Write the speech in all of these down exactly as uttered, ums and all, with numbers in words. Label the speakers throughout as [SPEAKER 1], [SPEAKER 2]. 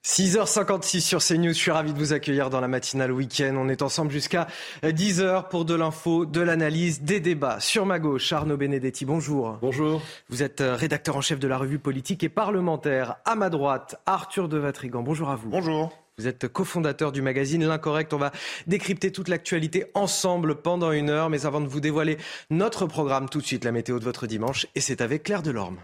[SPEAKER 1] six heures cinquante-six sur CNews, je suis ravi de vous accueillir dans la matinale week-end. On est ensemble jusqu'à dix heures pour de l'info, de l'analyse, des débats. Sur ma gauche, Arnaud Benedetti, bonjour.
[SPEAKER 2] Bonjour.
[SPEAKER 1] Vous êtes rédacteur en chef de la revue politique et parlementaire. À ma droite, Arthur de Vatrigan, bonjour à vous.
[SPEAKER 2] Bonjour.
[SPEAKER 1] Vous êtes cofondateur du magazine L'Incorrect. On va décrypter toute l'actualité ensemble pendant une heure. Mais avant de vous dévoiler notre programme, tout de suite la météo de votre dimanche. Et c'est avec Claire Delorme.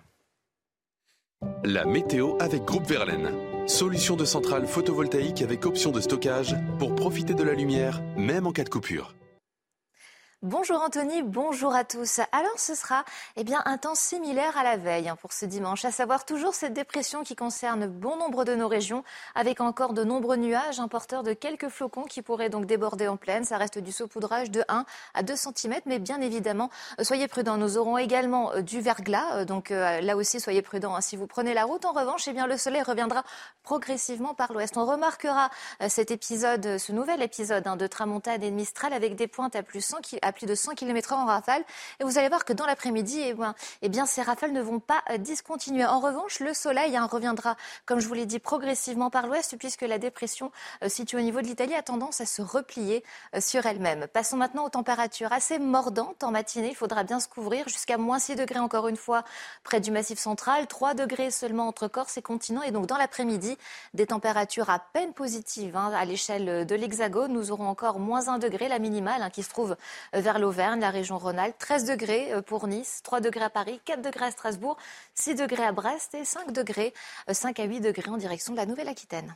[SPEAKER 3] La météo avec Groupe Verlaine. Solution de centrale photovoltaïque avec option de stockage pour profiter de la lumière, même en cas de coupure.
[SPEAKER 4] Bonjour Anthony, bonjour à tous. Alors ce sera eh bien, un temps similaire à la veille hein, pour ce dimanche, à savoir toujours cette dépression qui concerne bon nombre de nos régions, avec encore de nombreux nuages, hein, porteurs de quelques flocons qui pourraient donc déborder en pleine. Ça reste du saupoudrage de un à deux centimètres, mais bien évidemment, euh, soyez prudents. Nous aurons également euh, du verglas, euh, donc euh, là aussi soyez prudents hein, si vous prenez la route. En revanche, eh bien, le soleil reviendra progressivement par l'ouest. On remarquera euh, cet épisode, ce nouvel épisode hein, de tramontane et de mistral avec des pointes à plus, cent, à plus de cent kilomètres heure en rafale. Et vous allez voir que dans l'après-midi, eh bien, eh bien, ces rafales ne vont pas euh, discontinuer. En revanche, le soleil hein, reviendra, comme je vous l'ai dit, progressivement par l'ouest, puisque la dépression euh, située au niveau de l'Italie a tendance à se replier euh, sur elle-même. Passons maintenant aux températures assez mordantes en matinée. Il faudra bien se couvrir jusqu'à moins six degrés encore une fois près du Massif central, trois degrés seulement entre Corse et continent. Et donc dans l'après-midi, des températures à peine positives hein, à l'échelle de l'Hexagone. Nous aurons encore moins un degré, la minimale, hein, qui se trouve euh, vers l'Auvergne, la région Rhône-Alpes, treize degrés euh, pour Nice, trois degrés à Paris, quatre degrés à Strasbourg, six degrés à Brest et cinq degrés, euh, cinq à huit degrés en direction de la Nouvelle-Aquitaine.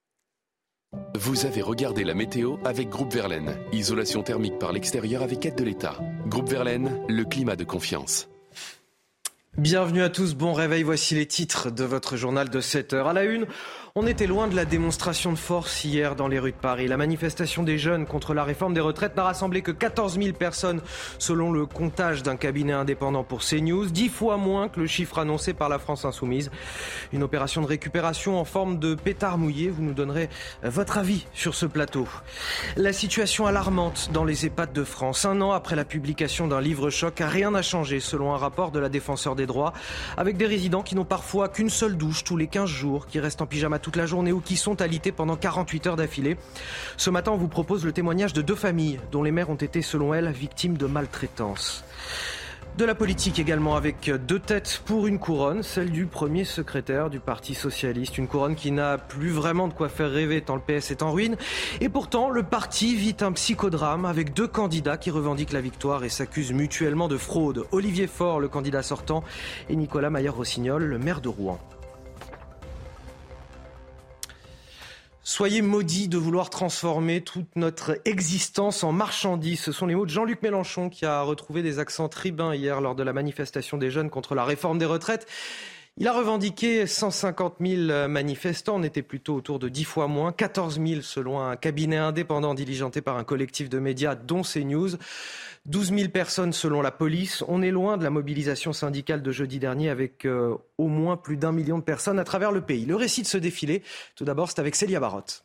[SPEAKER 3] Vous avez regardé la météo avec Groupe Verlaine. Isolation thermique par l'extérieur avec aide de l'État. Groupe Verlaine, le climat de confiance.
[SPEAKER 1] Bienvenue à tous, bon réveil, voici les titres de votre journal de sept heures. À la une, on était loin de la démonstration de force hier dans les rues de Paris. La manifestation des jeunes contre la réforme des retraites n'a rassemblé que quatorze mille personnes selon le comptage d'un cabinet indépendant pour CNews, dix fois moins que le chiffre annoncé par la France Insoumise. Une opération de récupération en forme de pétard mouillé, vous nous donnerez votre avis sur ce plateau. La situation alarmante dans les EHPAD de France. Un an après la publication d'un livre-choc, rien n'a changé selon un rapport de la Défenseure des droits, avec des résidents qui n'ont parfois qu'une seule douche tous les quinze jours, qui restent en pyjama toute la journée ou qui sont alités pendant quarante-huit heures d'affilée. Ce matin, on vous propose le témoignage de deux familles dont les mères ont été, selon elles, victimes de maltraitance. De la politique également, avec deux têtes pour une couronne, celle du premier secrétaire du Parti Socialiste. Une couronne qui n'a plus vraiment de quoi faire rêver tant le P S est en ruine. Et pourtant, le parti vit un psychodrame avec deux candidats qui revendiquent la victoire et s'accusent mutuellement de fraude. Olivier Faure, le candidat sortant, et Nicolas Maillard-Rossignol, le maire de Rouen. Soyez maudits de vouloir transformer toute notre existence en marchandise. Ce sont les mots de Jean-Luc Mélenchon qui a retrouvé des accents tribuns hier lors de la manifestation des jeunes contre la réforme des retraites. Il a revendiqué cent cinquante mille manifestants, on était plutôt autour de dix fois moins, quatorze mille selon un cabinet indépendant diligenté par un collectif de médias dont CNews. douze mille personnes selon la police. On est loin de la mobilisation syndicale de jeudi dernier avec euh, au moins plus d'un million de personnes à travers le pays. Le récit de ce défilé, tout d'abord, c'est avec Célia Barotte.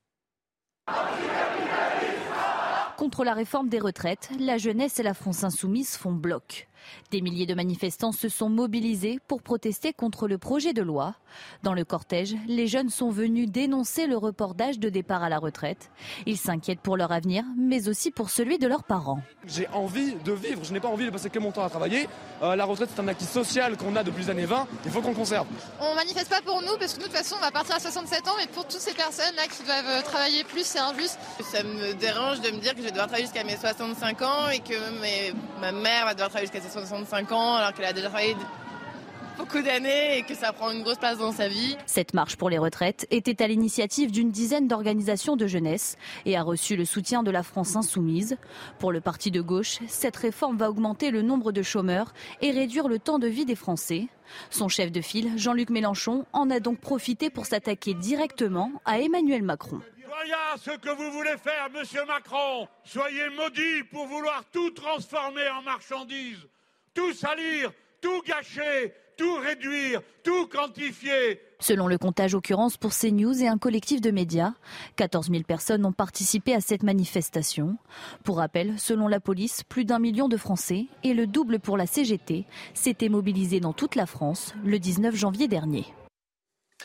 [SPEAKER 5] Contre la réforme des retraites, la jeunesse et la France Insoumise font bloc. Des milliers de manifestants se sont mobilisés pour protester contre le projet de loi. Dans le cortège, les jeunes sont venus dénoncer le report d'âge de départ à la retraite. Ils s'inquiètent pour leur avenir, mais aussi pour celui de leurs parents.
[SPEAKER 6] J'ai envie de vivre, je n'ai pas envie de passer que mon temps à travailler. Euh, la retraite, c'est un acquis social qu'on a depuis les années vingt, il faut qu'on le conserve.
[SPEAKER 7] On manifeste pas pour nous, parce que nous, de toute façon, on va partir à soixante-sept ans, mais pour toutes ces personnes-là qui doivent travailler plus, c'est injuste.
[SPEAKER 8] Ça me dérange de me dire que je vais devoir travailler jusqu'à mes soixante-cinq ans et que mes... ma mère va devoir travailler jusqu'à ses soixante-cinq ans alors qu'elle a déjà travaillé beaucoup d'années et que ça prend une grosse place dans sa vie.
[SPEAKER 5] Cette marche pour les retraites était à l'initiative d'une dizaine d'organisations de jeunesse et a reçu le soutien de la France Insoumise. Pour le parti de gauche, cette réforme va augmenter le nombre de chômeurs et réduire le temps de vie des Français. Son chef de file, Jean-Luc Mélenchon, en a donc profité pour s'attaquer directement à Emmanuel Macron.
[SPEAKER 9] Voyez ce que vous voulez faire, monsieur Macron. Soyez maudit pour vouloir tout transformer en marchandise. Tout salir, tout gâcher, tout réduire, tout quantifier.
[SPEAKER 5] Selon le comptage Occurrence pour CNews et un collectif de médias, quatorze mille personnes ont participé à cette manifestation. Pour rappel, selon la police, plus d'un million de Français et le double pour la C G T s'étaient mobilisés dans toute la France le dix-neuf janvier dernier.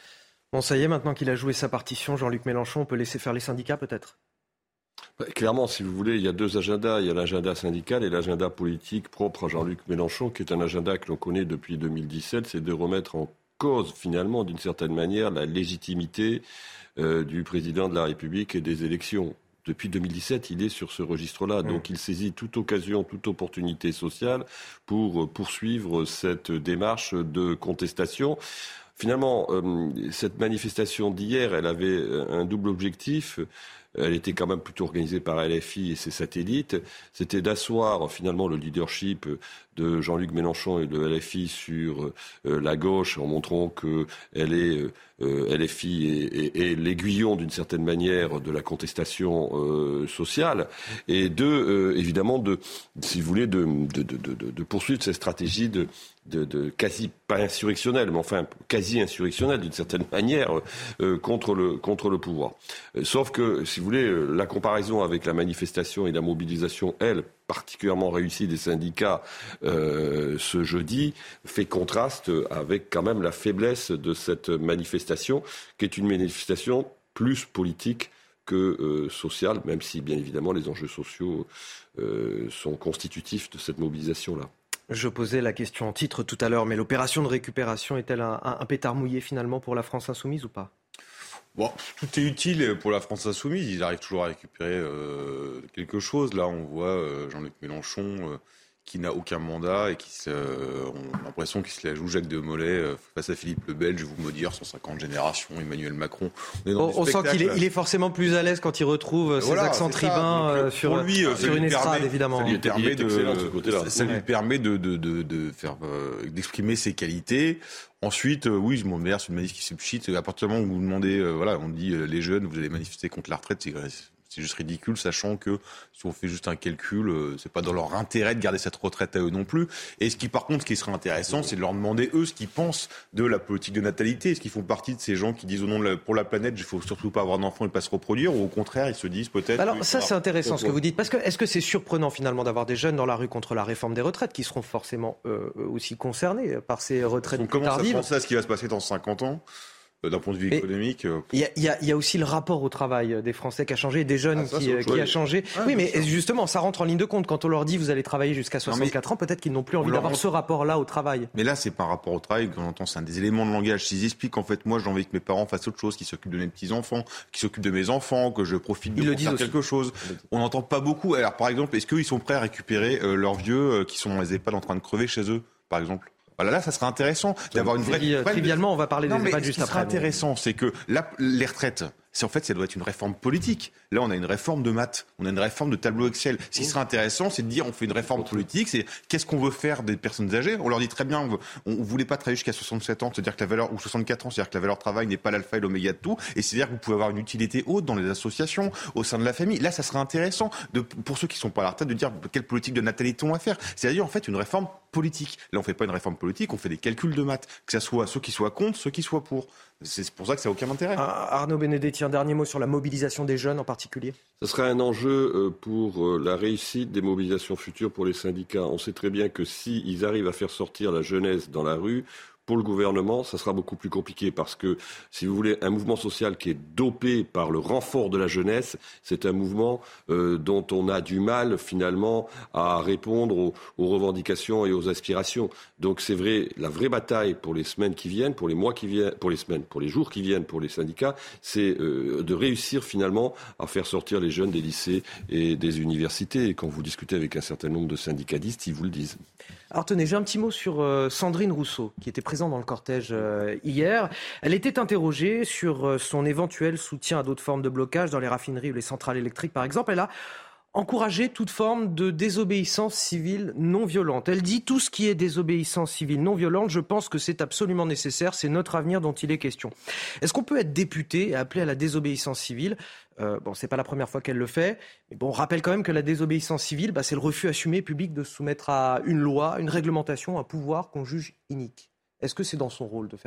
[SPEAKER 1] Bon, ça y est, maintenant qu'il a joué sa partition, Jean-Luc Mélenchon, on peut laisser faire les syndicats peut-être ?
[SPEAKER 2] Bah, clairement, si vous voulez, il y a deux agendas. Il y a l'agenda syndical et l'agenda politique propre à Jean-Luc Mélenchon, qui est un agenda que l'on connaît depuis deux mille dix-sept. C'est de remettre en cause, finalement, d'une certaine manière, la légitimité euh, du président de la République et des élections. Depuis deux mille dix-sept, il est sur ce registre-là. Donc, il saisit toute occasion, toute opportunité sociale pour poursuivre cette démarche de contestation. Finalement, euh, cette manifestation d'hier, elle avait un double objectif. Elle était quand même plutôt organisée par L F I et ses satellites. C'était d'asseoir finalement le leadership de Jean-Luc Mélenchon et de L F I sur euh, la gauche en montrant que elle est, euh, L F I est, est, est l'aiguillon d'une certaine manière de la contestation euh, sociale. Et deux, euh, évidemment, de, si vous voulez, de, de, de, de, de poursuivre cette stratégie de De, de quasi pas insurrectionnel, mais enfin quasi insurrectionnel d'une certaine manière euh, contre le contre le pouvoir. Euh, sauf que, si vous voulez, euh, la comparaison avec la manifestation et la mobilisation, elle, particulièrement réussie des syndicats euh, ce jeudi, fait contraste avec quand même la faiblesse de cette manifestation, qui est une manifestation plus politique que euh, sociale, même si bien évidemment les enjeux sociaux euh, sont constitutifs de cette mobilisation-là.
[SPEAKER 1] Je posais la question en titre tout à l'heure, mais l'opération de récupération est-elle un, un, un pétard mouillé finalement pour la France insoumise ou pas ?
[SPEAKER 10] Bon, tout est utile pour la France insoumise. Ils arrivent toujours à récupérer euh, quelque chose. Là, on voit euh, Jean-Luc Mélenchon euh, qui n'a aucun mandat et qui se, euh, on a l'impression qu'il se la joue Jacques de Molay euh, face à Philippe le Belge, je vais vous maudire, cent cinquante générations, Emmanuel Macron.
[SPEAKER 1] On, on, on sent qu'il est, il est forcément plus à l'aise quand il retrouve ses voilà, accents tribuns euh, sur, lui, euh, sur une estrade, évidemment.
[SPEAKER 10] Ça lui permet de, de, ça lui permet de, de, de, de faire, euh, d'exprimer ses qualités. Ensuite, euh, oui, bon, d'ailleurs, c'est une manif qui se pchite. À partir du moment où vous demandez, euh, voilà, on dit euh, les jeunes, vous allez manifester contre la retraite, c'est, c'est juste ridicule, sachant que si on fait juste un calcul, euh, c'est pas dans leur intérêt de garder cette retraite à eux non plus. Et ce qui, par contre, ce qui serait intéressant, c'est de leur demander eux ce qu'ils pensent de la politique de natalité. Est-ce qu'ils font partie de ces gens qui disent au nom de la, pour la planète, il faut surtout pas avoir d'enfants et pas se reproduire, ou au contraire, ils se disent peut-être.
[SPEAKER 1] Alors ça, c'est intéressant ce que vous dites, parce que est-ce que c'est surprenant finalement d'avoir des jeunes dans la rue contre la réforme des retraites qui seront forcément euh, aussi concernés par ces retraites
[SPEAKER 10] donc, comment
[SPEAKER 1] tardives.
[SPEAKER 10] On commence à penser à ce qui va se passer dans cinquante ans. D'un point de vue économique.
[SPEAKER 1] Il y, y, y a aussi le rapport au travail des Français qui a changé, des jeunes ah, ça, qui, qui a changé. Ah, oui, mais sûr. Justement, ça rentre en ligne de compte. Quand on leur dit vous allez travailler jusqu'à soixante-quatre ans, peut-être qu'ils n'ont plus envie d'avoir ce rapport-là au travail.
[SPEAKER 10] Mais là, c'est pas un rapport au travail qu'on entend, c'est un des éléments de langage. S'ils expliquent en fait, moi, j'ai envie que mes parents fassent autre chose, qu'ils s'occupent de mes petits-enfants, qu'ils s'occupent de mes enfants, que je profite de faire quelque chose. On n'entend pas beaucoup. Alors, par exemple, est-ce qu'ils sont prêts à récupérer euh, leurs vieux euh, qui sont dans les EHPAD en train de crever chez eux, par exemple? Voilà, là, ça serait intéressant d'avoir une vraie.
[SPEAKER 1] Dit, euh, trivialement, on va parler
[SPEAKER 10] non,
[SPEAKER 1] des EHPAD juste après.
[SPEAKER 10] Ce qui serait intéressant, c'est que là, les retraites, c'est en fait, ça doit être une réforme politique. Là, on a une réforme de maths, on a une réforme de tableau Excel. Ce qui serait intéressant, c'est de dire, on fait une réforme politique, c'est qu'est-ce qu'on veut faire des personnes âgées. On leur dit très bien, on ne voulait pas travailler jusqu'à soixante-sept ans, c'est-à-dire que la valeur, ou soixante-quatre ans, c'est-à-dire que la valeur travail n'est pas l'alpha et l'oméga de tout, et c'est-à-dire que vous pouvez avoir une utilité haute dans les associations, au sein de la famille. Là, ça serait intéressant, de, pour ceux qui ne sont pas à la retraite, de dire quelle politique de natalité on va faire. C'est-à-dire, en fait, une réforme politique. Là, on ne fait pas une réforme politique, on fait des calculs de maths, que ce soit ceux qui soient contre, ceux qui soient pour. C'est pour ça que ça n'a aucun intérêt.
[SPEAKER 1] Arnaud Benedetti, un dernier mot sur la mobilisation des jeunes en particulier.
[SPEAKER 2] Ce serait un enjeu pour la réussite des mobilisations futures pour les syndicats. On sait très bien que s'ils arrivent à faire sortir la jeunesse dans la rue, pour le gouvernement, ça sera beaucoup plus compliqué parce que, si vous voulez, un mouvement social qui est dopé par le renfort de la jeunesse, c'est un mouvement euh, dont on a du mal, finalement, à répondre aux, aux revendications et aux aspirations. Donc, c'est vrai, la vraie bataille pour les semaines qui viennent, pour les mois qui viennent, pour les semaines, pour les jours qui viennent, pour les syndicats, c'est euh, de réussir, finalement, à faire sortir les jeunes des lycées et des universités. Et quand vous discutez avec un certain nombre de syndicalistes, ils vous le disent.
[SPEAKER 1] Alors tenez, j'ai un petit mot sur euh, Sandrine Rousseau, qui était présente dans le cortège euh, hier. Elle était interrogée sur euh, son éventuel soutien à d'autres formes de blocage dans les raffineries ou les centrales électriques, par exemple. Elle a encouragé toute forme de désobéissance civile non violente. Elle dit tout ce qui est désobéissance civile non violente, je pense que c'est absolument nécessaire, c'est notre avenir dont il est question. Est-ce qu'on peut être député et appeler à la désobéissance civile ? Euh, bon, c'est pas la première fois qu'elle le fait, mais bon, on rappelle quand même que la désobéissance civile, bah, c'est le refus assumé public de se soumettre à une loi, une réglementation, un pouvoir qu'on juge inique. Est-ce que c'est dans son rôle de faire ça ?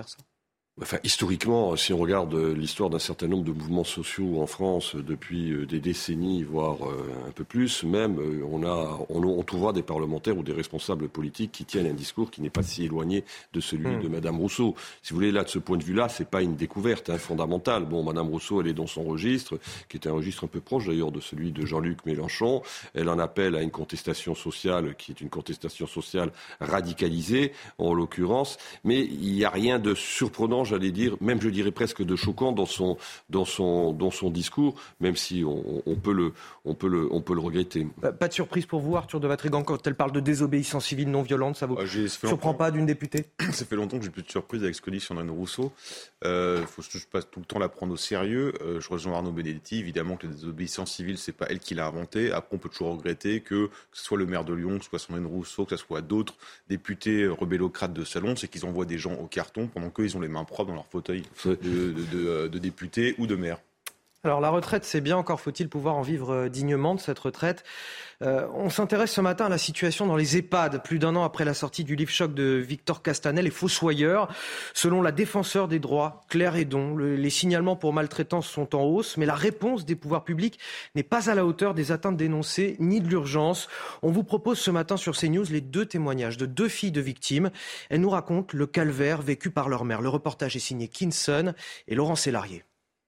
[SPEAKER 2] Enfin, historiquement, si on regarde l'histoire d'un certain nombre de mouvements sociaux en France depuis des décennies, voire un peu plus, même, on, a, on, on trouvera des parlementaires ou des responsables politiques qui tiennent un discours qui n'est pas si éloigné de celui mmh. de Madame Rousseau. Si vous voulez, là, de ce point de vue-là, c'est pas une découverte hein, fondamentale. Bon, Madame Rousseau, elle est dans son registre, qui est un registre un peu proche d'ailleurs de celui de Jean-Luc Mélenchon. Elle en appelle à une contestation sociale qui est une contestation sociale radicalisée, en l'occurrence. Mais il n'y a rien de surprenant, j'allais dire, même je dirais presque de choquant dans son, dans son, dans son discours, même si on, on, peut le, on, peut le, on peut le regretter.
[SPEAKER 1] Pas de surprise pour vous, Arthur de Vatrigan, quand elle parle de désobéissance civile non violente, ça vous ah, surprend pas d'une députée?
[SPEAKER 10] Ça fait longtemps que j'ai plus de surprise avec ce que dit Sandrine Rousseau. Il euh, faut que je passe tout le temps la prendre au sérieux. Euh, je rejoins Arnaud Benedetti, évidemment que la désobéissance civile, c'est pas elle qui l'a inventée. Après, on peut toujours regretter que, que ce soit le maire de Lyon, que ce soit Sandrine Rousseau, que ce soit d'autres députés rebellocrates de salon, c'est qu'ils envoient des gens au carton pendant qu'ils ont les mains propres dans leur fauteuil de, de, de, de député ou de maire.
[SPEAKER 1] Alors la retraite, c'est bien, encore faut-il pouvoir en vivre dignement de cette retraite. Euh, on s'intéresse ce matin à la situation dans les EHPAD, plus d'un an après la sortie du livre choc de Victor Castanel et Fossoyeur. Selon la défenseure des droits, Claire Hédon, le, les signalements pour maltraitance sont en hausse, mais la réponse des pouvoirs publics n'est pas à la hauteur des atteintes dénoncées ni de l'urgence. On vous propose ce matin sur CNews les deux témoignages de deux filles de victimes. Elles nous racontent le calvaire vécu par leur mère. Le reportage est signé Kinson et Laurent Sélarié.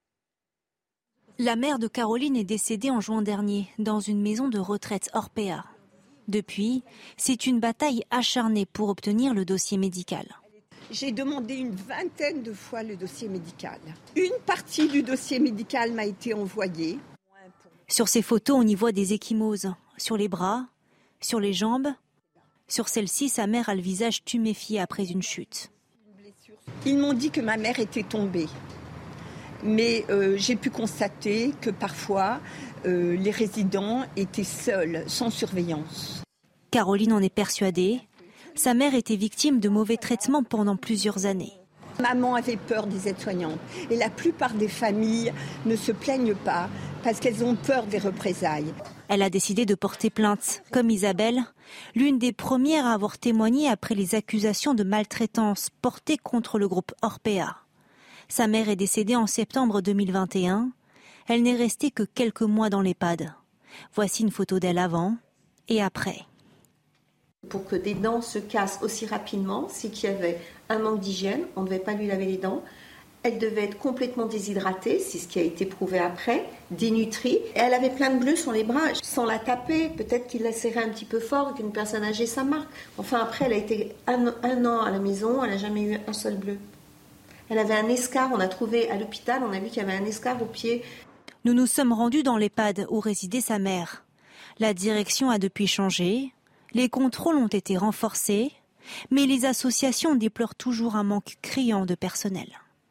[SPEAKER 11] La mère de Caroline est décédée en juin dernier dans une maison de retraite Orpea. Depuis, c'est une bataille acharnée pour obtenir le dossier médical.
[SPEAKER 12] J'ai demandé une vingtaine de fois le dossier médical. Une partie du dossier médical m'a été envoyée.
[SPEAKER 11] Sur ces photos, on y voit des ecchymoses sur les bras, sur les jambes. Sur celle-ci, sa mère a le visage tuméfié après une chute.
[SPEAKER 12] Ils m'ont dit que ma mère était tombée. Mais euh, j'ai pu constater que parfois, euh, les résidents étaient seuls, sans surveillance.
[SPEAKER 11] Caroline en est persuadée. Sa mère était victime de mauvais traitements pendant plusieurs années.
[SPEAKER 12] Maman avait peur des aides-soignantes. Et la plupart des familles ne se plaignent pas parce qu'elles ont peur des représailles.
[SPEAKER 11] Elle a décidé de porter plainte, comme Isabelle, l'une des premières à avoir témoigné après les accusations de maltraitance portées contre le groupe Orpea. Sa mère est décédée en septembre deux mille vingt et un. Elle n'est restée que quelques mois dans l'EHPAD. Voici une photo d'elle avant et après.
[SPEAKER 13] Pour que des dents se cassent aussi rapidement, c'est qu'il y avait un manque d'hygiène, on ne devait pas lui laver les dents. Elle devait être complètement déshydratée, c'est ce qui a été prouvé après, dénutrie. Et elle avait plein de bleus sur les bras, sans la taper. Peut-être qu'il la serrait un petit peu fort et qu'une personne âgée, ça marque. Enfin, après, elle a été un, un an à la maison, elle n'a jamais eu un seul bleu. Elle avait un escar, on a trouvé à l'hôpital, on a vu qu'il y avait un escar au pied.
[SPEAKER 11] Nous nous sommes rendus dans l'EHPAD où résidait sa mère. La direction a depuis changé, les contrôles ont été renforcés, mais les associations déplorent toujours un manque criant de personnel.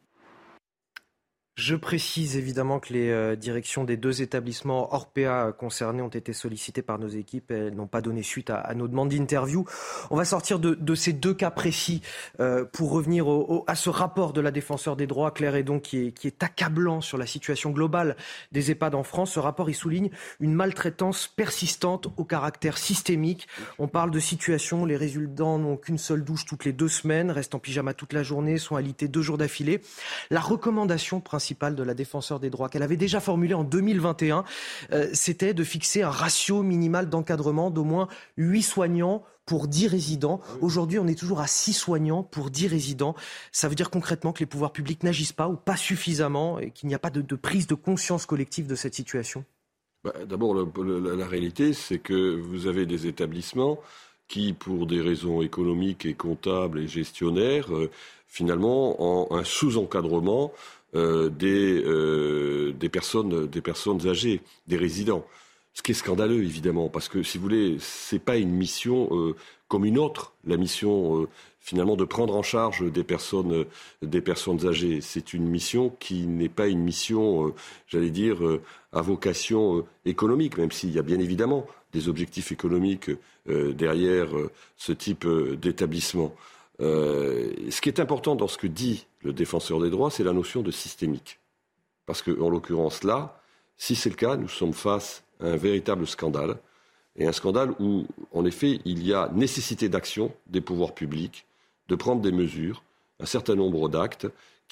[SPEAKER 1] Je précise évidemment que les euh, directions des deux établissements Orpea concernés ont été sollicitées par nos équipes. Elles n'ont pas donné suite à, à nos demandes d'interview. On va sortir de, de ces deux cas précis euh, pour revenir au, au, à ce rapport de la défenseure des droits, Claire Hédon, qui est, qui est accablant sur la situation globale des EHPAD en France. Ce rapport, il souligne une maltraitance persistante au caractère systémique. On parle de situations où les résidents n'ont qu'une seule douche toutes les deux semaines, restent en pyjama toute la journée, sont alités deux jours d'affilée. La recommandation principale de la défenseure des droits, qu'elle avait déjà formulée en deux mille vingt et un, euh, c'était de fixer un ratio minimal d'encadrement d'au moins huit soignants pour dix résidents. Aujourd'hui, on est toujours à six soignants pour dix résidents. Ça veut dire concrètement que les pouvoirs publics n'agissent pas ou pas suffisamment et qu'il n'y a pas de, de prise de conscience collective de cette situation.
[SPEAKER 2] Bah, d'abord, le, le, la réalité, c'est que vous avez des établissements qui, pour des raisons économiques et comptables et gestionnaires, euh, finalement, ont un sous-encadrement Euh, des, euh, des, personnes, des personnes âgées, des résidents. Ce qui est scandaleux, évidemment, parce que, si vous voulez, c'est pas une mission euh, comme une autre, la mission, euh, finalement, de prendre en charge des personnes, euh, des personnes âgées. C'est une mission qui n'est pas une mission, euh, j'allais dire, euh, à vocation euh, économique, même s'il y a bien évidemment des objectifs économiques euh, derrière euh, ce type euh, d'établissement. Euh, ce qui est important dans ce que dit le défenseur des droits, c'est la notion de systémique. Parce qu'en l'occurrence là, si c'est le cas, nous sommes face à un véritable scandale. Et un scandale où, en effet, il y a nécessité d'action des pouvoirs publics, de prendre des mesures, un certain nombre d'actes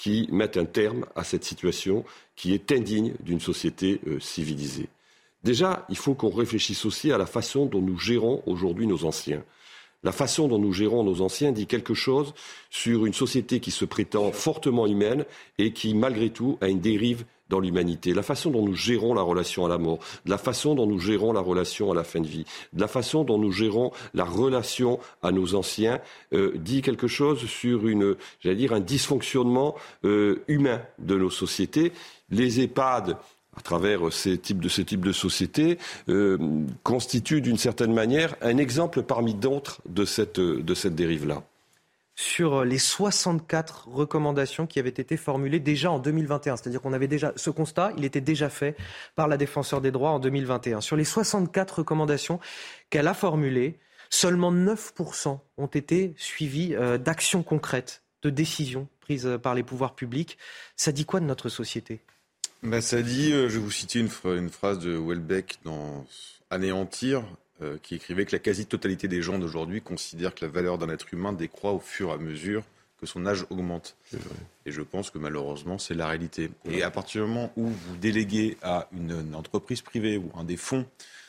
[SPEAKER 2] qui mettent un terme à cette situation qui est indigne d'une société euh, civilisée. Déjà, il faut qu'on réfléchisse aussi à la façon dont nous gérons aujourd'hui nos anciens. La façon dont nous gérons nos anciens dit quelque chose sur une société qui se prétend fortement humaine et qui, malgré tout, a une dérive dans l'humanité. La façon dont nous gérons la relation à la mort, de la façon dont nous gérons la relation à la fin de vie, de la façon dont nous gérons la relation à nos anciens, euh, dit quelque chose sur une, j'allais dire, un dysfonctionnement euh, humain de nos sociétés. Les EHPAD, à travers ces types de, ces types de sociétés, euh, constituent d'une certaine manière un exemple parmi d'autres de cette, de cette dérive-là.
[SPEAKER 1] Sur les soixante-quatre recommandations qui avaient été formulées déjà en deux mille vingt et un, c'est-à-dire qu'on avait déjà ce constat, il était déjà fait par la Défenseure des droits en deux mille vingt et un. Sur les soixante-quatre recommandations qu'elle a formulées, seulement neuf pour cent ont été suivies euh, d'actions concrètes, de décisions prises par les pouvoirs publics. Ça dit quoi de notre société ?
[SPEAKER 10] Ben, ça dit, euh, je vais vous citer une, une phrase de Houellebecq dans Anéantir, euh, qui écrivait que la quasi-totalité des gens d'aujourd'hui considèrent que la valeur d'un être humain décroît au fur et à mesure que son âge augmente. Et je pense que malheureusement, c'est la réalité. Et à partir du moment où vous déléguez à une, une entreprise privée ou un des fonds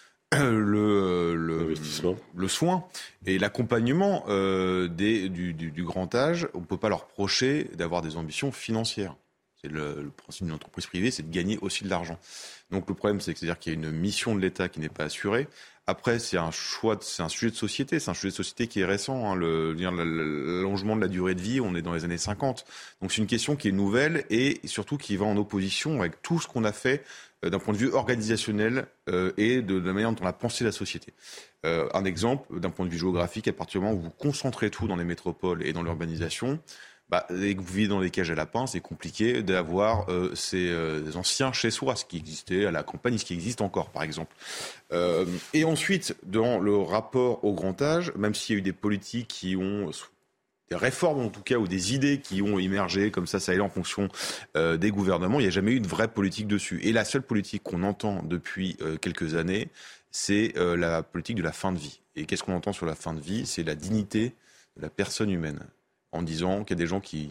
[SPEAKER 10] le, le, le soin et l'accompagnement euh, des, du, du, du grand âge, on ne peut pas leur reprocher d'avoir des ambitions financières. C'est le, le principe d'une entreprise privée, c'est de gagner aussi de l'argent. Donc le problème, c'est que c'est-à-dire qu'il y a une mission de l'État qui n'est pas assurée. Après, c'est un choix, de, c'est un sujet de société, c'est un sujet de société qui est récent. Hein, le, l'allongement de la durée de vie, on est dans les années cinquante. Donc c'est une question qui est nouvelle et surtout qui va en opposition avec tout ce qu'on a fait euh, d'un point de vue organisationnel euh, et de, de la manière dont on a pensé la société. Euh, un exemple, d'un point de vue géographique, à partir du moment où vous concentrez tout dans les métropoles et dans l'urbanisation, bah, et que vous vivez dans des cages à lapins, c'est compliqué d'avoir euh, ces euh, anciens chez soi, ce qui existait à la campagne, ce qui existe encore, par exemple. Euh, et ensuite, dans le rapport au grand âge, même s'il y a eu des politiques qui ont, des réformes en tout cas, ou des idées qui ont émergé comme ça, ça et là, en fonction euh, des gouvernements, il n'y a jamais eu de vraie politique dessus. Et la seule politique qu'on entend depuis euh, quelques années, c'est euh, la politique de la fin de vie. Et qu'est-ce qu'on entend sur la fin de vie ? C'est la dignité de la personne humaine, en disant qu'il y a des gens qui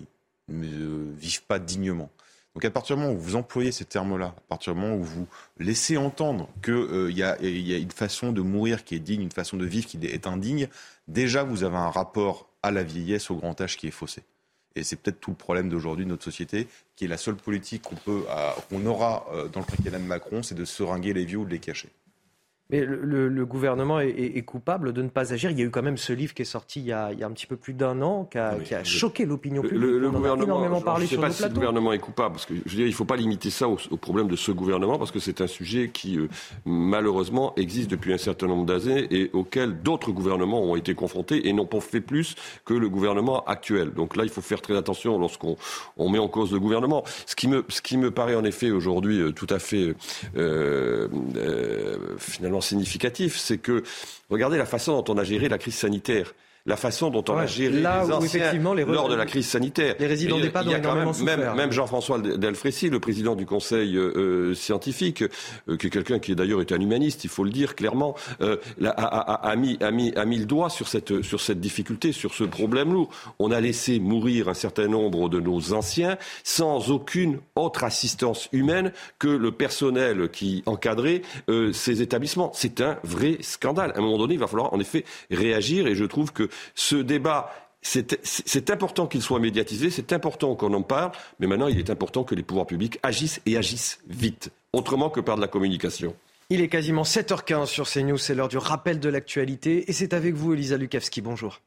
[SPEAKER 10] ne vivent pas dignement. Donc à partir du moment où vous employez ces termes-là, à partir du moment où vous laissez entendre qu'il euh, y, y a une façon de mourir qui est digne, une façon de vivre qui est indigne, déjà vous avez un rapport à la vieillesse, au grand âge qui est faussé. Et c'est peut-être tout le problème d'aujourd'hui de notre société, qui est la seule politique qu'on, peut, euh, qu'on aura euh, dans le quinquennat de Macron, c'est de seringuer les vieux ou de les cacher.
[SPEAKER 1] Mais le, le, le gouvernement est, est, est coupable de ne pas agir. Il y a eu quand même ce livre qui est sorti il y a, il y a un petit peu plus d'un an, qui a, oui, qui a choqué l'opinion publique.
[SPEAKER 2] Le, le
[SPEAKER 1] On
[SPEAKER 2] gouvernement,
[SPEAKER 1] en a énormément
[SPEAKER 2] je,
[SPEAKER 1] parlé
[SPEAKER 2] je sais
[SPEAKER 1] sur
[SPEAKER 2] pas
[SPEAKER 1] le
[SPEAKER 2] si
[SPEAKER 1] plateau.
[SPEAKER 2] Le gouvernement est coupable, parce que je veux dire, il ne faut pas limiter ça au, au problème de ce gouvernement, parce que c'est un sujet qui, euh, malheureusement, existe depuis un certain nombre d'années et auquel d'autres gouvernements ont été confrontés et n'ont pas fait plus que le gouvernement actuel. Donc là, il faut faire très attention lorsqu'on on met en cause le gouvernement. Ce qui me, ce qui me paraît en effet aujourd'hui euh, tout à fait euh, euh, finalement significatif, c'est que regardez la façon dont on a géré la crise sanitaire. La façon dont on ouais, a géré
[SPEAKER 1] là
[SPEAKER 2] les anciens
[SPEAKER 1] les
[SPEAKER 2] lors de la crise sanitaire.
[SPEAKER 1] Les résidents d'EHPAD ont énormément souffert.
[SPEAKER 2] Même, même Jean-François Delfrécy, le président du Conseil euh, scientifique, euh, qui est quelqu'un qui d'ailleurs est un humaniste, il faut le dire clairement, euh, a, a, a, mis, a, mis, a mis le doigt sur cette, sur cette difficulté, sur ce problème lourd. On a laissé mourir un certain nombre de nos anciens sans aucune autre assistance humaine que le personnel qui encadrait euh, ces établissements. C'est un vrai scandale. À un moment donné, il va falloir en effet réagir et je trouve que ce débat, c'est, c'est important qu'il soit médiatisé, c'est important qu'on en parle, mais maintenant il est important que les pouvoirs publics agissent et agissent vite, autrement que par de la communication.
[SPEAKER 1] Il est quasiment sept heures quinze sur CNews, c'est l'heure du rappel de l'actualité et c'est avec vous Elisa Lukavski, bonjour.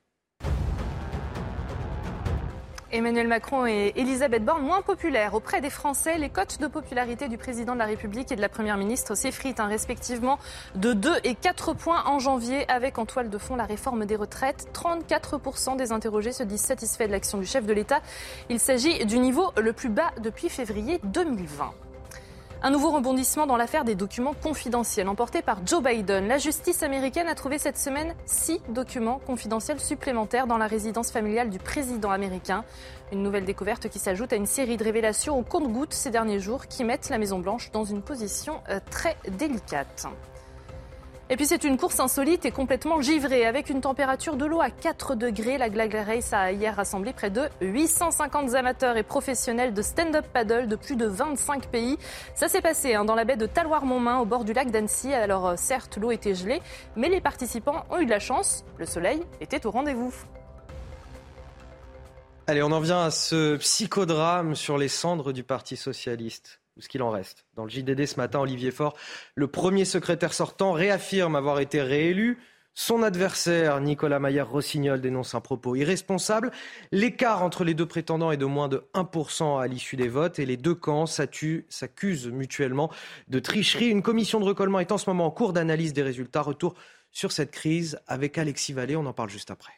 [SPEAKER 14] Emmanuel Macron et Elisabeth Borne moins populaires auprès des Français. Les cotes de popularité du président de la République et de la Première ministre s'effritent hein, respectivement de deux et quatre points en janvier avec en toile de fond la réforme des retraites. trente-quatre pour cent des interrogés se disent satisfaits de l'action du chef de l'État. Il s'agit du niveau le plus bas depuis février deux mille vingt. Un nouveau rebondissement dans l'affaire des documents confidentiels emportés par Joe Biden. La justice américaine a trouvé cette semaine six documents confidentiels supplémentaires dans la résidence familiale du président américain. Une nouvelle découverte qui s'ajoute à une série de révélations au compte-gouttes ces derniers jours qui mettent la Maison-Blanche dans une position très délicate. Et puis c'est une course insolite et complètement givrée. Avec une température de l'eau à quatre degrés, la Glagla Race a hier rassemblé près de huit cent cinquante amateurs et professionnels de stand-up paddle de plus de vingt-cinq pays. Ça s'est passé hein, dans la baie de Taloir-Montmain, au bord du lac d'Annecy. Alors certes, l'eau était gelée, mais les participants ont eu de la chance. Le soleil était au rendez-vous.
[SPEAKER 1] Allez, on en vient à ce psychodrame sur les cendres du Parti socialiste. Ou ce qu'il en reste. Dans le J D D ce matin, Olivier Faure, le premier secrétaire sortant, réaffirme avoir été réélu. Son adversaire, Nicolas Maillard-Rossignol, dénonce un propos irresponsable. L'écart entre les deux prétendants est de moins de un pour cent à l'issue des votes et les deux camps s'accusent mutuellement de tricherie. Une commission de recollement est en ce moment en cours d'analyse des résultats. Retour sur cette crise avec Alexis Vallée, on en parle juste après.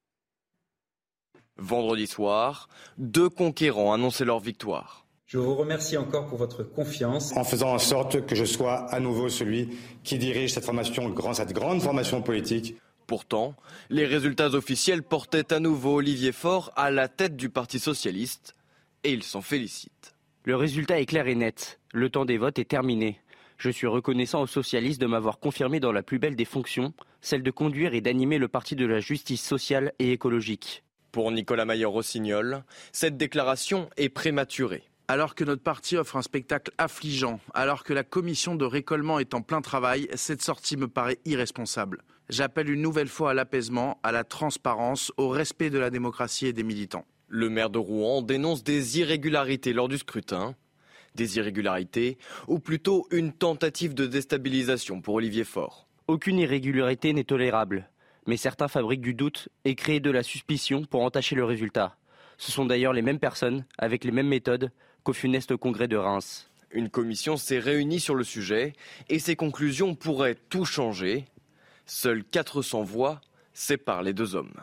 [SPEAKER 15] Vendredi soir, deux conquérants annonçaient leur victoire.
[SPEAKER 16] Je vous remercie encore pour votre confiance.
[SPEAKER 17] En faisant en sorte que je sois à nouveau celui qui dirige cette formation, cette grande formation politique.
[SPEAKER 15] Pourtant, les résultats officiels portaient à nouveau Olivier Faure à la tête du Parti socialiste et il s'en félicite.
[SPEAKER 18] Le résultat est clair et net. Le temps des votes est terminé. Je suis reconnaissant aux socialistes de m'avoir confirmé dans la plus belle des fonctions, celle de conduire et d'animer le parti de la justice sociale et écologique.
[SPEAKER 15] Pour Nicolas Maillard-Rossignol, cette déclaration est prématurée.
[SPEAKER 19] Alors que notre parti offre un spectacle affligeant, alors que la commission de récollement est en plein travail, cette sortie me paraît irresponsable. J'appelle une nouvelle fois à l'apaisement, à la transparence, au respect de la démocratie et des militants.
[SPEAKER 15] Le maire de Rouen dénonce des irrégularités lors du scrutin. Des irrégularités, ou plutôt une tentative de déstabilisation pour Olivier Faure.
[SPEAKER 18] Aucune irrégularité n'est tolérable, mais certains fabriquent du doute et créent de la suspicion pour entacher le résultat. Ce sont d'ailleurs les mêmes personnes, avec les mêmes méthodes, qu'au funeste congrès de Reims.
[SPEAKER 15] Une commission s'est réunie sur le sujet et ses conclusions pourraient tout changer. Seules quatre cents voix séparent les deux hommes.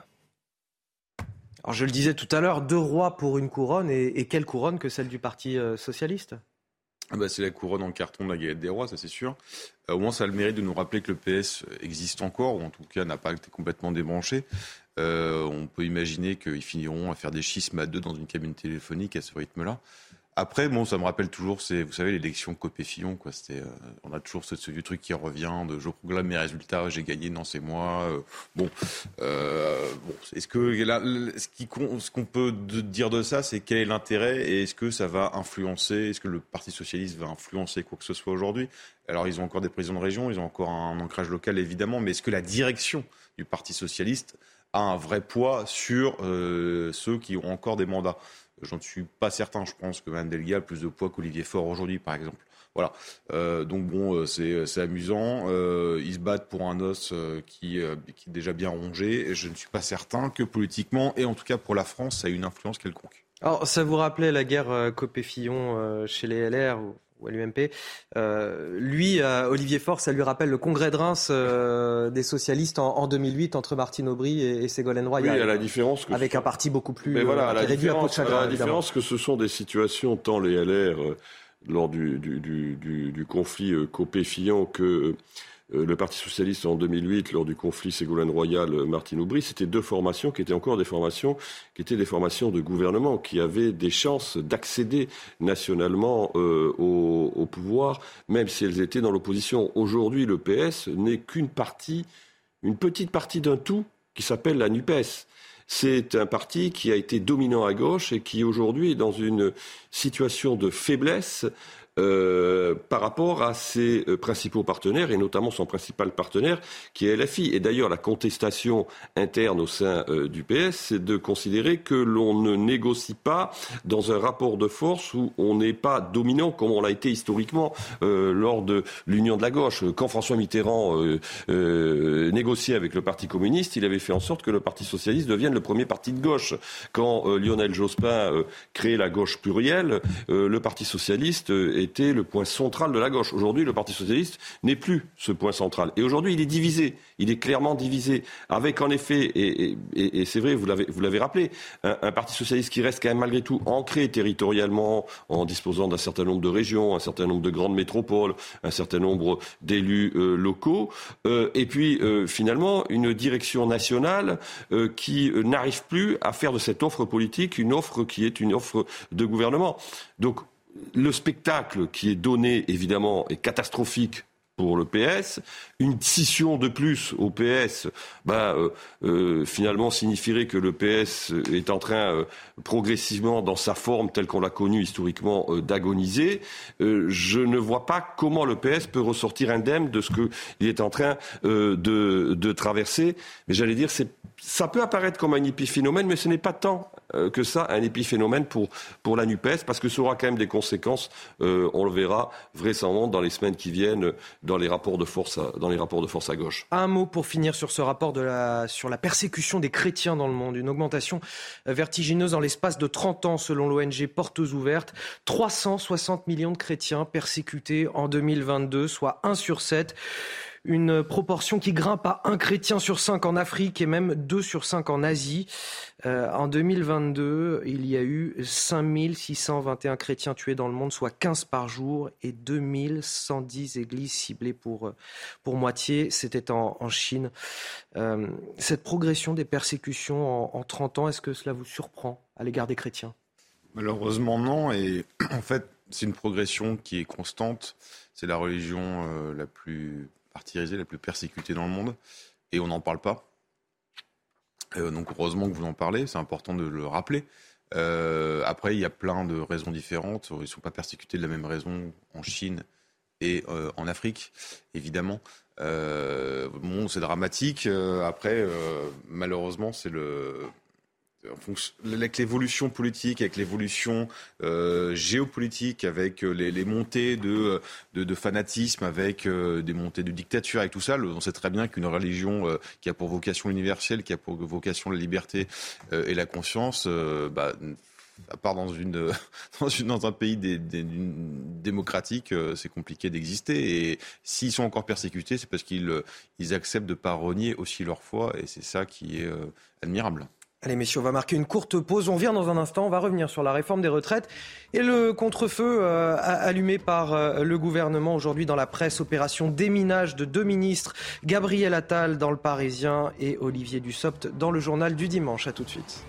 [SPEAKER 1] Alors je le disais tout à l'heure, deux rois pour une couronne, et, et quelle couronne que celle du Parti euh, socialiste ?
[SPEAKER 10] Ah bah c'est la couronne en carton de la galette des rois, ça c'est sûr. Euh, au moins ça a le mérite de nous rappeler que le P S existe encore, ou en tout cas n'a pas été complètement débranché. Euh, on peut imaginer qu'ils finiront à faire des schismes à deux dans une cabine téléphonique à ce rythme-là. Après, bon, ça me rappelle toujours, c'est, vous savez, l'élection Copé-Fillon, quoi. C'était, euh, on a toujours ce, ce vieux truc qui revient de je proclame mes résultats, j'ai gagné, non, c'est moi. Euh, bon, euh, bon, est-ce que là, ce, qui, ce qu'on peut de, dire de ça, c'est quel est l'intérêt et est-ce que ça va influencer, est-ce que le Parti socialiste va influencer quoi que ce soit aujourd'hui ? Alors, ils ont encore des présidents de région, ils ont encore un ancrage local, évidemment, mais est-ce que la direction du Parti socialiste a un vrai poids sur euh, ceux qui ont encore des mandats ? J'en suis pas certain. Je pense que Mme Delga a plus de poids qu'Olivier Faure aujourd'hui, par exemple. Voilà. Euh, donc bon, c'est, c'est amusant. Euh, ils se battent pour un os euh, qui, euh, qui est déjà bien rongé. Et je ne suis pas certain que politiquement, et en tout cas pour la France, ça a une influence quelconque.
[SPEAKER 1] Alors, ça vous rappelait la guerre euh, Copé-Fillon euh, chez les L R ou, ou à l'U M P. Euh, lui, euh, Olivier Faure, ça lui rappelle le congrès de Reims euh, des socialistes en, en deux mille huit entre Martine Aubry et, et Ségolène Royal.
[SPEAKER 2] Oui, à la différence que
[SPEAKER 1] avec
[SPEAKER 2] ce...
[SPEAKER 1] un parti beaucoup plus
[SPEAKER 2] Mais voilà,
[SPEAKER 1] euh,
[SPEAKER 2] à la
[SPEAKER 1] réduit à peau de chagrin.
[SPEAKER 2] À la différence que ce sont des situations, tant les L R euh, lors du, du, du, du, du conflit euh, Copé-Fillon que euh, le Parti socialiste en deux mille huit, lors du conflit Ségolène Royal-Martine Aubry, c'était deux formations qui étaient encore des formations qui étaient des formations de gouvernement, qui avaient des chances d'accéder nationalement euh, au, au pouvoir, même si elles étaient dans l'opposition. Aujourd'hui, le P S n'est qu'une partie, une petite partie d'un tout qui s'appelle la NUPES. C'est un parti qui a été dominant à gauche et qui aujourd'hui est dans une situation de faiblesse Euh, par rapport à ses euh, principaux partenaires, et notamment son principal partenaire, qui est L F I. Et d'ailleurs, la contestation interne au sein euh, du P S, c'est de considérer que l'on ne négocie pas dans un rapport de force où on n'est pas dominant, comme on l'a été historiquement euh, lors de l'Union de la gauche. Quand François Mitterrand euh, euh, négociait avec le Parti communiste, il avait fait en sorte que le Parti socialiste devienne le premier parti de gauche. Quand euh, Lionel Jospin euh, créait la gauche plurielle, euh, le Parti socialiste euh, était le point central de la gauche. Aujourd'hui, le Parti socialiste n'est plus ce point central. Et aujourd'hui, il est divisé. Il est clairement divisé. Avec, en effet, et, et, et c'est vrai, vous l'avez, vous l'avez rappelé, un, un Parti socialiste qui reste quand même malgré tout ancré territorialement, en disposant d'un certain nombre de régions, un certain nombre de grandes métropoles, un certain nombre d'élus euh, locaux, euh, et puis euh, finalement une direction nationale euh, qui euh, n'arrive plus à faire de cette offre politique une offre qui est une offre de gouvernement. Donc, le spectacle qui est donné, évidemment, est catastrophique pour le P S. Une scission de plus au P S, ben, euh, euh, finalement, signifierait que le P S est en train, euh, progressivement, dans sa forme telle qu'on l'a connue historiquement, euh, d'agoniser. Euh, je ne vois pas comment le P S peut ressortir indemne de ce qu'il est en train euh, de, de traverser. Mais j'allais dire, c'est, ça peut apparaître comme un épiphénomène, mais ce n'est pas tant euh, que ça, un épiphénomène pour, pour la NUPES, parce que ça aura quand même des conséquences, euh, on le verra vraisemblablement dans les semaines qui viennent, dans les rapports de force à, dans les rapports de force à gauche.
[SPEAKER 1] Un mot pour finir sur ce rapport de la, sur la persécution des chrétiens dans le monde. Une augmentation vertigineuse dans l'espace de trente ans selon l'O N G Portes Ouvertes. trois cent soixante millions de chrétiens persécutés en deux mille vingt-deux, soit un sur sept. Une proportion qui grimpe à un chrétien sur cinq en Afrique et même deux sur cinq en Asie. Euh, en deux mille vingt-deux, il y a eu cinq mille six cent vingt et un chrétiens tués dans le monde, soit quinze par jour, et deux mille cent dix églises ciblées pour, pour moitié. C'était en, en Chine. Euh, cette progression des persécutions en, en trente ans, est-ce que cela vous surprend à l'égard des chrétiens ?
[SPEAKER 10] Malheureusement non, et en fait c'est une progression qui est constante. C'est la religion euh, la plus martyrisée, la plus persécutée dans le monde, et on n'en parle pas. Euh, donc heureusement que vous en parlez, c'est important de le rappeler. Euh, après, il y a plein de raisons différentes. Ils ne sont pas persécutés de la même raison en Chine et euh, en Afrique, évidemment. Euh, bon, c'est dramatique. Euh, après, euh, malheureusement, c'est le... avec l'évolution politique, avec l'évolution euh, géopolitique, avec les, les montées de, de, de fanatisme, avec euh, des montées de dictature, avec tout ça, on sait très bien qu'une religion euh, qui a pour vocation universelle, qui a pour vocation la liberté euh, et la conscience, euh, bah, à part dans, une, dans, une, dans un pays des, des, démocratique, euh, c'est compliqué d'exister. Et s'ils sont encore persécutés, c'est parce qu'ils ils acceptent de ne pas renier aussi leur foi, et c'est ça qui est euh, admirable.
[SPEAKER 1] Allez messieurs, on va marquer une courte pause. On vient dans un instant, on va revenir sur la réforme des retraites et le contre-feu euh, allumé par euh, le gouvernement aujourd'hui dans la presse. Opération déminage de deux ministres, Gabriel Attal dans Le Parisien et Olivier Dussopt dans le journal du dimanche. À tout de suite.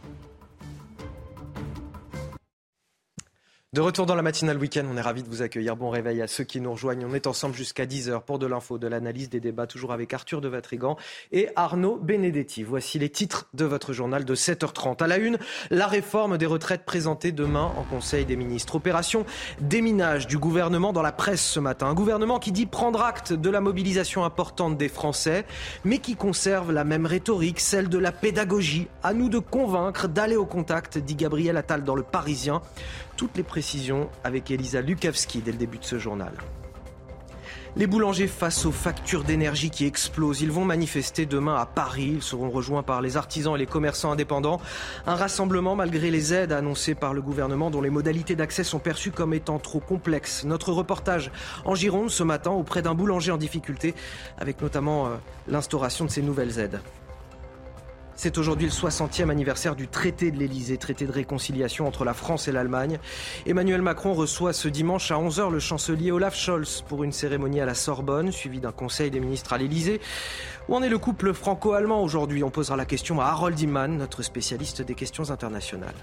[SPEAKER 1] De retour dans la matinale week-end, on est ravis de vous accueillir. Bon réveil à ceux qui nous rejoignent. On est ensemble jusqu'à dix heures pour de l'info, de l'analyse, des débats, toujours avec Arthur de Vatrigan et Arnaud Benedetti. Voici les titres de votre journal de sept heures trente. À la une, la réforme des retraites présentée demain en Conseil des ministres. Opération déminage du gouvernement dans la presse ce matin. Un gouvernement qui dit prendre acte de la mobilisation importante des Français, mais qui conserve la même rhétorique, celle de la pédagogie. À nous de convaincre, d'aller au contact, dit Gabriel Attal dans Le Parisien. Toutes les précisions avec Elisa Lukavski dès le début de ce journal. Les boulangers face aux factures d'énergie qui explosent. Ils vont manifester demain à Paris. Ils seront rejoints par les artisans et les commerçants indépendants. Un rassemblement malgré les aides annoncées par le gouvernement dont les modalités d'accès sont perçues comme étant trop complexes. Notre reportage en Gironde ce matin auprès d'un boulanger en difficulté avec notamment euh, l'instauration de ces nouvelles aides. C'est aujourd'hui le soixantième anniversaire du traité de l'Elysée, traité de réconciliation entre la France et l'Allemagne. Emmanuel Macron reçoit ce dimanche à onze heures le chancelier Olaf Scholz pour une cérémonie à la Sorbonne, suivie d'un conseil des ministres à l'Elysée. Où en est le couple franco-allemand aujourd'hui ? On posera la question à Harold Iman, notre spécialiste des questions internationales.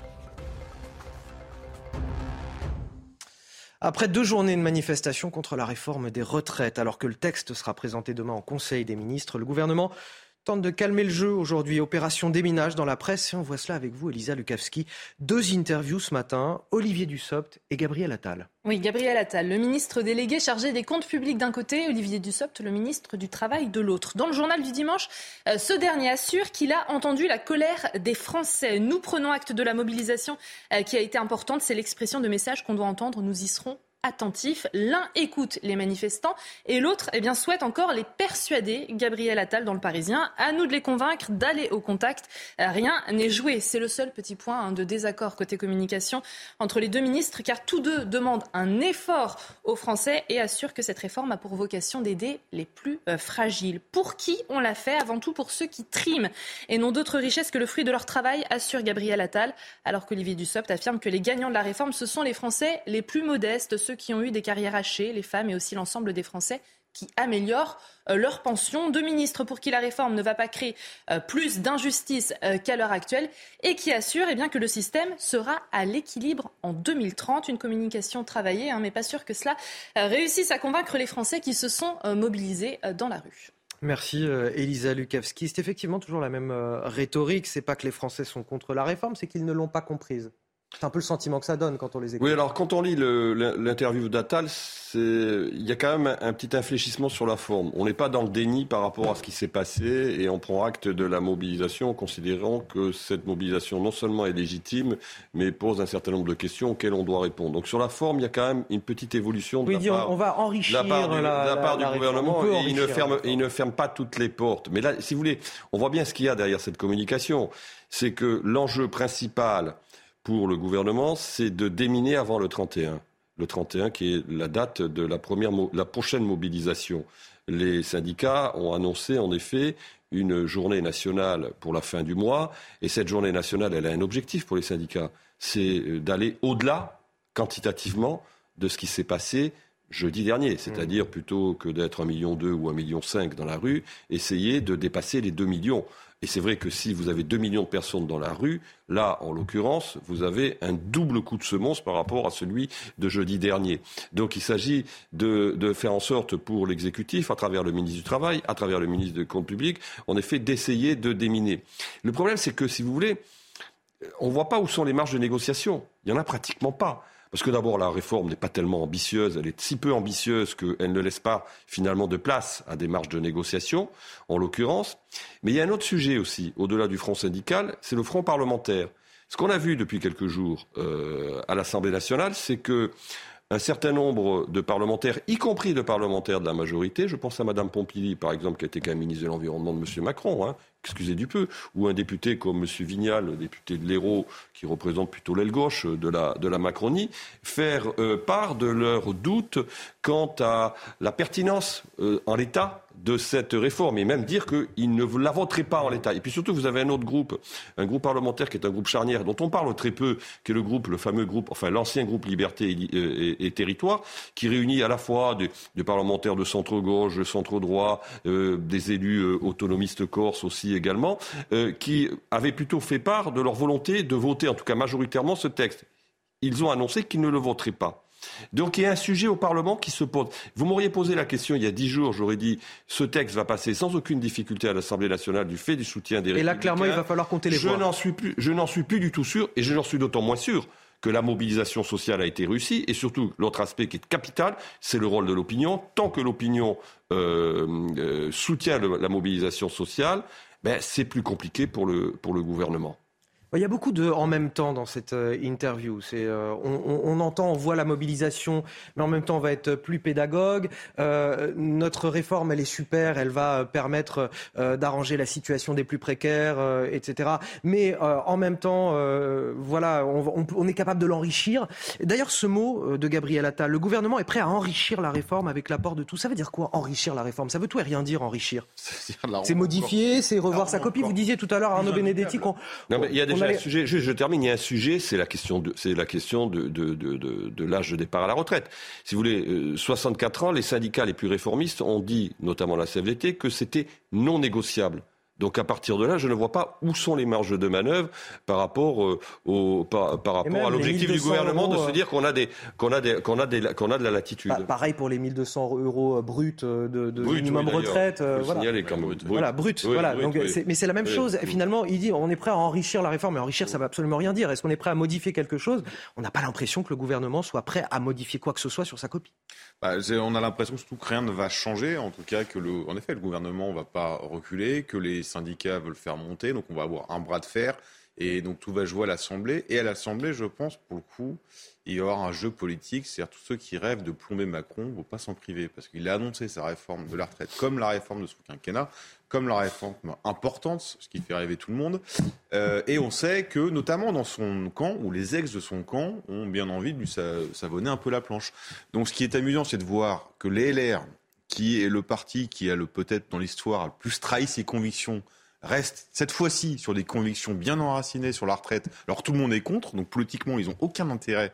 [SPEAKER 1] Après deux journées de manifestation contre la réforme des retraites, alors que le texte sera présenté demain au Conseil des ministres, le gouvernement tente de calmer le jeu aujourd'hui. Opération déminage dans la presse. Et on voit cela avec vous, Elisa Lukavski. Deux interviews ce matin, Olivier Dussopt et Gabriel Attal.
[SPEAKER 14] Oui, Gabriel Attal, le ministre délégué chargé des comptes publics d'un côté, Olivier Dussopt, le ministre du Travail de l'autre. Dans le journal du dimanche, ce dernier assure qu'il a entendu la colère des Français. Nous prenons acte de la mobilisation qui a été importante. C'est l'expression de message qu'on doit entendre. Nous y serons attentifs. L'un écoute les manifestants et l'autre eh bien, souhaite encore les persuader. Gabriel Attal dans Le Parisien. À nous de les convaincre d'aller au contact. Rien n'est joué. C'est le seul petit point hein, de désaccord côté communication entre les deux ministres car tous deux demandent un effort aux Français et assurent que cette réforme a pour vocation d'aider les plus euh, fragiles. Pour qui on l'a fait ? Avant tout pour ceux qui triment et n'ont d'autre richesse que le fruit de leur travail, assure Gabriel Attal. Alors qu'Olivier Dussopt affirme que les gagnants de la réforme, ce sont les Français les plus modestes, ceux qui ont eu des carrières hachées, les femmes et aussi l'ensemble des Français qui améliorent euh, leur pension. Deux ministres pour qui la réforme ne va pas créer euh, plus d'injustice euh, qu'à l'heure actuelle et qui assurent eh bien, que le système sera à l'équilibre en deux mille trente. Une communication travaillée, hein, mais pas sûr que cela euh, réussisse à convaincre les Français qui se sont euh, mobilisés euh, dans la rue.
[SPEAKER 1] Merci euh, Elisa Lukavski. C'est effectivement toujours la même euh, rhétorique. C'est pas que les Français sont contre la réforme, c'est qu'ils ne l'ont pas comprise. C'est un peu le sentiment que ça donne quand on les écoute.
[SPEAKER 2] Oui, alors quand on lit le, l'interview d'Attal, c'est... il y a quand même un petit infléchissement sur la forme. On n'est pas dans le déni par rapport à ce qui s'est passé et on prend acte de la mobilisation en considérant que cette mobilisation non seulement est légitime, mais pose un certain nombre de questions auxquelles on doit répondre. Donc sur la forme, il y a quand même une petite évolution de
[SPEAKER 1] oui,
[SPEAKER 2] la
[SPEAKER 1] dit,
[SPEAKER 2] part,
[SPEAKER 1] on va enrichir
[SPEAKER 2] de la part du,
[SPEAKER 1] la,
[SPEAKER 2] de la part
[SPEAKER 1] la,
[SPEAKER 2] du
[SPEAKER 1] la
[SPEAKER 2] gouvernement et il ne, ferme,
[SPEAKER 1] il
[SPEAKER 2] ne ferme pas toutes les portes. Mais là, si vous voulez, on voit bien ce qu'il y a derrière cette communication. C'est que l'enjeu principal pour le gouvernement, c'est de déminer avant le trente et un. Le trente et un qui est la date de la, première, la prochaine mobilisation. Les syndicats ont annoncé en effet une journée nationale pour la fin du mois. Et cette journée nationale, elle a un objectif pour les syndicats. C'est d'aller au-delà, quantitativement, de ce qui s'est passé jeudi dernier. C'est-à-dire, plutôt que d'être un million deux ou un million cinq dans la rue, essayer de dépasser les deux millions. Et c'est vrai que si vous avez deux millions de personnes dans la rue, là, en l'occurrence, vous avez un double coup de semonce par rapport à celui de jeudi dernier. Donc il s'agit de, de faire en sorte pour l'exécutif, à travers le ministre du Travail, à travers le ministre des Comptes publics, en effet, d'essayer de déminer. Le problème, c'est que, si vous voulez, on ne voit pas où sont les marges de négociation. Il n'y en a pratiquement pas. Parce que d'abord, la réforme n'est pas tellement ambitieuse, elle est si peu ambitieuse qu'elle ne laisse pas finalement de place à des marges de négociation, en l'occurrence. Mais il y a un autre sujet aussi, au-delà du front syndical, c'est le front parlementaire. Ce qu'on a vu depuis quelques jours euh, à l'Assemblée nationale, c'est que un certain nombre de parlementaires, y compris de parlementaires de la majorité, je pense à Mme Pompili, par exemple, qui était quand même ministre de l'Environnement de M. Macron, hein, excusez du peu, ou un député comme M. Vignal, le député de l'Hérault, qui représente plutôt l'aile gauche de la, de la Macronie, faire euh, part de leurs doutes quant à la pertinence euh, en l'état de cette réforme, et même dire qu'ils ne la voteraient pas en l'état. Et puis surtout, vous avez un autre groupe, un groupe parlementaire qui est un groupe charnière, dont on parle très peu, qui est le groupe, le fameux groupe, enfin l'ancien groupe Liberté et, et, et Territoire, qui réunit à la fois des, des parlementaires de centre-gauche, de centre-droit, euh, des élus euh, autonomistes corses aussi également, euh, qui avaient plutôt fait part de leur volonté de voter, en tout cas majoritairement, ce texte. Ils ont annoncé qu'ils ne le voteraient pas. Donc il y a un sujet au Parlement qui se pose. Vous m'auriez posé la question il y a dix jours, j'aurais dit ce texte va passer sans aucune difficulté à l'Assemblée nationale du fait du soutien des Républicains.
[SPEAKER 1] Et là, clairement, il va falloir compter les voix.
[SPEAKER 2] Je n'en suis plus, je n'en suis plus du tout sûr, et je n'en suis d'autant moins sûr que la mobilisation sociale a été réussie, et surtout l'autre aspect qui est capital, c'est le rôle de l'opinion. Tant que l'opinion euh, euh, soutient le, la mobilisation sociale, ben, c'est plus compliqué pour le, pour le gouvernement.
[SPEAKER 1] Il y a beaucoup de « en même temps » dans cette euh, interview. C'est, euh, on, on, on entend, on voit la mobilisation, mais en même temps, on va être plus pédagogue. Euh, notre réforme, elle est super, elle va permettre euh, d'arranger la situation des plus précaires, euh, et cetera. Mais euh, en même temps, euh, voilà, on, on, on est capable de l'enrichir. D'ailleurs, ce mot de Gabriel Attal, le gouvernement est prêt à enrichir la réforme avec l'apport de tout. Ça veut dire quoi, enrichir la réforme? Ça veut tout et rien dire, enrichir. C'est modifier, c'est revoir sa copie. Vous disiez tout à l'heure, Arnaud Benedetti, qu'on...
[SPEAKER 2] Non, mais il y a des
[SPEAKER 1] Allait...
[SPEAKER 2] un sujet, juste, je termine, il y a un sujet, c'est la question de, c'est la question de, de, de, de, de l'âge de départ à la retraite. Si vous voulez, euh, soixante-quatre ans, les syndicats les plus réformistes ont dit, notamment la C F D T, que c'était non négociable. Donc à partir de là, je ne vois pas où sont les marges de manœuvre par rapport euh, au par, par rapport à l'objectif du gouvernement euros, de se dire qu'on a des qu'on a des qu'on a des qu'on a de la latitude.
[SPEAKER 1] Bah, pareil pour les mille deux cents euros bruts de, de brut, minimum oui, retraite. Euh, voilà.
[SPEAKER 2] Signaler comme brut.
[SPEAKER 1] Voilà, brut.
[SPEAKER 2] Oui,
[SPEAKER 1] voilà.
[SPEAKER 2] brut,
[SPEAKER 1] Donc,
[SPEAKER 2] oui.
[SPEAKER 1] c'est, mais c'est la même oui. chose. Finalement, il dit on est prêt à enrichir la réforme, mais enrichir, ça veut absolument rien dire. Est-ce qu'on est prêt à modifier quelque chose? On n'a pas l'impression que le gouvernement soit prêt à modifier quoi que ce soit sur sa copie.
[SPEAKER 10] Bah, on a l'impression surtout que rien ne va changer. En tout cas, que le, en effet, le gouvernement ne va pas reculer, que les syndicats veulent faire monter, donc on va avoir un bras de fer et donc tout va jouer à l'Assemblée. Et à l'Assemblée, je pense, pour le coup, il va y avoir un jeu politique, c'est-à-dire tous ceux qui rêvent de plomber Macron ne vont pas s'en priver, parce qu'il a annoncé sa réforme de la retraite, comme la réforme de son quinquennat, comme la réforme importante, ce qui fait rêver tout le monde. Euh, et on sait que, notamment dans son camp, ou les ex de son camp, ont bien envie de lui savonner un peu la planche. Donc ce qui est amusant, c'est de voir que les L R, qui est le parti qui a le peut-être dans l'histoire le plus trahi ses convictions, reste cette fois-ci sur des convictions bien enracinées sur la retraite. Alors tout le monde est contre, donc politiquement ils n'ont aucun intérêt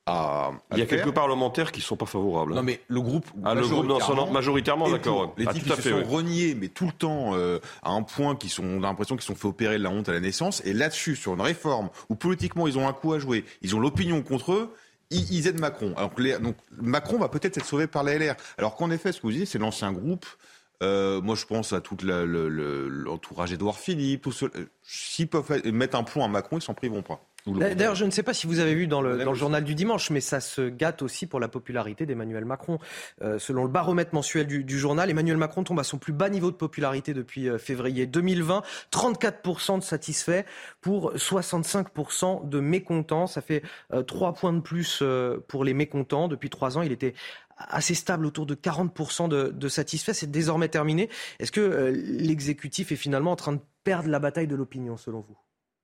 [SPEAKER 10] À, à
[SPEAKER 2] il y a
[SPEAKER 10] faire.
[SPEAKER 2] quelques parlementaires qui ne sont pas favorables.
[SPEAKER 10] Non, mais le groupe.
[SPEAKER 2] Ah, le groupe, non, non, majoritairement, d'accord.
[SPEAKER 10] Les
[SPEAKER 2] ah,
[SPEAKER 10] types
[SPEAKER 2] tout à
[SPEAKER 10] qui
[SPEAKER 2] fait,
[SPEAKER 10] se sont
[SPEAKER 2] oui.
[SPEAKER 10] reniés, mais tout le temps, euh, à un point qu'ils sont, on a l'impression qu'ils sont fait opérer de la honte à la naissance. Et là-dessus, sur une réforme où politiquement ils ont un coup à jouer, ils ont l'opinion contre eux, ils, ils aident Macron. Alors, les, donc, Macron va peut-être être sauvé par la L R. Alors qu'en effet, ce que vous disiez, c'est l'ancien groupe. Euh, moi, je pense à tout la, le, le, l'entourage Édouard Philippe. Tout ce, s'ils peuvent mettre un point à Macron, ils s'en priveront pas.
[SPEAKER 1] D'ailleurs, je ne sais pas si vous avez vu dans le, dans le journal du dimanche, mais ça se gâte aussi pour la popularité d'Emmanuel Macron. Euh, selon le baromètre mensuel du, du journal, Emmanuel Macron tombe à son plus bas niveau de popularité depuis euh, février deux mille vingt. trente-quatre pour cent de satisfaits pour soixante-cinq pour cent de mécontents. Ça fait euh, trois points de plus euh, pour les mécontents. Depuis trois ans, il était assez stable autour de quarante pour cent de, de satisfaits. C'est désormais terminé. Est-ce que euh, l'exécutif est finalement en train de perdre la bataille de l'opinion, selon vous ?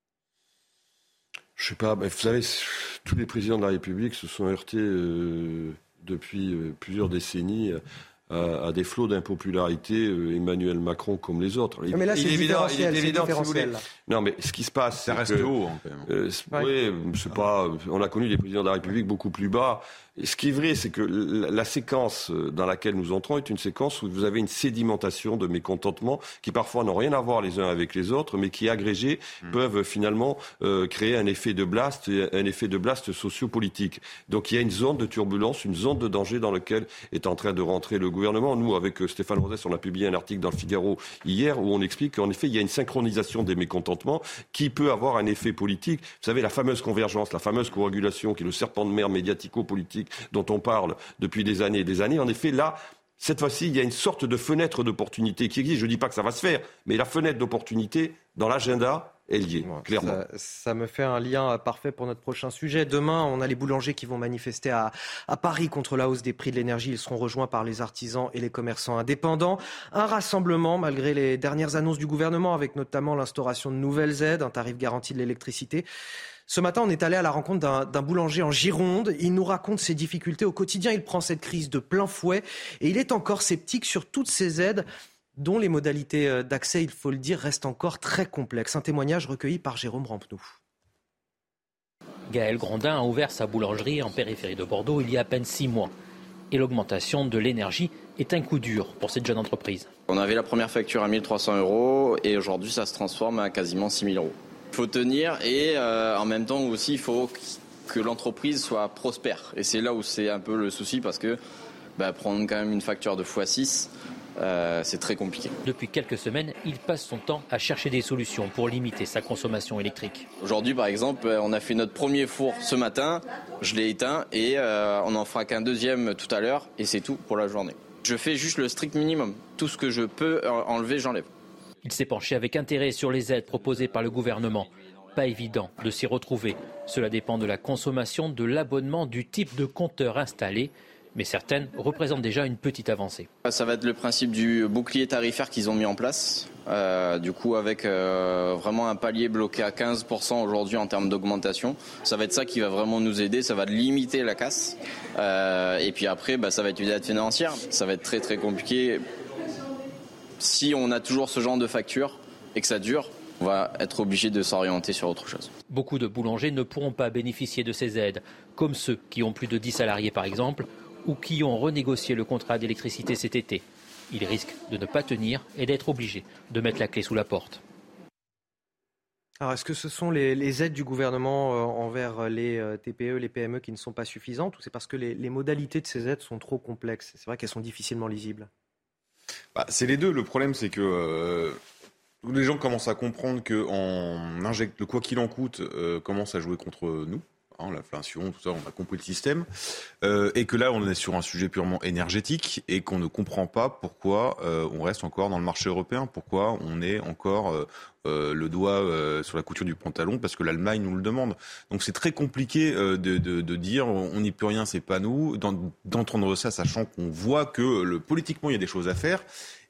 [SPEAKER 2] Je sais pas, vous savez, tous les présidents de la République se sont heurtés euh, depuis euh, plusieurs décennies à, à des flots d'impopularité, euh, Emmanuel Macron comme les autres. Il,
[SPEAKER 1] mais là,
[SPEAKER 2] il
[SPEAKER 1] c'est
[SPEAKER 2] est évident, il est évident, si vous voulez.
[SPEAKER 1] Là.
[SPEAKER 2] Non, mais ce qui se passe,
[SPEAKER 10] ça reste
[SPEAKER 2] que,
[SPEAKER 10] haut. Hein, quand même.
[SPEAKER 2] Euh, ouais. Oui, c'est pas. On a connu des présidents de la République beaucoup plus bas. Et ce qui est vrai, c'est que la, la séquence dans laquelle nous entrons est une séquence où vous avez une sédimentation de mécontentements qui parfois n'ont rien à voir les uns avec les autres, mais qui agrégés mmh. peuvent finalement euh, créer un effet de blast, un effet de blast sociopolitique. Donc il y a une zone de turbulence, une zone de danger dans laquelle est en train de rentrer le gouvernement. Nous, avec Stéphane Rosès, on a publié un article dans le Figaro hier où on explique qu'en effet, il y a une synchronisation des mécontentements qui peut avoir un effet politique. Vous savez, la fameuse convergence, la fameuse coagulation qui est le serpent de mer médiatico-politique dont on parle depuis des années et des années. En effet, là, cette fois-ci, il y a une sorte de fenêtre d'opportunité qui existe. Je ne dis pas que ça va se faire, mais la fenêtre d'opportunité dans l'agenda, elle y est, ouais, clairement.
[SPEAKER 1] Ça, ça me fait un lien parfait pour notre prochain sujet. Demain, on a les boulangers qui vont manifester à, à Paris contre la hausse des prix de l'énergie. Ils seront rejoints par les artisans et les commerçants indépendants. Un rassemblement, malgré les dernières annonces du gouvernement, avec notamment l'instauration de nouvelles aides, un tarif garanti de l'électricité. Ce matin, on est allé à la rencontre d'un, d'un boulanger en Gironde. Il nous raconte ses difficultés au quotidien. Il prend cette crise de plein fouet et il est encore sceptique sur toutes ces aides dont les modalités d'accès, il faut le dire, restent encore très complexes. Un témoignage recueilli par Jérôme Rampenou.
[SPEAKER 20] Gaël Grondin a ouvert sa boulangerie en périphérie de Bordeaux il y a à peine six mois. Et l'augmentation de l'énergie est un coup dur pour cette jeune entreprise.
[SPEAKER 21] On avait la première facture à mille trois cents euros et aujourd'hui ça se transforme à quasiment six mille euros. Il faut tenir et euh, en même temps aussi il faut que l'entreprise soit prospère. Et c'est là où c'est un peu le souci parce que bah, prendre quand même une facture de fois six, euh, c'est très compliqué.
[SPEAKER 20] Depuis quelques semaines, il passe son temps à chercher des solutions pour limiter sa consommation électrique.
[SPEAKER 21] Aujourd'hui par exemple, on a fait notre premier four ce matin, je l'ai éteint et euh, on en fera qu'un deuxième tout à l'heure et c'est tout pour la journée. Je fais juste le strict minimum. Tout ce que je peux enlever, j'enlève.
[SPEAKER 20] Il s'est penché avec intérêt sur les aides proposées par le gouvernement. Pas évident de s'y retrouver. Cela dépend de la consommation, de l'abonnement, du type de compteur installé. Mais certaines représentent déjà une petite avancée.
[SPEAKER 21] Ça va être le principe du bouclier tarifaire qu'ils ont mis en place. Euh, du coup, avec euh, vraiment un palier bloqué à quinze pour cent aujourd'hui en termes d'augmentation. Ça va être ça qui va vraiment nous aider. Ça va limiter la casse. Euh, et puis après, bah, ça va être une aide financière. Ça va être très très compliqué. Si on a toujours ce genre de facture et que ça dure, on va être obligé de s'orienter sur autre chose.
[SPEAKER 20] Beaucoup de boulangers ne pourront pas bénéficier de ces aides, comme ceux qui ont plus de dix salariés par exemple, ou qui ont renégocié le contrat d'électricité cet été. Ils risquent de ne pas tenir et d'être obligés de mettre la clé sous la porte.
[SPEAKER 1] Alors, est-ce que ce sont les, les aides du gouvernement euh, envers les euh, T P E, les P M E qui ne sont pas suffisantes, ou c'est parce que les, les modalités de ces aides sont trop complexes ? C'est vrai qu'elles sont difficilement lisibles.
[SPEAKER 10] Bah, c'est les deux. Le problème, c'est que euh, les gens commencent à comprendre que en injecte, le quoi qu'il en coûte euh, commence à jouer contre nous. Hein, l'inflation, tout ça, on a compris le système. Euh, et que là, on est sur un sujet purement énergétique et qu'on ne comprend pas pourquoi euh, on reste encore dans le marché européen, pourquoi on est encore euh, euh, le doigt euh, sur la couture du pantalon, parce que l'Allemagne nous le demande. Donc c'est très compliqué euh, de, de, de dire on n'y peut rien, c'est pas nous, d'entendre ça, sachant qu'on voit que le, politiquement, il y a des choses à faire.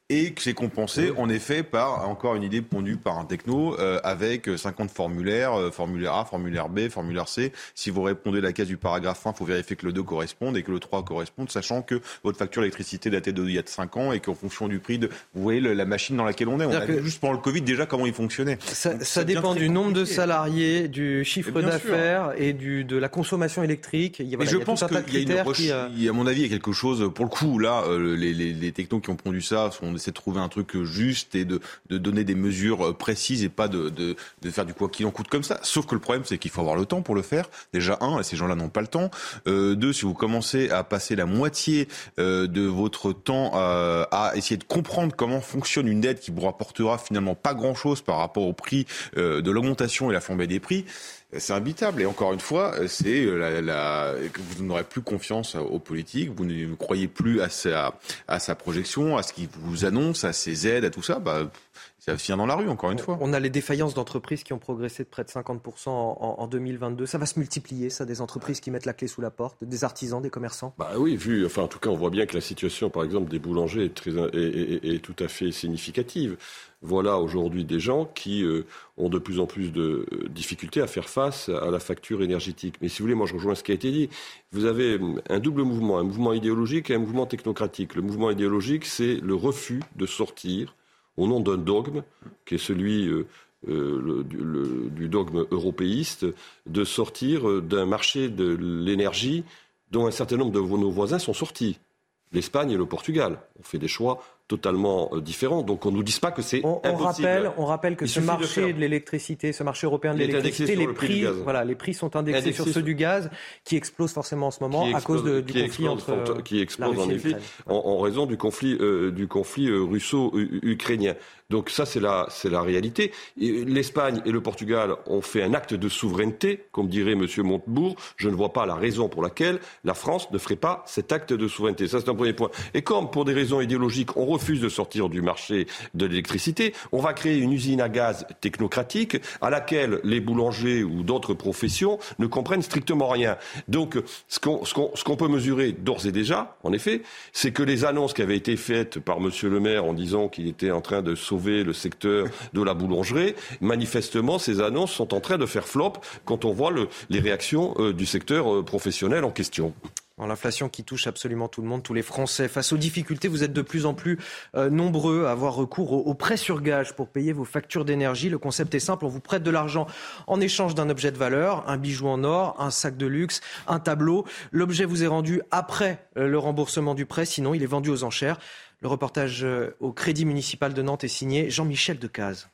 [SPEAKER 10] Et que c'est compensé, oui. en effet, par, encore une idée pondue par un techno, euh, avec cinquante formulaires, euh, formulaire A, formulaire B, formulaire C. Si vous répondez à la case du paragraphe un, il faut vérifier que le deux corresponde et que le trois corresponde, sachant que votre facture d'électricité datait d'il y a cinq ans et qu'en fonction du prix de, vous voyez, le, la machine dans laquelle on est, on a vu juste pendant le Covid déjà comment il fonctionnait.
[SPEAKER 1] Ça, Donc, ça dépend du nombre de salariés, du chiffre d'affaires et du, de la consommation électrique. Il y a, voilà,
[SPEAKER 10] je
[SPEAKER 1] il y a
[SPEAKER 10] pense qu'il y a une recherche, qui, euh... à mon avis, il y a quelque chose, pour le coup, là, euh, les, les, les technos qui ont pondu ça sont on essaie de trouver un truc juste et de, de donner des mesures précises et pas de, de, de faire du quoi qu'il en coûte comme ça. Sauf que le problème, c'est qu'il faut avoir le temps pour le faire. Déjà, un, ces gens-là n'ont pas le temps. Euh, deux, si vous commencez à passer la moitié euh, de votre temps euh, à essayer de comprendre comment fonctionne une dette qui vous rapportera finalement pas grand-chose par rapport au prix euh, de l'augmentation et la flambée des prix, c'est imbitable. Et encore une fois, c'est la, la, que vous n'aurez plus confiance aux politiques, vous ne croyez plus à sa, à sa projection, à ce qu'il vous annonce, à ses aides, à tout ça. Bah, ça va finir dans la rue, encore une fois.
[SPEAKER 1] On a les défaillances d'entreprises qui ont progressé de près de cinquante pour cent en, en deux mille vingt-deux. Ça va se multiplier, ça, des entreprises qui mettent la clé sous la porte, des artisans, des commerçants.
[SPEAKER 2] Bah oui, vu, enfin, en tout cas, on voit bien que la situation, par exemple, des boulangers est, très, est, est, est tout à fait significative. Voilà aujourd'hui des gens qui euh, ont de plus en plus de euh, difficultés à faire face à la facture énergétique. Mais si vous voulez, moi je rejoins ce qui a été dit. Vous avez un double mouvement, un mouvement idéologique et un mouvement technocratique. Le mouvement idéologique, c'est le refus de sortir au nom d'un dogme, qui est celui euh, euh, le, le, du dogme européiste, de sortir d'un marché de l'énergie dont un certain nombre de nos voisins sont sortis. L'Espagne et le Portugal ont fait des choix totalement différents. Donc on ne nous dise pas que c'est
[SPEAKER 1] on,
[SPEAKER 2] impossible.
[SPEAKER 1] On rappelle, on rappelle que
[SPEAKER 2] Il
[SPEAKER 1] ce marché de, de l'électricité, ce marché européen de l'électricité, les prix, voilà, les prix sont indexés indexé sur ceux du gaz, qui explosent forcément en ce moment
[SPEAKER 2] explose,
[SPEAKER 1] à cause de, du conflit explose,
[SPEAKER 2] entre qui explose en effet en, en raison du conflit euh, du conflit euh, russo-ukrainien. Donc ça c'est la c'est la réalité. Et l'Espagne et le Portugal ont fait un acte de souveraineté, comme dirait Monsieur Montebourg. Je ne vois pas la raison pour laquelle la France ne ferait pas cet acte de souveraineté. Ça c'est un premier point. Et comme pour des raisons idéologiques, on refuse de sortir du marché de l'électricité, on va créer une usine à gaz technocratique à laquelle les boulangers ou d'autres professions ne comprennent strictement rien. Donc ce qu'on, ce qu'on, ce qu'on peut mesurer d'ores et déjà, en effet, c'est que les annonces qui avaient été faites par Monsieur le maire en disant qu'il était en train de sauver le secteur de la boulangerie, manifestement ces annonces sont en train de faire flop quand on voit le, les réactions euh, du secteur euh, professionnel en question.
[SPEAKER 1] L'inflation qui touche absolument tout le monde, tous les Français. Face aux difficultés, vous êtes de plus en plus euh, nombreux à avoir recours au, au prêt sur gage pour payer vos factures d'énergie. Le concept est simple, on vous prête de l'argent en échange d'un objet de valeur, un bijou en or, un sac de luxe, un tableau. L'objet vous est rendu après euh, le remboursement du prêt, sinon il est vendu aux enchères. Le reportage euh, au Crédit municipal de Nantes est signé Jean-Michel Decaze.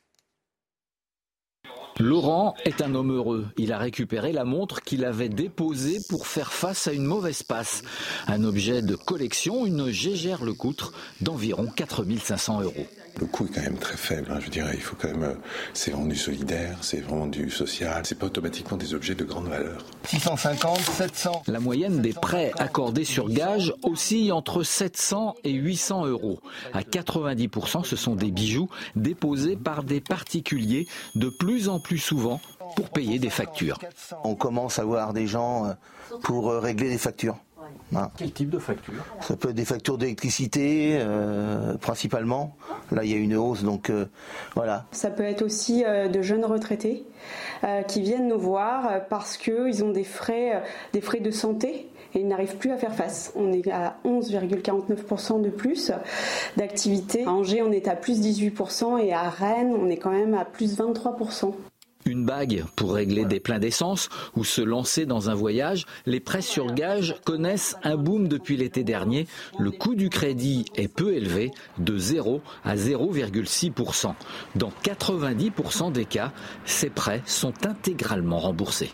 [SPEAKER 4] Laurent est un homme heureux. Il a récupéré la montre qu'il avait déposée pour faire face à une mauvaise passe. Un objet de collection, une Gégère Lecoutre d'environ quatre mille cinq cents euros.
[SPEAKER 22] Le coût est quand même très faible, hein, je dirais. Il faut quand même, c'est vraiment du solidaire, c'est vraiment du social. C'est pas automatiquement des objets de grande valeur.
[SPEAKER 4] six cent cinquante, sept cents. La moyenne des prêts accordés sur gage oscille entre sept cents et huit cents euros. À quatre-vingt-dix pour cent, ce sont des bijoux déposés par des particuliers de plus en plus souvent pour payer des factures.
[SPEAKER 23] On commence à voir des gens pour régler des factures. Ah.
[SPEAKER 4] Quel type de facture ?
[SPEAKER 23] Ça peut être des factures d'électricité, euh, principalement. Là, il y a une hausse, donc euh, voilà.
[SPEAKER 24] Ça peut être aussi euh, de jeunes retraités euh, qui viennent nous voir euh, parce qu'ils ont des frais, euh, des frais de santé et ils n'arrivent plus à faire face. On est à onze virgule quarante-neuf pour cent de plus d'activité. À Angers, on est à plus dix-huit pour cent et à Rennes, on est quand même à plus vingt-trois pour cent.
[SPEAKER 4] Une bague pour régler des pleins d'essence ou se lancer dans un voyage, les prêts sur gage connaissent un boom depuis l'été dernier. Le coût du crédit est peu élevé, de zéro à zéro virgule six pour cent. Dans quatre-vingt-dix pour cent des cas, ces prêts sont intégralement remboursés.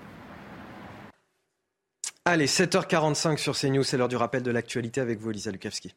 [SPEAKER 1] Allez, sept heures quarante-cinq sur CNews, c'est l'heure du rappel de l'actualité avec vous, Elisa Lukavski.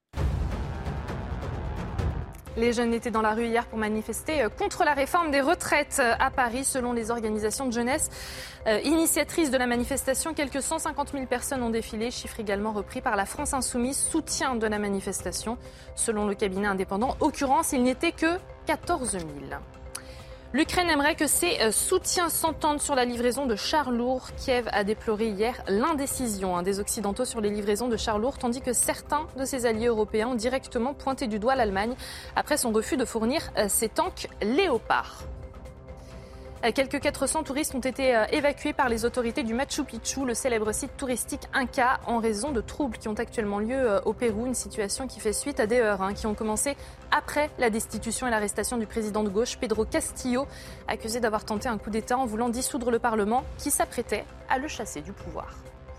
[SPEAKER 14] Les jeunes étaient dans la rue hier pour manifester contre la réforme des retraites à Paris. Selon les organisations de jeunesse euh, initiatrices de la manifestation, quelques cent cinquante mille personnes ont défilé, chiffre également repris par la France Insoumise, soutien de la manifestation. Selon le cabinet indépendant Occurrence, il n'était que quatorze mille. L'Ukraine aimerait que ses soutiens s'entendent sur la livraison de chars lourds. Kiev a déploré hier l'indécision des Occidentaux sur les livraisons de chars lourds, tandis que certains de ses alliés européens ont directement pointé du doigt l'Allemagne après son refus de fournir ses tanks Léopard. Quelques quatre cents touristes ont été évacués par les autorités du Machu Picchu, le célèbre site touristique Inca, en raison de troubles qui ont actuellement lieu au Pérou. Une situation qui fait suite à des heurts hein, qui ont commencé après la destitution et l'arrestation du président de gauche, Pedro Castillo, accusé d'avoir tenté un coup d'État en voulant dissoudre le Parlement qui s'apprêtait à le chasser du pouvoir.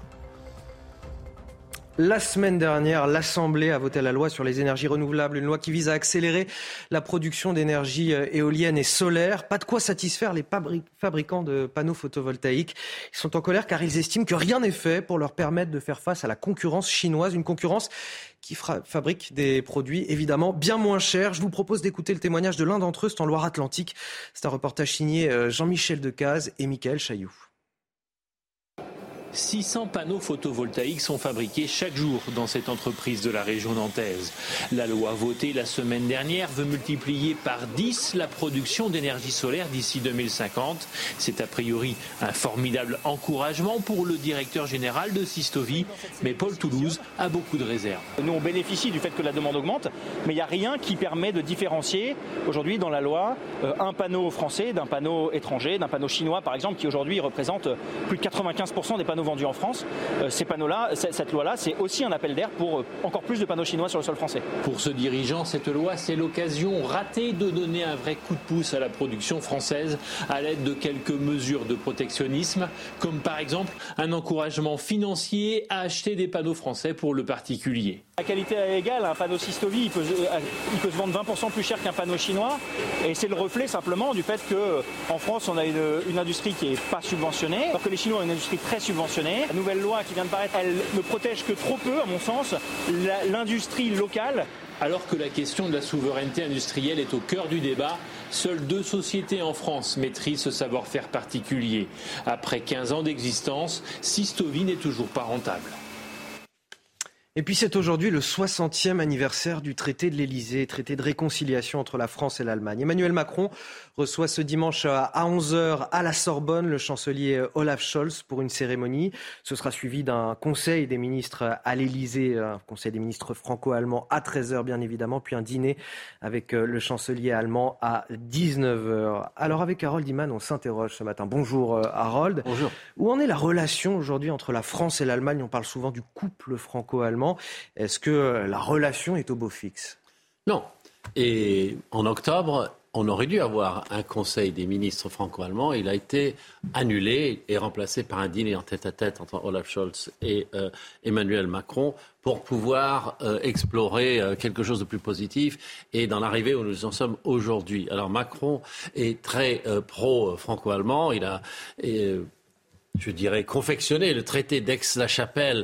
[SPEAKER 1] La semaine dernière, l'Assemblée a voté la loi sur les énergies renouvelables, une loi qui vise à accélérer la production d'énergie éolienne et solaire. Pas de quoi satisfaire les fabricants de panneaux photovoltaïques. Ils sont en colère car ils estiment que rien n'est fait pour leur permettre de faire face à la concurrence chinoise, une concurrence qui fra- fabrique des produits évidemment bien moins chers. Je vous propose d'écouter le témoignage de l'un d'entre eux, c'est en Loire-Atlantique. C'est un reportage signé Jean-Michel Decaze et Mickaël Chailloux.
[SPEAKER 3] six cents panneaux photovoltaïques sont fabriqués chaque jour dans cette entreprise de la région nantaise. La loi votée la semaine dernière veut multiplier par dix la production d'énergie solaire d'ici deux mille cinquante. C'est a priori un formidable encouragement pour le directeur général de Sistovi, mais Paul Toulouse a beaucoup de réserves.
[SPEAKER 6] Nous on bénéficie du fait que la demande augmente, mais il n'y a rien qui permet de différencier aujourd'hui dans la loi euh, un panneau français d'un panneau étranger, d'un panneau chinois par exemple, qui aujourd'hui représente plus de quatre-vingt-quinze pour cent des panneaux vendus en France. Euh, ces panneaux-là, cette loi-là, c'est aussi un appel d'air pour euh, encore plus de panneaux chinois sur le sol français.
[SPEAKER 3] Pour ce dirigeant, cette loi, c'est l'occasion ratée de donner un vrai coup de pouce à la production française à l'aide de quelques mesures de protectionnisme, comme par exemple un encouragement financier à acheter des panneaux français pour le particulier.
[SPEAKER 6] La qualité est égale, un panneau Sistovi, il peut, il peut se vendre vingt pour cent plus cher qu'un panneau chinois, et c'est le reflet simplement du fait qu'en France, on a une, une industrie qui n'est pas subventionnée, alors que les Chinois ont une industrie très subventionnée. La nouvelle loi qui vient de paraître, elle ne protège que trop peu, à mon sens, la, l'industrie locale.
[SPEAKER 3] Alors que la question de la souveraineté industrielle est au cœur du débat, seules deux sociétés en France maîtrisent ce savoir-faire particulier. Après quinze ans d'existence, Sistovi n'est toujours pas rentable.
[SPEAKER 1] Et puis c'est aujourd'hui le soixantième anniversaire du traité de l'Elysée, traité de réconciliation entre la France et l'Allemagne. Emmanuel Macron reçoit ce dimanche à onze heures à la Sorbonne le chancelier Olaf Scholz pour une cérémonie. Ce sera suivi d'un conseil des ministres à l'Elysée, un conseil des ministres franco-allemands à treize heures bien évidemment, puis un dîner avec le chancelier allemand à dix-neuf heures. Alors avec Harold Iman, on s'interroge ce matin. Bonjour Harold.
[SPEAKER 7] Bonjour.
[SPEAKER 1] Où en est la relation aujourd'hui entre la France et l'Allemagne ? On parle souvent du couple franco-allemand. Est-ce que la relation est au beau fixe ?
[SPEAKER 7] Non. Et en octobre, on aurait dû avoir un conseil des ministres franco-allemands. Il a été annulé et remplacé par un dîner en tête-à-tête entre Olaf Scholz et euh, Emmanuel Macron pour pouvoir euh, explorer euh, quelque chose de plus positif et d'en arriver où nous en sommes aujourd'hui. Alors Macron est très euh, pro-franco-allemand. Il a, euh, je dirais, confectionné le traité d'Aix-la-Chapelle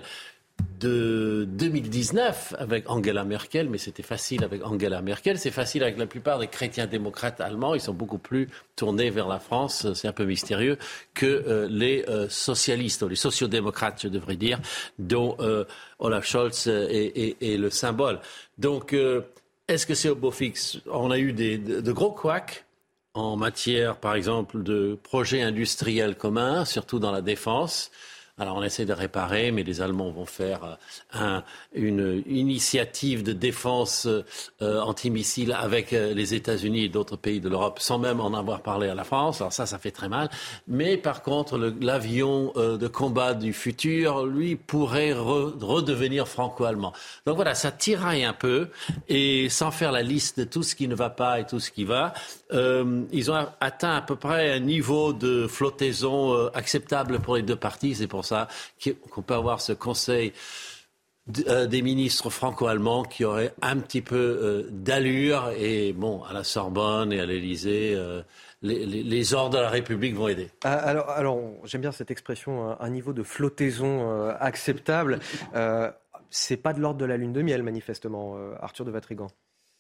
[SPEAKER 7] de deux mille dix-neuf avec Angela Merkel, mais c'était facile avec Angela Merkel, c'est facile avec la plupart des chrétiens démocrates allemands, ils sont beaucoup plus tournés vers la France, c'est un peu mystérieux, que euh, les euh, socialistes, ou les sociodémocrates je devrais dire, dont euh, Olaf Scholz est, est, est le symbole. Donc euh, est-ce que c'est au beau fixe ? On a eu des, de, de gros couacs en matière par exemple de projets industriels communs, surtout dans la défense. Alors on essaie de réparer, mais les Allemands vont faire un, une initiative de défense euh, antimissile avec euh, les États-Unis et d'autres pays de l'Europe, sans même en avoir parlé à la France. Alors ça, ça fait très mal. Mais par contre, le, l'avion euh, de combat du futur, lui, pourrait re, redevenir franco-allemand. Donc voilà, ça tiraille un peu. Et sans faire la liste de tout ce qui ne va pas et tout ce qui va, euh, ils ont atteint à peu près un niveau de flottaison euh, acceptable pour les deux parties. C'est pour ça qu'on peut avoir ce conseil des ministres franco-allemands qui aurait un petit peu euh, d'allure. Et bon, à la Sorbonne et à l'Élysée, euh, les, les, les ordres de la République vont aider.
[SPEAKER 1] Alors, alors j'aime bien cette expression, un niveau de flottaison euh, acceptable. Euh, c'est pas de l'ordre de la lune de miel, manifestement, euh, Arthur de Vatrigan.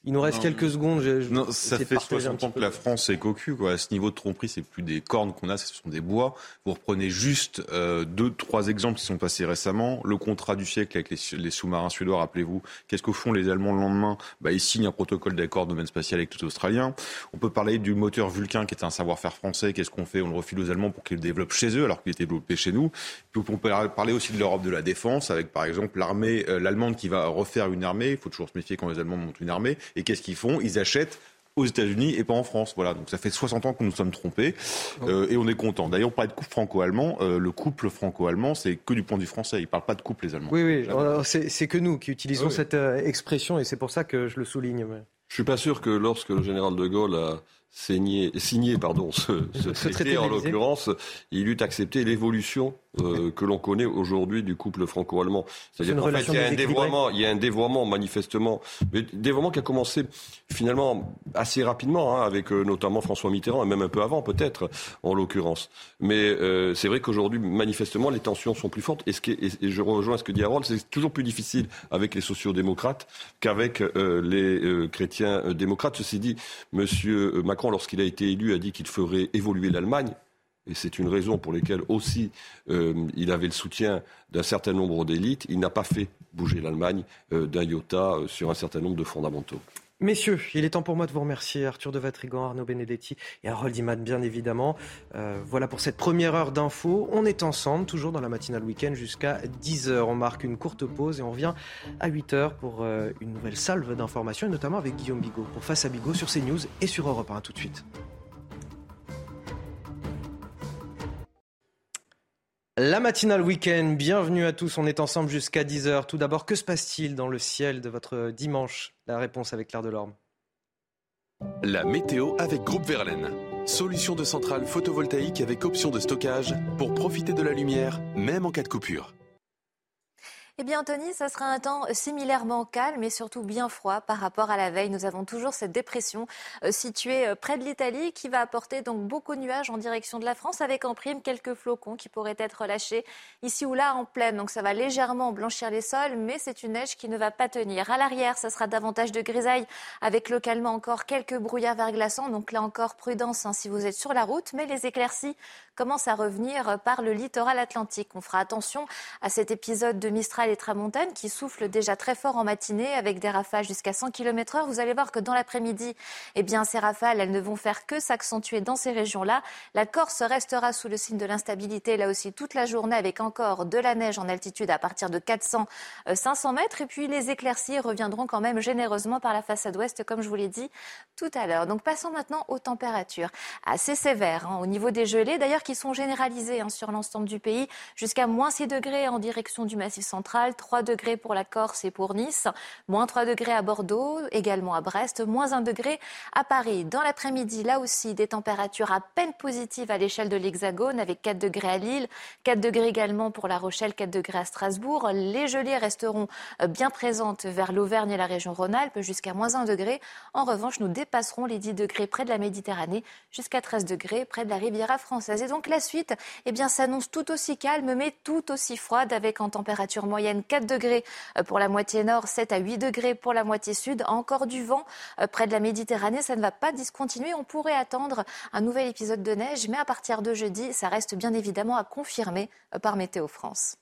[SPEAKER 1] Il nous reste non, quelques secondes. Je, je
[SPEAKER 10] non, ça fait soixante ans que la France est cocu. Quoi. À ce niveau de tromperie, c'est plus des cornes qu'on a, ce sont des bois. Vous reprenez juste euh, deux, trois exemples qui sont passés récemment. Le contrat du siècle avec les, les sous-marins suédois, rappelez-vous. Qu'est-ce que font les Allemands le lendemain ? Bah, ils signent un protocole d'accord de domaine spatial avec les Australiens. On peut parler du moteur Vulcain, qui est un savoir-faire français. Qu'est-ce qu'on fait ? On le refile aux Allemands pour qu'ils le développent chez eux, alors qu'il était développé chez nous. Puis on peut parler aussi de l'Europe de la défense, avec par exemple l'armée, euh, l'allemande qui va refaire une armée. Il faut toujours se méfier quand les Allemands montent une armée. Et qu'est-ce qu'ils font ? Ils achètent aux États-Unis et pas en France. Voilà, donc ça fait soixante ans que nous nous sommes trompés euh, et on est content. D'ailleurs, on parlait de couple franco-allemand. Euh, le couple franco-allemand, c'est que du point de vue français. Ils ne parlent pas de couple, les Allemands.
[SPEAKER 1] Oui, oui, c'est, c'est que nous qui utilisons ah, oui. cette euh, expression et c'est pour ça que je le souligne. Mais...
[SPEAKER 2] Je ne suis pas sûr que lorsque le général de Gaulle a signé, signé pardon, ce, ce traité, traité en l'occurrence, il eut accepté l'évolution euh, que l'on connaît aujourd'hui du couple franco-allemand. C'est-à-dire qu'en fait, il y a un dévoiement, il y a un dévoiement manifestement, mais dévoiement qui a commencé finalement assez rapidement, hein, avec euh, notamment François Mitterrand, et même un peu avant peut-être, en l'occurrence. Mais euh, c'est vrai qu'aujourd'hui, manifestement, les tensions sont plus fortes. Et, ce qui est, et, et je rejoins ce que dit Harold, c'est toujours plus difficile avec les sociodémocrates qu'avec euh, les euh, chrétiens euh, démocrates. Ceci dit, Monsieur Macron, lorsqu'il a été élu, a dit qu'il ferait évoluer l'Allemagne. Et c'est une raison pour laquelle aussi euh, il avait le soutien d'un certain nombre d'élites. Il n'a pas fait bouger l'Allemagne euh, d'un iota euh, sur un certain nombre de fondamentaux.
[SPEAKER 1] Messieurs, il est temps pour moi de vous remercier. Arthur de Vatrigan, Arnaud Benedetti et Harold Iman, bien évidemment. Euh, voilà pour cette première heure d'infos. On est ensemble, toujours dans la matinale week-end, jusqu'à dix heures. On marque une courte pause et on revient à huit heures pour euh, une nouvelle salve d'informations, et notamment avec Guillaume Bigot pour Face à Bigot sur CNews et sur Europe un. Tout de suite. La matinale week-end, bienvenue à tous, on est ensemble jusqu'à dix heures. Tout d'abord, que se passe-t-il dans le ciel de votre dimanche ? La réponse avec Claire Delorme.
[SPEAKER 5] La météo avec Groupe Verlaine. Solution de centrale photovoltaïque avec option de stockage pour profiter de la lumière, même en cas de coupure.
[SPEAKER 8] Eh bien, Anthony, ça sera un temps similairement calme et surtout bien froid par rapport à la veille. Nous avons toujours cette dépression euh, située euh, près de l'Italie qui va apporter donc beaucoup de nuages en direction de la France avec en prime quelques flocons qui pourraient être relâchés ici ou là en plaine. Donc ça va légèrement blanchir les sols, mais c'est une neige qui ne va pas tenir. À l'arrière, ça sera davantage de grisaille avec localement encore quelques brouillards verglaçants. Donc là encore, prudence hein, si vous êtes sur la route, mais les éclaircies commencent à revenir par le littoral atlantique. On fera attention à cet épisode de Mistral et Tramontane qui souffle déjà très fort en matinée avec des rafales jusqu'à cent kilomètres heure. Vous allez voir que dans l'après-midi, eh bien, ces rafales, elles ne vont faire que s'accentuer dans ces régions-là. La Corse restera sous le signe de l'instabilité là aussi toute la journée avec encore de la neige en altitude à partir de quatre cents à cinq cents mètres. Et puis les éclaircies reviendront quand même généreusement par la façade ouest comme je vous l'ai dit tout à l'heure. Donc passons maintenant aux températures assez sévères hein, au niveau des gelées. D'ailleurs, qui sont généralisées hein, sur l'ensemble du pays, jusqu'à moins six degrés en direction du Massif central, trois degrés pour la Corse et pour Nice, moins trois degrés à Bordeaux, également à Brest, moins un degré à Paris. Dans l'après-midi, là aussi, des températures à peine positives à l'échelle de l'Hexagone, avec quatre degrés à Lille, quatre degrés également pour La Rochelle, quatre degrés à Strasbourg. Les gelées resteront bien présentes vers l'Auvergne et la région Rhône-Alpes, jusqu'à moins un degré. En revanche, nous dépasserons les dix degrés près de la Méditerranée, jusqu'à treize degrés près de la Riviera française. Et donc la suite eh bien, s'annonce tout aussi calme, mais tout aussi froide, avec en température moyenne quatre degrés pour la moitié nord, sept à huit degrés pour la moitié sud. Encore du vent près de la Méditerranée, ça ne va pas discontinuer. On pourrait attendre un nouvel épisode de neige, mais à partir de jeudi, ça reste bien évidemment à confirmer par Météo France.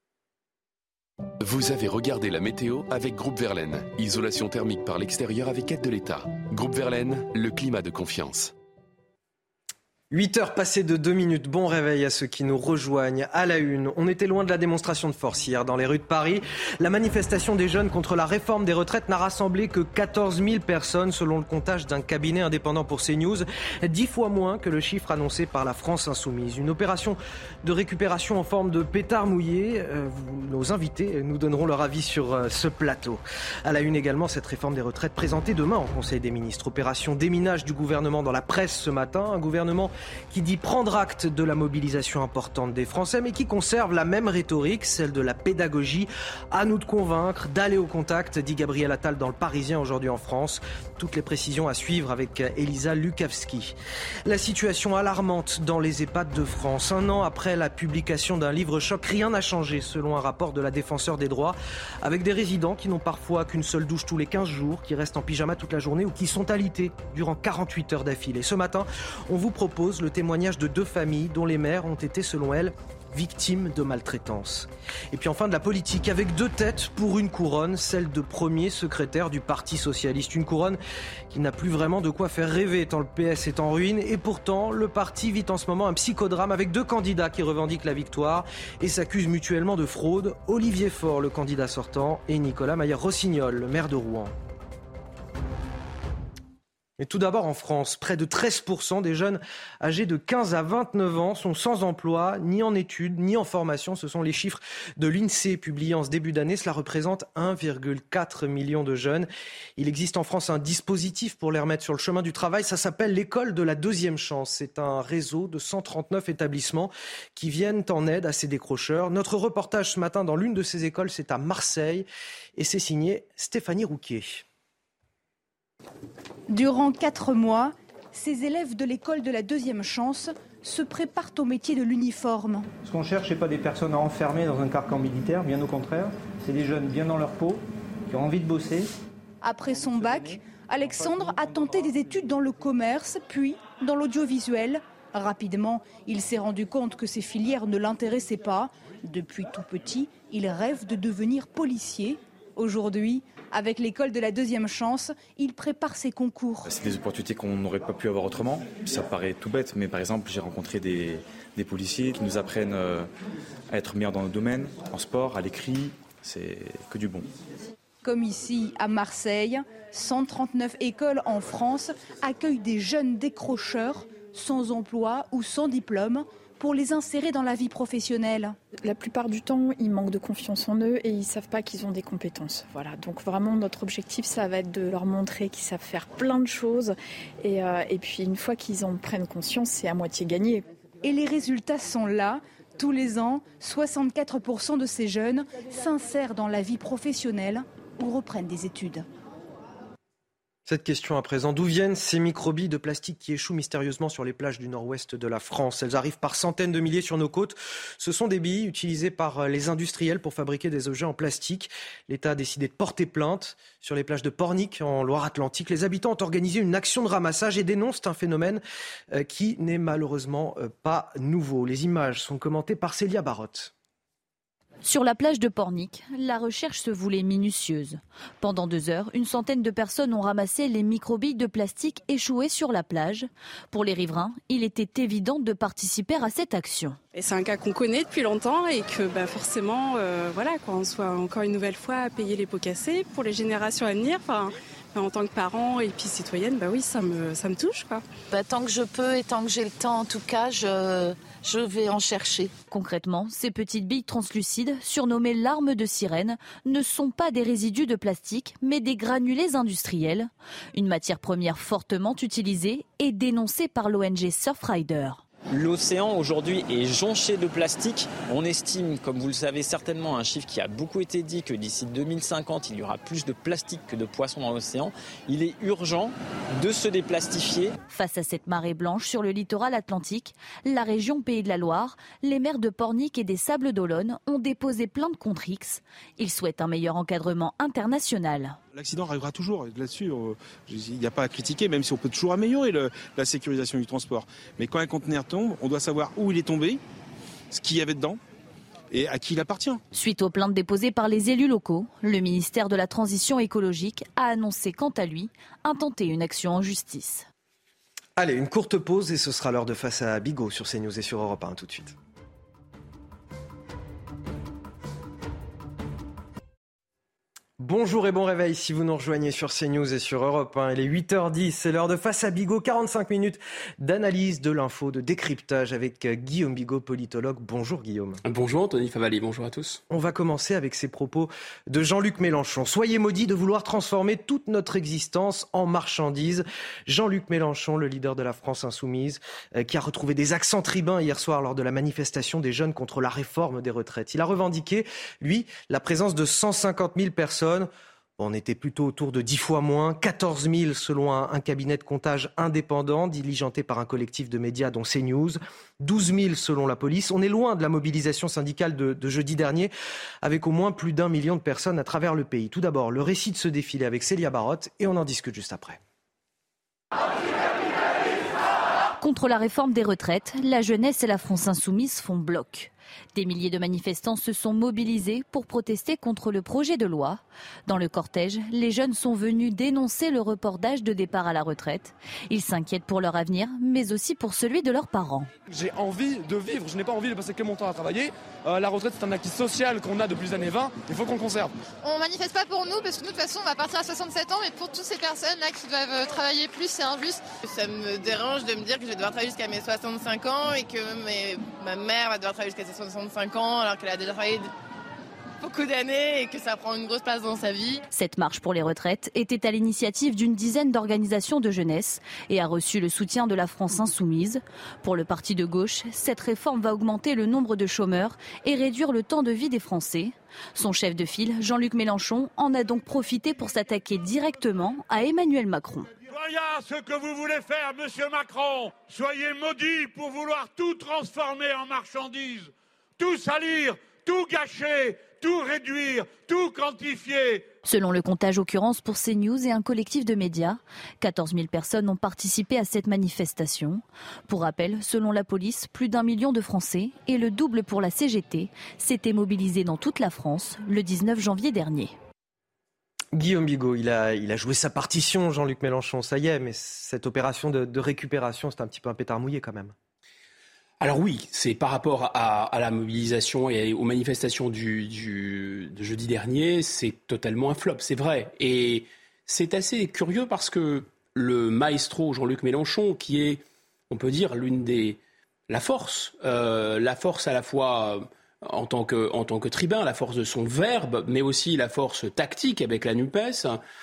[SPEAKER 5] Vous avez regardé la météo avec Groupe Verlaine. Isolation thermique par l'extérieur avec aide de l'État. Groupe Verlaine, le climat de confiance.
[SPEAKER 1] huit heures passées de deux minutes, bon réveil à ceux qui nous rejoignent. À la une, on était loin de la démonstration de force hier dans les rues de Paris. La manifestation des jeunes contre la réforme des retraites n'a rassemblé que quatorze mille personnes selon le comptage d'un cabinet indépendant pour CNews. Dix fois moins que le chiffre annoncé par la France Insoumise. Une opération de récupération en forme de pétard mouillé. Euh, nos invités nous donneront leur avis sur euh, ce plateau. À la une également, cette réforme des retraites présentée demain en Conseil des ministres. Opération déminage du gouvernement dans la presse ce matin. Un gouvernement qui dit prendre acte de la mobilisation importante des Français, mais qui conserve la même rhétorique, celle de la pédagogie. À nous de convaincre, d'aller au contact, dit Gabriel Attal dans Le Parisien aujourd'hui en France. Toutes les précisions à suivre avec Elisa Lukavski. La situation alarmante dans les EHPAD de France. Un an après la publication d'un livre choc, rien n'a changé selon un rapport de la Défenseure des droits, avec des résidents qui n'ont parfois qu'une seule douche tous les quinze jours, qui restent en pyjama toute la journée ou qui sont alités durant quarante-huit heures d'affilée. Ce matin, on vous propose le témoignage de deux familles dont les mères ont été, selon elles, victimes de maltraitance. Et puis enfin de la politique, avec deux têtes pour une couronne, celle de premier secrétaire du Parti Socialiste. Une couronne qui n'a plus vraiment de quoi faire rêver tant le P S est en ruine. Et pourtant, le parti vit en ce moment un psychodrame avec deux candidats qui revendiquent la victoire et s'accusent mutuellement de fraude. Olivier Faure, le candidat sortant, et Nicolas Mayer-Rossignol, le maire de Rouen. Mais tout d'abord en France, près de treize pour cent des jeunes âgés de quinze à vingt-neuf ans sont sans emploi, ni en études, ni en formation. Ce sont les chiffres de l'INSEE publiés en ce début d'année. Cela représente un virgule quatre million de jeunes. Il existe en France un dispositif pour les remettre sur le chemin du travail. Ça s'appelle l'école de la deuxième chance. C'est un réseau de cent trente-neuf établissements qui viennent en aide à ces décrocheurs. Notre reportage ce matin dans l'une de ces écoles, c'est à Marseille et c'est signé Stéphanie Rouquier.
[SPEAKER 9] Durant quatre mois, ces élèves de l'école de la deuxième chance se préparent au métier de l'uniforme.
[SPEAKER 6] Ce qu'on cherche, ce n'est pas des personnes à enfermer dans un carcan militaire, bien au contraire. C'est des jeunes bien dans leur peau, qui ont envie de bosser.
[SPEAKER 9] Après son bac, Alexandre a tenté des études dans le commerce, puis dans l'audiovisuel. Rapidement, il s'est rendu compte que ces filières ne l'intéressaient pas. Depuis tout petit, il rêve de devenir policier. Aujourd'hui, avec l'école de la deuxième chance, il prépare ses concours.
[SPEAKER 11] C'est des opportunités qu'on n'aurait pas pu avoir autrement. Ça paraît tout bête, mais par exemple, j'ai rencontré des, des policiers qui nous apprennent à être meilleurs dans nos domaines, en sport, à l'écrit. C'est que du bon.
[SPEAKER 9] Comme ici, à Marseille, cent trente-neuf écoles en France accueillent des jeunes décrocheurs sans emploi ou sans diplôme, pour les insérer dans la vie professionnelle.
[SPEAKER 12] La plupart du temps, ils manquent de confiance en eux et ils ne savent pas qu'ils ont des compétences. Voilà. Donc vraiment, notre objectif, ça va être de leur montrer qu'ils savent faire plein de choses. Et, euh, et puis une fois qu'ils en prennent conscience, c'est à moitié gagné.
[SPEAKER 9] Et les résultats sont là. Tous les ans, soixante-quatre pour cent de ces jeunes s'insèrent dans la vie professionnelle ou reprennent des études.
[SPEAKER 1] Cette question à présent, d'où viennent ces microbilles de plastique qui échouent mystérieusement sur les plages du nord-ouest de la France? Elles arrivent par centaines de milliers sur nos côtes. Ce sont des billes utilisées par les industriels pour fabriquer des objets en plastique. L'État a décidé de porter plainte. Sur les plages de Pornic, en Loire-Atlantique, les habitants ont organisé une action de ramassage et dénoncent un phénomène qui n'est malheureusement pas nouveau. Les images sont commentées par Célia Barotte.
[SPEAKER 13] Sur la plage de Pornic, la recherche se voulait minutieuse. Pendant deux heures, une centaine de personnes ont ramassé les microbilles de plastique échouées sur la plage. Pour les riverains, il était évident de participer à cette action.
[SPEAKER 25] Et c'est un cas qu'on connaît depuis longtemps et que bah, forcément, euh, voilà, quoi, on soit encore une nouvelle fois à payer les pots cassés pour les générations à venir. Enfin, en tant que parent et puis citoyenne, bah oui, ça me, ça me touche, quoi.
[SPEAKER 26] Bah, tant que je peux et tant que j'ai le temps, en tout cas, je, je vais en chercher.
[SPEAKER 13] Concrètement, ces petites billes translucides, surnommées larmes de sirène, ne sont pas des résidus de plastique, mais des granulés industriels. Une matière première fortement utilisée et dénoncée par l'O N G Surfrider.
[SPEAKER 27] L'océan aujourd'hui est jonché de plastique. On estime, comme vous le savez certainement, un chiffre qui a beaucoup été dit, que d'ici deux mille cinquante, il y aura plus de plastique que de poissons dans l'océan. Il est urgent de se déplastifier.
[SPEAKER 13] Face à cette marée blanche sur le littoral atlantique, la région Pays de la Loire, les maires de Pornic et des Sables d'Olonne ont déposé plainte contre X. Ils souhaitent un meilleur encadrement international.
[SPEAKER 28] L'accident arrivera toujours, là-dessus il n'y a pas à critiquer, même si on peut toujours améliorer le, la sécurisation du transport. Mais quand un conteneur tombe, on doit savoir où il est tombé, ce qu'il y avait dedans et à qui il appartient.
[SPEAKER 13] Suite aux plaintes déposées par les élus locaux, le ministère de la Transition écologique a annoncé quant à lui intenter une action en justice.
[SPEAKER 1] Allez, une courte pause et ce sera l'heure de Face à Bigot sur CNews et sur Europe un, tout de suite. Bonjour et bon réveil si vous nous rejoignez sur CNews et sur Europe un. Il est huit heures dix, c'est l'heure de Face à Bigot, quarante-cinq minutes d'analyse de l'info, de décryptage avec Guillaume Bigot, politologue. Bonjour Guillaume.
[SPEAKER 15] Bonjour Anthony Favali, bonjour à tous.
[SPEAKER 1] On va commencer avec ces propos de Jean-Luc Mélenchon. Soyez maudits de vouloir transformer toute notre existence en marchandise. Jean-Luc Mélenchon, le leader de la France insoumise, qui a retrouvé des accents tribuns hier soir lors de la manifestation des jeunes contre la réforme des retraites. Il a revendiqué, lui, la présence de cent cinquante mille personnes. On était plutôt autour de dix fois moins, quatorze mille selon un, un cabinet de comptage indépendant diligenté par un collectif de médias dont CNews, douze mille selon la police. On est loin de la mobilisation syndicale de, de jeudi dernier avec au moins plus d'un million de personnes à travers le pays. Tout d'abord, le récit de ce défilé avec Célia Barotte et on en discute juste après.
[SPEAKER 13] Contre la réforme des retraites, la jeunesse et la France insoumise font bloc. Des milliers de manifestants se sont mobilisés pour protester contre le projet de loi. Dans le cortège, les jeunes sont venus dénoncer le report d'âge de départ à la retraite. Ils s'inquiètent pour leur avenir, mais aussi pour celui de leurs parents.
[SPEAKER 16] J'ai envie de vivre, je n'ai pas envie de passer que mon temps à travailler. Euh, la retraite, c'est un acquis social qu'on a depuis les années vingt, il faut qu'on conserve.
[SPEAKER 17] On manifeste pas pour nous, parce que nous, de toute façon, on va partir à soixante-sept ans, mais pour toutes ces personnes-là qui doivent travailler plus, c'est injuste.
[SPEAKER 18] Ça me dérange de me dire que je vais devoir travailler jusqu'à mes soixante-cinq ans et que mes... ma mère va devoir travailler jusqu'à ses soixante-cinq ans alors qu'elle a déjà travaillé beaucoup d'années et que ça prend une grosse place dans sa vie.
[SPEAKER 13] Cette marche pour les retraites était à l'initiative d'une dizaine d'organisations de jeunesse et a reçu le soutien de la France insoumise. Pour le parti de gauche, cette réforme va augmenter le nombre de chômeurs et réduire le temps de vie des Français. Son chef de file, Jean-Luc Mélenchon, en a donc profité pour s'attaquer directement à Emmanuel Macron.
[SPEAKER 19] Voyez ce que vous voulez faire, monsieur Macron. Soyez maudit pour vouloir tout transformer en marchandise. Tout salir, tout gâcher, tout réduire, tout quantifier.
[SPEAKER 13] Selon le comptage Occurrence pour CNews et un collectif de médias, quatorze mille personnes ont participé à cette manifestation. Pour rappel, selon la police, plus d'un million de Français et le double pour la C G T s'étaient mobilisés dans toute la France le dix-neuf janvier dernier.
[SPEAKER 1] Guillaume Bigot, il a, il a joué sa partition, Jean-Luc Mélenchon, ça y est, mais cette opération de, de récupération, c'est un petit peu un pétard mouillé quand même.
[SPEAKER 15] Alors oui, c'est par rapport à, à la mobilisation et aux manifestations du, du, de jeudi dernier, c'est totalement un flop, c'est vrai. Et c'est assez curieux parce que le maestro Jean-Luc Mélenchon, qui est, on peut dire, l'une des... la force, euh, la force à la fois en tant que, en tant que tribun, la force de son verbe, mais aussi la force tactique avec la NUPES,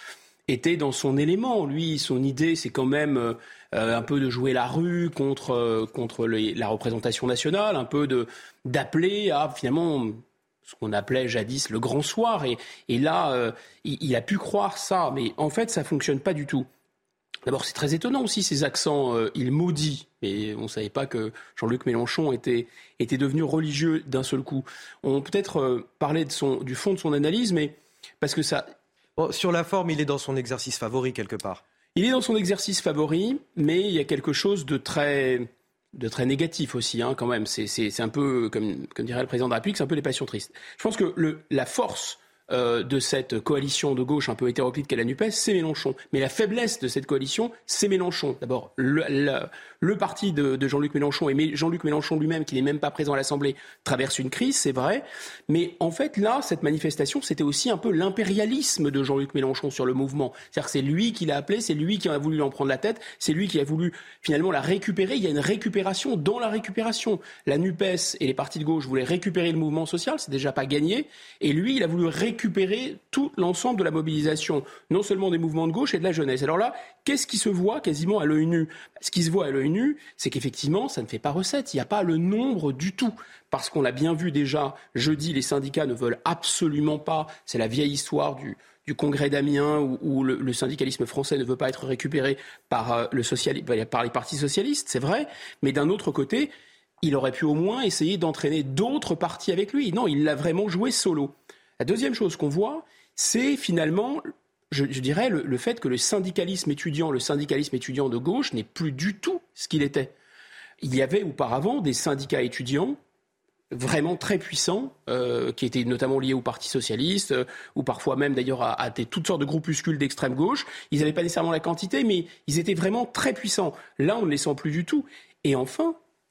[SPEAKER 15] était dans son élément. Lui, son idée, c'est quand même euh, un peu de jouer la rue contre, euh, contre les, la représentation nationale, un peu de, d'appeler à, finalement, ce qu'on appelait jadis le grand soir. Et, et là, euh, il, il a pu croire ça, mais en fait, ça ne fonctionne pas du tout. D'abord, c'est très étonnant aussi, ces accents. Euh, il maudit. Mais on ne savait pas que Jean-Luc Mélenchon était, était devenu religieux d'un seul coup. On peut peut-être euh, parler de son, du fond de son analyse, mais parce que ça...
[SPEAKER 1] Bon, sur la forme, il est dans son exercice favori quelque part.
[SPEAKER 15] Il est dans son exercice favori, mais il y a quelque chose de très, de très négatif aussi, hein, quand même. C'est, c'est, c'est un peu, comme, comme dirait le président de la République, c'est un peu les passions tristes. Je pense que le, la force euh, de cette coalition de gauche un peu hétéroclite qu'est la NUPES, c'est Mélenchon. Mais la faiblesse de cette coalition, c'est Mélenchon. D'abord, le, le, le parti de, de Jean-Luc Mélenchon, et Jean-Luc Mélenchon lui-même, qui n'est même pas présent à l'Assemblée, traverse une crise, c'est vrai. Mais en fait, là, cette manifestation, c'était aussi un peu l'impérialisme de Jean-Luc Mélenchon sur le mouvement. C'est-à-dire que c'est lui qui l'a appelé, c'est lui qui a voulu en prendre la tête, c'est lui qui a voulu finalement la récupérer. Il y a une récupération dans la récupération. La NUPES et les partis de gauche voulaient récupérer le mouvement social, c'est déjà pas gagné. Et lui, il a voulu récupérer tout l'ensemble de la mobilisation, non seulement des mouvements de gauche et de la jeunesse. Alors là, qu'est-ce qui se voit quasiment à l'œil nu ? Ce qui se voit à l'œil nu, c'est qu'effectivement, ça ne fait pas recette. Il n'y a pas le nombre du tout. Parce qu'on l'a bien vu déjà, jeudi, les syndicats ne veulent absolument pas. C'est la vieille histoire du, du congrès d'Amiens où, où le, le syndicalisme français ne veut pas être récupéré par, euh, le sociali- par les partis socialistes, c'est vrai. Mais d'un autre côté, il aurait pu au moins essayer d'entraîner d'autres partis avec lui. Non, il l'a vraiment joué solo. La deuxième chose qu'on voit, c'est finalement... Je, je dirais le, le fait que le syndicalisme étudiant, le syndicalisme étudiant de gauche n'est plus du tout ce qu'il était. Il y avait auparavant des syndicats étudiants vraiment très puissants, euh, qui étaient notamment liés au Parti socialiste, euh, ou parfois même d'ailleurs à, à des, toutes sortes de groupuscules d'extrême gauche. Ils n'avaient pas nécessairement la quantité, mais ils étaient vraiment très puissants. Là, on ne les sent plus du tout. Et enfin,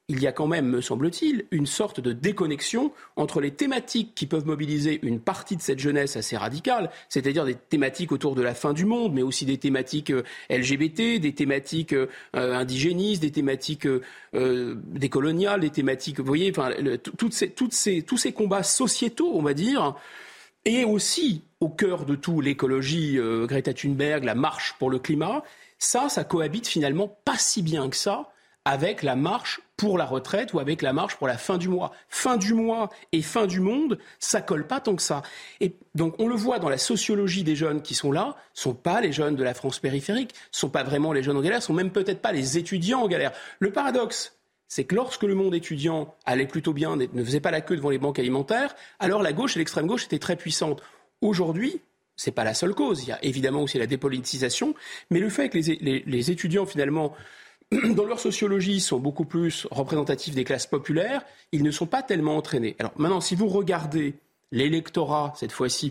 [SPEAKER 15] il y a quand même, me semble-t-il, une sorte de déconnexion entre les thématiques qui peuvent mobiliser une partie de cette jeunesse assez radicale, c'est-à-dire des thématiques autour de la fin du monde, mais aussi des thématiques L G B T, des thématiques euh, indigénistes, des thématiques euh, décoloniales, des thématiques, vous voyez, enfin, le, toutes ces, toutes ces, tous ces combats sociétaux, on va dire, et aussi au cœur de tout l'écologie, euh, Greta Thunberg, la marche pour le climat, ça, ça cohabite finalement pas si bien que ça avec la marche pour la retraite ou avec la marche pour la fin du mois. Fin du mois et fin du monde, ça colle pas tant que ça. Et donc on le voit dans la sociologie des jeunes qui sont là, sont pas les jeunes de la France périphérique, sont pas vraiment les jeunes en galère, sont même peut-être pas les étudiants en galère. Le paradoxe, c'est que lorsque le monde étudiant allait plutôt bien, ne faisait pas la queue devant les banques alimentaires, alors la gauche et l'extrême gauche étaient très puissantes. Aujourd'hui, c'est pas la seule cause. Il y a évidemment aussi la dépolitisation, mais le fait que les, les, les étudiants finalement dans leur sociologie, sont beaucoup plus représentatifs des classes populaires, ils ne sont pas tellement entraînés. Alors maintenant, si vous regardez l'électorat, cette fois-ci,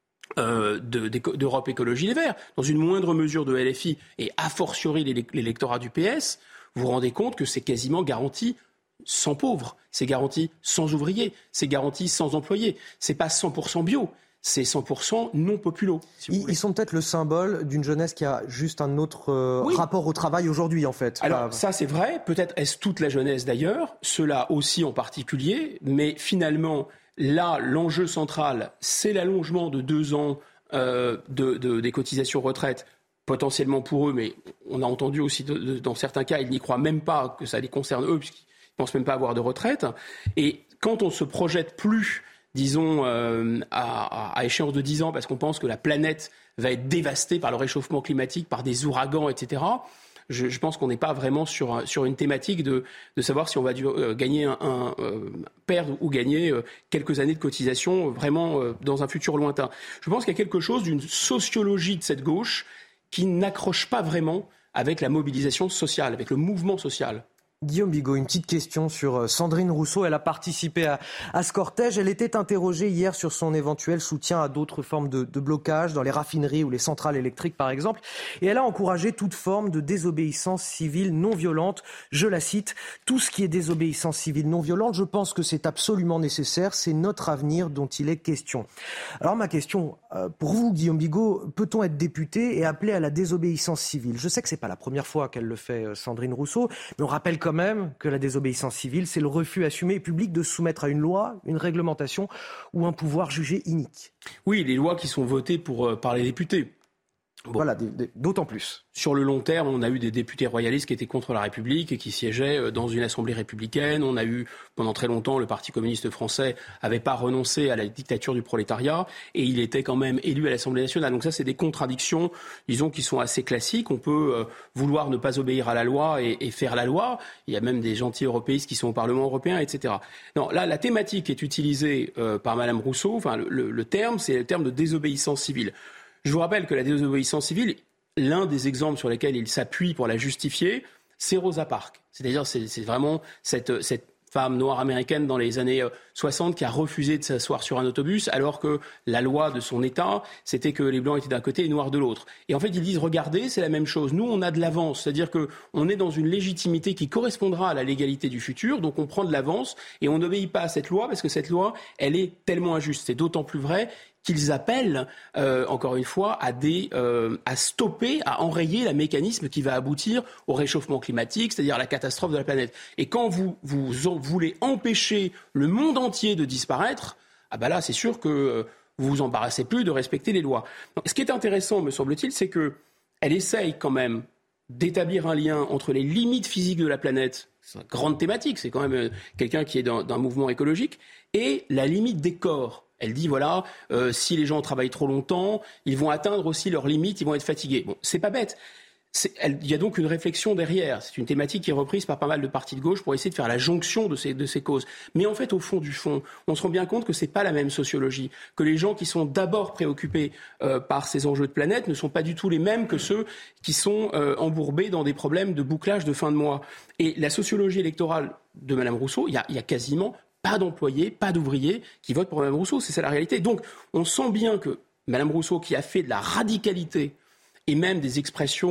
[SPEAKER 15] euh, de, de, d'Europe Écologie Les Verts, dans une moindre mesure de L F I, et a fortiori l'électorat du P S, vous vous rendez compte que c'est quasiment garanti sans pauvres, c'est garanti sans ouvriers, c'est garanti sans employés, c'est pas cent pour cent bio. C'est cent pour cent non populo. Si
[SPEAKER 1] ils, ils sont peut-être le symbole d'une jeunesse qui a juste un autre euh, oui. rapport au travail aujourd'hui, en fait.
[SPEAKER 15] Alors, ah. ça, c'est vrai. Peut-être est-ce toute la jeunesse, d'ailleurs. Cela aussi en particulier. Mais finalement, là, l'enjeu central, c'est l'allongement de deux ans euh, de, de, des cotisations retraite, potentiellement pour eux. Mais on a entendu aussi, de, de, dans certains cas, ils n'y croient même pas que ça les concerne eux, puisqu'ils ne pensent même pas avoir de retraite. Et quand on se projette plus disons, euh, à, à échéance de dix ans, parce qu'on pense que la planète va être dévastée par le réchauffement climatique, par des ouragans, et cetera. Je, je pense qu'on n'est pas vraiment sur, sur une thématique de, de savoir si on va du, euh, gagner un, un euh, perdre ou gagner euh, quelques années de cotisation, euh, vraiment euh, dans un futur lointain. Je pense qu'il y a quelque chose d'une sociologie de cette gauche qui n'accroche pas vraiment avec la mobilisation sociale, avec le mouvement social.
[SPEAKER 1] Guillaume Bigot, une petite question sur Sandrine Rousseau. Elle a participé à, à ce cortège. Elle était interrogée hier sur son éventuel soutien à d'autres formes de, de blocage, dans les raffineries ou les centrales électriques par exemple. Et elle a encouragé toute forme de désobéissance civile non violente. Je la cite, « Tout ce qui est désobéissance civile non violente, je pense que c'est absolument nécessaire. C'est notre avenir dont il est question. » Alors ma question, pour vous Guillaume Bigot, peut-on être député et appeler à la désobéissance civile ? Je sais que c'est pas la première fois qu'elle le fait, Sandrine Rousseau, mais on rappelle quand même que la désobéissance civile, c'est le refus assumé et public de se soumettre à une loi, une réglementation ou un pouvoir jugé inique.
[SPEAKER 15] Oui, les lois qui sont votées pour, euh, par les députés.
[SPEAKER 1] Bon. Voilà, d'autant plus.
[SPEAKER 15] Sur le long terme, on a eu des députés royalistes qui étaient contre la République et qui siégeaient dans une assemblée républicaine. On a eu, pendant très longtemps, le Parti communiste français n'avait pas renoncé à la dictature du prolétariat et il était quand même élu à l'Assemblée nationale. Donc ça, c'est des contradictions, disons, qui sont assez classiques. On peut euh, vouloir ne pas obéir à la loi et, et faire la loi. Il y a même des gentils européistes qui sont au Parlement européen, et cetera. Non, là, la thématique est utilisée euh, par Madame Rousseau. Enfin, le, le, le terme, c'est le terme de désobéissance civile. Je vous rappelle que la désobéissance civile, l'un des exemples sur lesquels il s'appuie pour la justifier, c'est Rosa Parks. C'est-à-dire, c'est, c'est vraiment cette, cette femme noire américaine dans les années soixante qui a refusé de s'asseoir sur un autobus alors que la loi de son État, c'était que les Blancs étaient d'un côté et les Noirs de l'autre. Et en fait, ils disent, regardez, c'est la même chose. Nous, on a de l'avance. C'est-à-dire qu'on est dans une légitimité qui correspondra à la légalité du futur. Donc, on prend de l'avance et on n'obéit pas à cette loi parce que cette loi, elle est tellement injuste. C'est d'autant plus vrai qu'ils appellent, euh, encore une fois, à, des, euh, à stopper, à enrayer le mécanisme qui va aboutir au réchauffement climatique, c'est-à-dire à la catastrophe de la planète. Et quand vous, vous en, voulez empêcher le monde entier de disparaître, ah ben là, c'est sûr que euh, vous vous embarrassez plus de respecter les lois. Donc, ce qui est intéressant, me semble-t-il, c'est qu'elle essaye quand même d'établir un lien entre les limites physiques de la planète, c'est une grande thématique, c'est quand même euh, quelqu'un qui est dans, d'un mouvement écologique, et la limite des corps. Elle dit, voilà, euh, si les gens travaillent trop longtemps, ils vont atteindre aussi leurs limites, ils vont être fatigués. Bon, c'est pas bête. C'est, elle, il y a donc une réflexion derrière. C'est une thématique qui est reprise par pas mal de partis de gauche pour essayer de faire la jonction de ces, de ces causes. Mais en fait, au fond du fond, on se rend bien compte que c'est pas la même sociologie. Que les gens qui sont d'abord préoccupés euh, par ces enjeux de planète ne sont pas du tout les mêmes que ceux qui sont euh, embourbés dans des problèmes de bouclage de fin de mois. Et la sociologie électorale de Mme Rousseau, il y a, il y a quasiment pas d'employés, pas d'ouvriers qui votent pour Mme Rousseau. C'est ça la réalité. Donc, on sent bien que Mme Rousseau, qui a fait de la radicalité et même des expressions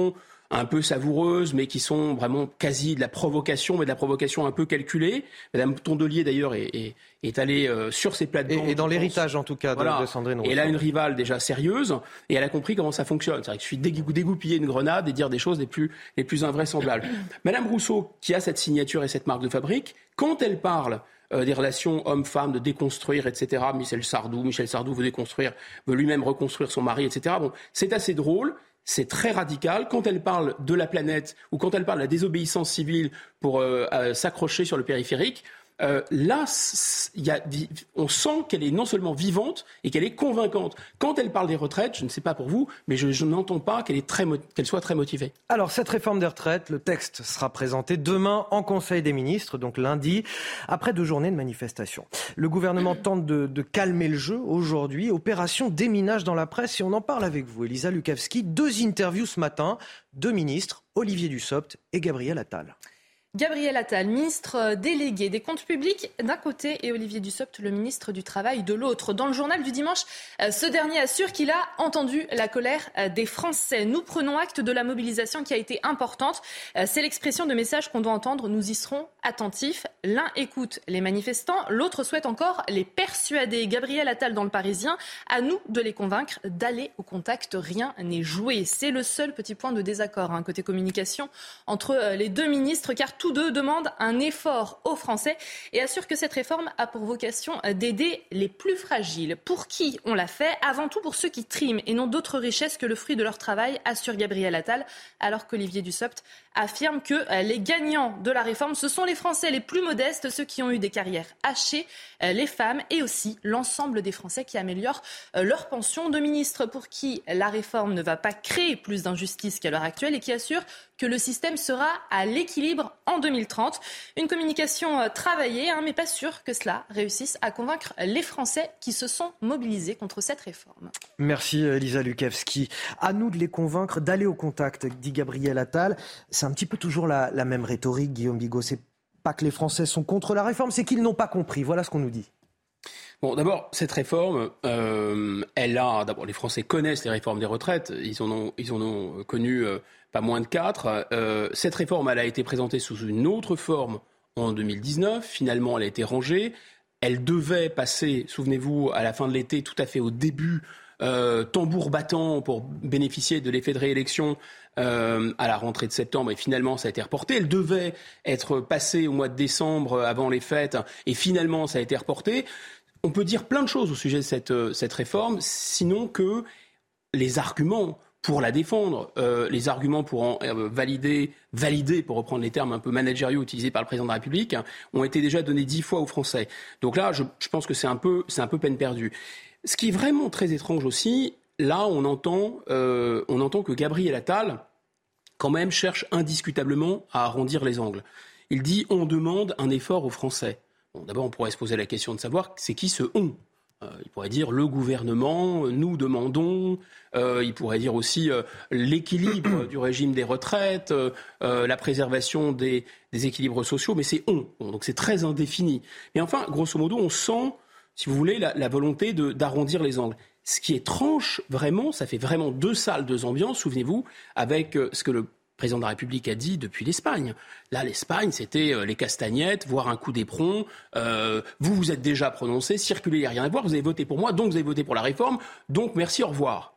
[SPEAKER 15] un peu savoureuses, mais qui sont vraiment quasi de la provocation, mais de la provocation un peu calculée. Madame Tondelier, d'ailleurs, est, est, est allée euh, sur ces plates-bandes.
[SPEAKER 1] Et, et dans l'héritage, en tout cas, de,
[SPEAKER 15] voilà.
[SPEAKER 1] de Sandrine Rousseau.
[SPEAKER 15] Et elle a une rivale déjà sérieuse, et elle a compris comment ça fonctionne. C'est vrai que je suis dégoupiller une grenade et dire des choses les plus, les plus invraisemblables. Madame Rousseau, qui a cette signature et cette marque de fabrique, quand elle parle euh, des relations hommes-femmes, de déconstruire, et cetera, Michel Sardou, Michel Sardou veut déconstruire, veut lui-même reconstruire son mari, et cetera. Bon, c'est assez drôle. C'est très radical. Quand elle parle de la planète ou quand elle parle de la désobéissance civile pour euh, euh, s'accrocher sur le périphérique, euh, là, y a, on sent qu'elle est non seulement vivante et qu'elle est convaincante. Quand elle parle des retraites, je ne sais pas pour vous, mais je, je n'entends pas qu'elle, est très, qu'elle soit très motivée.
[SPEAKER 1] Alors, cette réforme des retraites, le texte sera présenté demain en Conseil des ministres, donc lundi, après deux journées de manifestation. Le gouvernement tente de, de calmer le jeu aujourd'hui. Opération déminage dans la presse. Et on en parle avec vous, Elisa Lukavski. Deux interviews ce matin, deux ministres, Olivier Dussopt et Gabriel Attal.
[SPEAKER 3] Gabriel Attal, ministre délégué des comptes publics d'un côté et Olivier Dussopt, le ministre du Travail de l'autre. Dans le journal du dimanche, ce dernier assure qu'il a entendu la colère des Français. Nous prenons acte de la mobilisation qui a été importante. C'est l'expression de messages qu'on doit entendre. Nous y serons attentifs. L'un écoute les manifestants, l'autre souhaite encore les persuader. Gabriel Attal dans Le Parisien, à nous de les convaincre d'aller au contact. Rien n'est joué. C'est le seul petit point de désaccord, hein, côté communication, entre les deux ministres, car tous deux demandent un effort aux Français et assurent que cette réforme a pour vocation d'aider les plus fragiles. Pour qui on l'a fait ? Avant tout pour ceux qui triment et n'ont d'autres richesses que le fruit de leur travail, assure Gabriel Attal, alors qu'Olivier Dussopt affirme que les gagnants de la réforme, ce sont les Français les plus modestes, ceux qui ont eu des carrières hachées, les femmes et aussi l'ensemble des Français qui améliorent leur pension. Deux ministres pour qui la réforme ne va pas créer plus d'injustice qu'à l'heure actuelle et qui assurent que le système sera à l'équilibre en deux mille trente. Une communication travaillée, hein, mais pas sûr que cela réussisse à convaincre les Français qui se sont mobilisés contre cette réforme.
[SPEAKER 1] Merci Elisa Lukavski. À nous de les convaincre d'aller au contact, dit Gabriel Attal. C'est un petit peu toujours la, la même rhétorique, Guillaume Bigot. C'est pas que les Français sont contre la réforme, c'est qu'ils n'ont pas compris. Voilà ce qu'on nous dit.
[SPEAKER 15] Bon, d'abord, cette réforme, euh, elle a... D'abord, les Français connaissent les réformes des retraites. Ils en ont, ils en ont connu euh, pas moins de quatre. Euh, cette réforme, elle a été présentée sous une autre forme en deux mille dix-neuf. Finalement, elle a été rangée. Elle devait passer, souvenez-vous, à la fin de l'été, tout à fait au début, euh, tambour battant pour bénéficier de l'effet de réélection euh, à la rentrée de septembre. Et finalement, ça a été reporté. Elle devait être passée au mois de décembre, avant les fêtes. Et finalement, ça a été reporté. On peut dire plein de choses au sujet de cette, cette réforme, sinon que les arguments pour la défendre, euh, les arguments pour en euh, valider, valider, pour reprendre les termes un peu managériaux utilisés par le président de la République, hein, ont été déjà donnés dix fois aux Français. Donc là, je, je pense que c'est un peu, c'est un peu peine perdue. Ce qui est vraiment très étrange aussi, là, on entend, euh, on entend que Gabriel Attal, quand même, cherche indiscutablement à arrondir les angles. Il dit « on demande un effort aux Français ». Bon, d'abord, on pourrait se poser la question de savoir c'est qui ce « on ». Euh, il pourrait dire le gouvernement, nous demandons, euh, il pourrait dire aussi euh, l'équilibre du régime des retraites, euh, la préservation des, des équilibres sociaux, mais c'est on. Bon, donc c'est très indéfini. Mais enfin, grosso modo, on sent, si vous voulez, la, la volonté de, d'arrondir les angles. Ce qui est tranche, vraiment, ça fait vraiment deux salles, deux ambiances, souvenez-vous, avec euh, ce que le président de la République a dit depuis l'Espagne. Là, l'Espagne, c'était euh, les castagnettes, voire un coup d'éperon. Euh, vous vous êtes déjà prononcé, circulez, il n'y a rien à voir, vous avez voté pour moi, donc vous avez voté pour la réforme, donc merci, au revoir.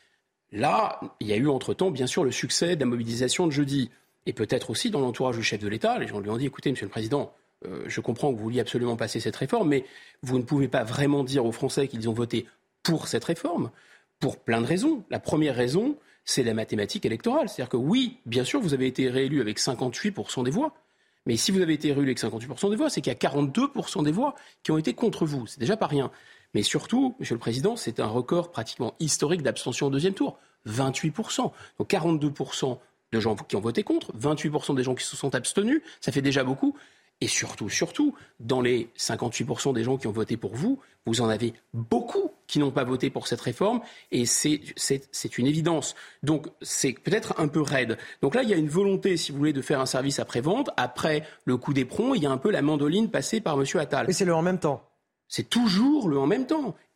[SPEAKER 15] Là, il y a eu entre-temps, bien sûr, le succès de la mobilisation de jeudi. Et peut-être aussi dans l'entourage du chef de l'État, les gens lui ont dit, écoutez, monsieur le président, euh, je comprends que vous vouliez absolument passer cette réforme, mais vous ne pouvez pas vraiment dire aux Français qu'ils ont voté pour cette réforme, pour plein de raisons. La première raison, c'est la mathématique électorale. C'est-à-dire que oui, bien sûr, vous avez été réélu avec cinquante-huit pour cent des voix. Mais si vous avez été réélu avec cinquante-huit pour cent des voix, c'est qu'il y a quarante-deux pour cent des voix qui ont été contre vous. C'est déjà pas rien. Mais surtout, Monsieur le Président, c'est un record pratiquement historique d'abstention au deuxième tour. vingt-huit pour cent. Donc quarante-deux pour cent de gens qui ont voté contre, vingt-huit pour cent des gens qui se sont abstenus. Ça fait déjà beaucoup. Et surtout, surtout, dans les cinquante-huit pour cent des gens qui ont voté pour vous, vous en avez beaucoup qui n'ont pas voté pour cette réforme, et c'est, c'est, c'est une évidence. Donc c'est peut-être un peu raide. Donc là, il y a une volonté, si vous voulez, de faire un service après-vente. Après le coup d'éperon, il y a un peu la mandoline passée par M. Attal.
[SPEAKER 1] Et c'est le en même temps.
[SPEAKER 15] C'est toujours le en même temps.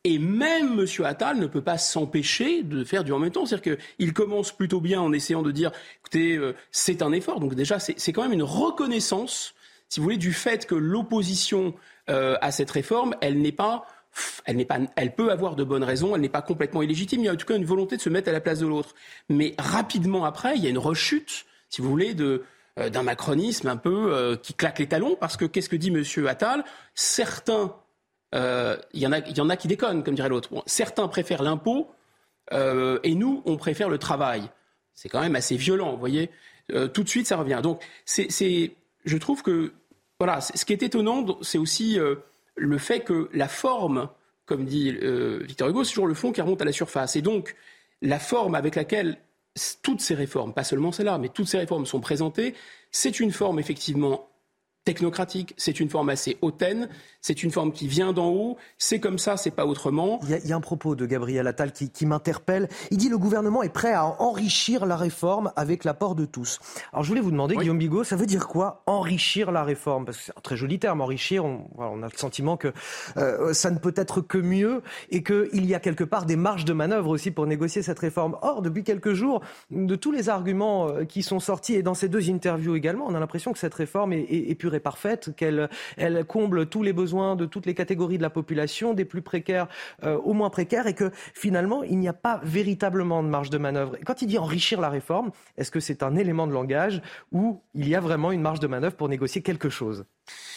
[SPEAKER 15] Et même M. Attal ne peut pas s'empêcher de faire du en même temps. C'est-à-dire qu'il commence plutôt bien en essayant de dire, écoutez, euh, c'est un effort. Donc déjà, c'est, c'est quand même une reconnaissance, si vous voulez, du fait que l'opposition euh, à cette réforme, elle n'est pas... Elle, n'est pas, elle peut avoir de bonnes raisons, elle n'est pas complètement illégitime, il y a en tout cas une volonté de se mettre à la place de l'autre. Mais rapidement après, il y a une rechute, si vous voulez, de, euh, d'un macronisme un peu euh, qui claque les talons, parce que qu'est-ce que dit M. Attal ? Certains, euh, il y en a, il y en a qui déconnent, comme dirait l'autre. Bon, certains préfèrent l'impôt euh, et nous, on préfère le travail. C'est quand même assez violent, vous voyez. Euh, tout de suite, ça revient. Donc, c'est, c'est, je trouve que, voilà, ce qui est étonnant, c'est aussi... Euh, le fait que la forme, comme dit euh, Victor Hugo, c'est toujours le fond qui remonte à la surface. Et donc, la forme avec laquelle toutes ces réformes, pas seulement celle-là, mais toutes ces réformes sont présentées, c'est une forme effectivement technocratique, c'est une forme assez hautaine, c'est une forme qui vient d'en haut, c'est comme ça, c'est pas autrement.
[SPEAKER 1] Il y a, il y a un propos de Gabriel Attal qui, qui m'interpelle. Il dit « Le gouvernement est prêt à enrichir la réforme avec l'apport de tous ». Alors je voulais vous demander, oui. Guillaume Bigot, ça veut dire quoi, enrichir la réforme ? Parce que c'est un très joli terme, enrichir, on, voilà, on a le sentiment que euh, ça ne peut être que mieux et qu'il y a quelque part des marges de manœuvre aussi pour négocier cette réforme. Or, depuis quelques jours, de tous les arguments qui sont sortis, et dans ces deux interviews également, on a l'impression que cette réforme est, est, est pure et parfaite, qu'elle elle comble tous les besoins de toutes les catégories de la population, des plus précaires euh, aux moins précaires, et que finalement, il n'y a pas véritablement de marge de manœuvre. Et quand il dit enrichir la réforme, est-ce que c'est un élément de langage ou il y a vraiment une marge de manœuvre pour négocier quelque chose ?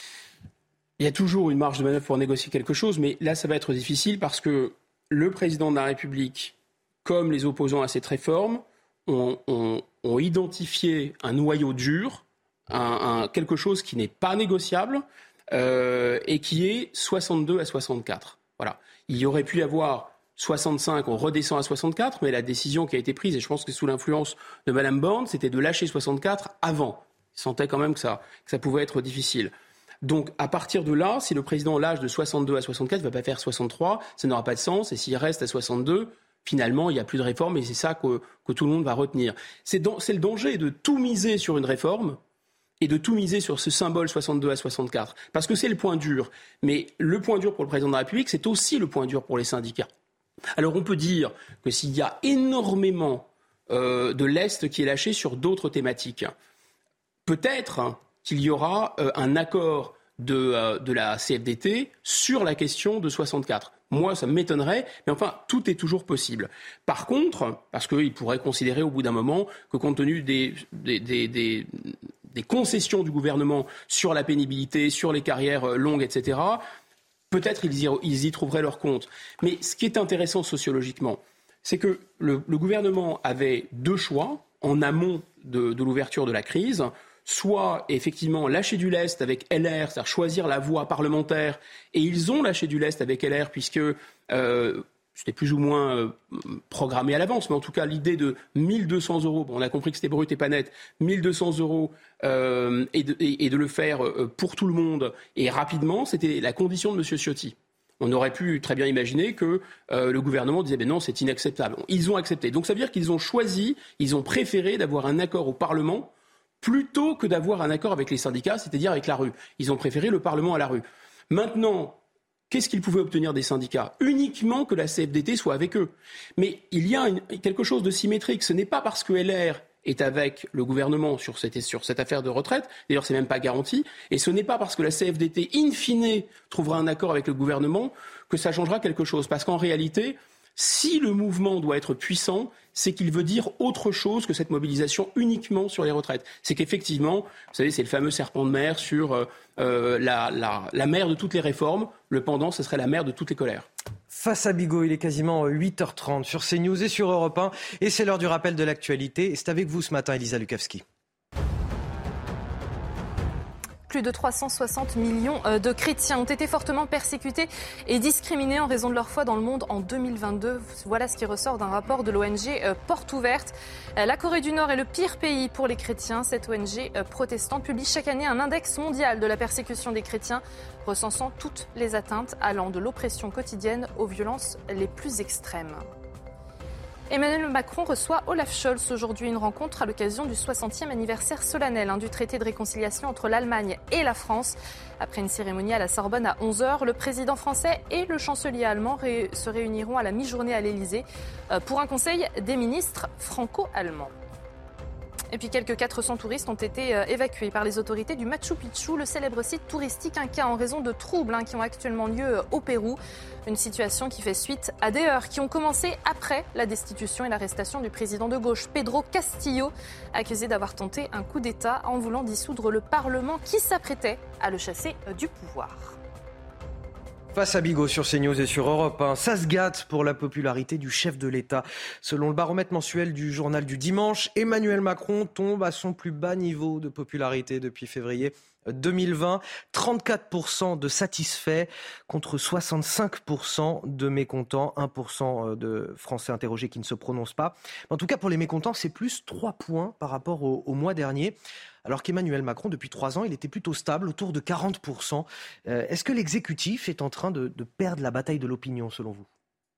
[SPEAKER 15] Il y a toujours une marge de manœuvre pour négocier quelque chose, mais là, ça va être difficile parce que le président de la République, comme les opposants à cette réforme, ont, ont, ont identifié un noyau dur, un, un, quelque chose qui n'est pas négociable, Euh, et qui est soixante-deux à soixante-quatre. Voilà. Il y aurait pu y avoir soixante-cinq, on redescend à soixante-quatre, mais la décision qui a été prise, et je pense que sous l'influence de Mme Borne, c'était de lâcher soixante-quatre avant. Il sentait quand même que ça, que ça pouvait être difficile. Donc, à partir de là, si le président lâche de soixante-deux à soixante-quatre, il ne va pas faire soixante-trois, ça n'aura pas de sens, et s'il reste à soixante-deux, finalement, il n'y a plus de réforme, et c'est ça que, que tout le monde va retenir. C'est, dans, c'est le danger de tout miser sur une réforme, et de tout miser sur ce symbole soixante-deux à soixante-quatre. Parce que c'est le point dur. Mais le point dur pour le président de la République, c'est aussi le point dur pour les syndicats. Alors on peut dire que s'il y a énormément euh, de lest qui est lâché sur d'autres thématiques, peut-être hein, qu'il y aura euh, un accord de, euh, de la C F D T sur la question de soixante-quatre. Moi, ça m'étonnerait, mais enfin, tout est toujours possible. Par contre, parce qu'il pourrait considérer au bout d'un moment que compte tenu des... des, des, des des concessions du gouvernement sur la pénibilité, sur les carrières longues, et cetera, peut-être ils y, ils y trouveraient leur compte. Mais ce qui est intéressant sociologiquement, c'est que le, le gouvernement avait deux choix en amont de, de l'ouverture de la crise. Soit, effectivement, lâcher du lest avec L R, c'est-à-dire choisir la voie parlementaire. Et ils ont lâché du lest avec L R, puisque... Euh, c'était plus ou moins euh, programmé à l'avance, mais en tout cas, l'idée de mille deux cents euros, bon, on a compris que c'était brut et pas net, mille deux cents euros euh, et, de, et, et de le faire euh, pour tout le monde et rapidement, c'était la condition de M. Ciotti. On aurait pu très bien imaginer que euh, le gouvernement disait ben non, c'est inacceptable. Ils ont accepté. Donc ça veut dire qu'ils ont choisi, ils ont préféré d'avoir un accord au Parlement plutôt que d'avoir un accord avec les syndicats, c'est-à-dire avec la rue. Ils ont préféré le Parlement à la rue. Maintenant, qu'est-ce qu'ils pouvaient obtenir des syndicats ? Uniquement que la C F D T soit avec eux. Mais il y a une, quelque chose de symétrique. Ce n'est pas parce que L R est avec le gouvernement sur cette, sur cette affaire de retraite, d'ailleurs c'est même pas garanti, et ce n'est pas parce que la C F D T, in fine, trouvera un accord avec le gouvernement que ça changera quelque chose. Parce qu'en réalité, si le mouvement doit être puissant, c'est qu'il veut dire autre chose que cette mobilisation uniquement sur les retraites. C'est qu'effectivement, vous savez, c'est le fameux serpent de mer sur euh, la, la, la mer de toutes les réformes. Le pendant, ce serait la mer de toutes les colères.
[SPEAKER 1] Face à Bigot, il est quasiment huit heures trente sur CNews et sur Europe un. Et c'est l'heure du rappel de l'actualité. Et c'est avec vous ce matin, Elisa Lukavski.
[SPEAKER 3] Plus de trois cent soixante millions de chrétiens ont été fortement persécutés et discriminés en raison de leur foi dans le monde en deux mille vingt-deux. Voilà ce qui ressort d'un rapport de l'O N G Porte Ouverte. La Corée du Nord est le pire pays pour les chrétiens. Cette O N G protestante publie chaque année un index mondial de la persécution des chrétiens, recensant toutes les atteintes allant de l'oppression quotidienne aux violences les plus extrêmes. Emmanuel Macron reçoit Olaf Scholz aujourd'hui, une rencontre à l'occasion du soixantième anniversaire solennel hein, du traité de réconciliation entre l'Allemagne et la France. Après une cérémonie à la Sorbonne à onze heures, le président français et le chancelier allemand ré- se réuniront à la mi-journée à l'Elysée euh, pour un conseil des ministres franco-allemands. Et puis quelques quatre cents touristes ont été euh, évacués par les autorités du Machu Picchu, le célèbre site touristique inca, en raison de troubles hein, qui ont actuellement lieu euh, au Pérou. Une situation qui fait suite à des heurts qui ont commencé après la destitution et l'arrestation du président de gauche, Pedro Castillo, accusé d'avoir tenté un coup d'État en voulant dissoudre le Parlement qui s'apprêtait à le chasser euh, du pouvoir.
[SPEAKER 1] Face à Bigot sur CNews et sur Europe un, ça se gâte pour la popularité du chef de l'État. Selon le baromètre mensuel du journal du dimanche, Emmanuel Macron tombe à son plus bas niveau de popularité depuis février deux mille vingt. trente-quatre pour cent de satisfaits contre soixante-cinq pour cent de mécontents, un pour cent de Français interrogés qui ne se prononcent pas. En tout cas, pour les mécontents, c'est plus trois points par rapport au, au mois dernier. Alors qu'Emmanuel Macron, depuis trois ans, il était plutôt stable, autour de quarante pour cent. Euh, est-ce que l'exécutif est en train de, de perdre la bataille de l'opinion, selon vous ?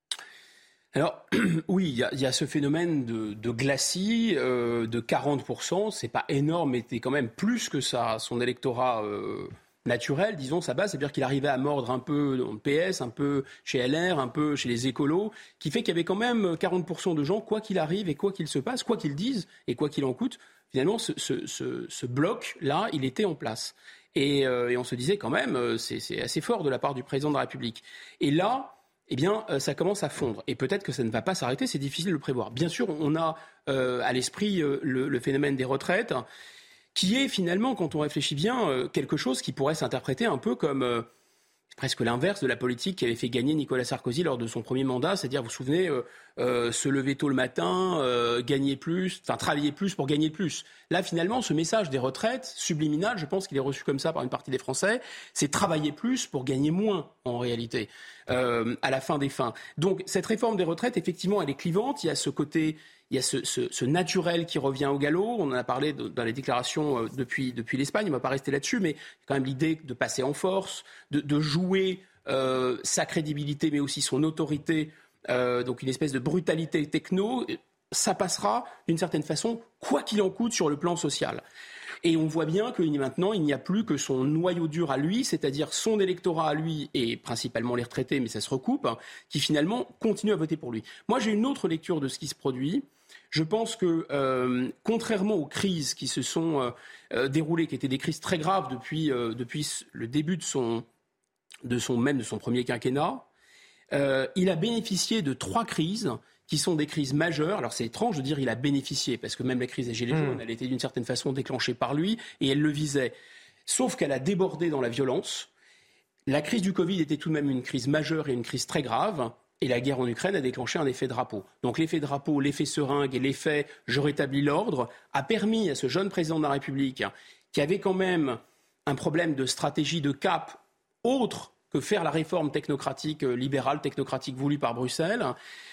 [SPEAKER 15] Alors, oui, il y, y a ce phénomène de, de glacis, euh, de quarante pour cent. C'est pas énorme, mais c'est quand même plus que ça, son électorat euh, naturel, disons, sa base. C'est-à-dire qu'il arrivait à mordre un peu dans le P S, un peu chez L R, un peu chez les écolos, qui fait qu'il y avait quand même quarante pour cent de gens, quoi qu'il arrive et quoi qu'il se passe, quoi qu'ils disent et quoi qu'il en coûte, finalement, ce, ce, ce, ce bloc-là, il était en place. Et, euh, et on se disait quand même, c'est, c'est assez fort de la part du président de la République. Et là, eh bien, euh, ça commence à fondre. Et peut-être que ça ne va pas s'arrêter, c'est difficile de le prévoir. Bien sûr, on a euh, à l'esprit euh, le, le phénomène des retraites, qui est finalement, quand on réfléchit bien, euh, quelque chose qui pourrait s'interpréter un peu comme... Euh, presque l'inverse de la politique qu'avait fait gagner Nicolas Sarkozy lors de son premier mandat, c'est-à-dire, vous vous souvenez, euh, euh, se lever tôt le matin, euh, gagner plus, enfin travailler plus pour gagner plus. Là, finalement, ce message des retraites, subliminal, je pense qu'il est reçu comme ça par une partie des Français, c'est travailler plus pour gagner moins, en réalité, euh, à la fin des fins. Donc, cette réforme des retraites, effectivement, elle est clivante, il y a ce côté... Il y a ce, ce, ce naturel qui revient au galop. On en a parlé de, dans les déclarations euh, depuis, depuis l'Espagne. On ne va pas rester là-dessus, mais quand même l'idée de passer en force, de, de jouer euh, sa crédibilité, mais aussi son autorité, euh, donc une espèce de brutalité techno, ça passera d'une certaine façon, quoi qu'il en coûte, sur le plan social. Et on voit bien que maintenant, il n'y a plus que son noyau dur à lui, c'est-à-dire son électorat à lui, et principalement les retraités, mais ça se recoupe, hein, qui finalement continuent à voter pour lui. Moi, j'ai une autre lecture de ce qui se produit. Je pense que, euh, contrairement aux crises qui se sont euh, euh, déroulées, qui étaient des crises très graves depuis, euh, depuis le début de son, de son, même de son premier quinquennat, euh, il a bénéficié de trois crises qui sont des crises majeures. Alors c'est étrange de dire il a bénéficié, parce que même la crise des Gilets jaunes, mmh. elle était d'une certaine façon déclenchée par lui, et elle le visait. Sauf qu'elle a débordé dans la violence. La crise du Covid était tout de même une crise majeure et une crise très grave. Et la guerre en Ukraine a déclenché un effet drapeau. Donc l'effet drapeau, l'effet seringue et l'effet « je rétablis l'ordre » a permis à ce jeune président de la République, qui avait quand même un problème de stratégie de cap autre que faire la réforme technocratique, libérale, technocratique voulue par Bruxelles,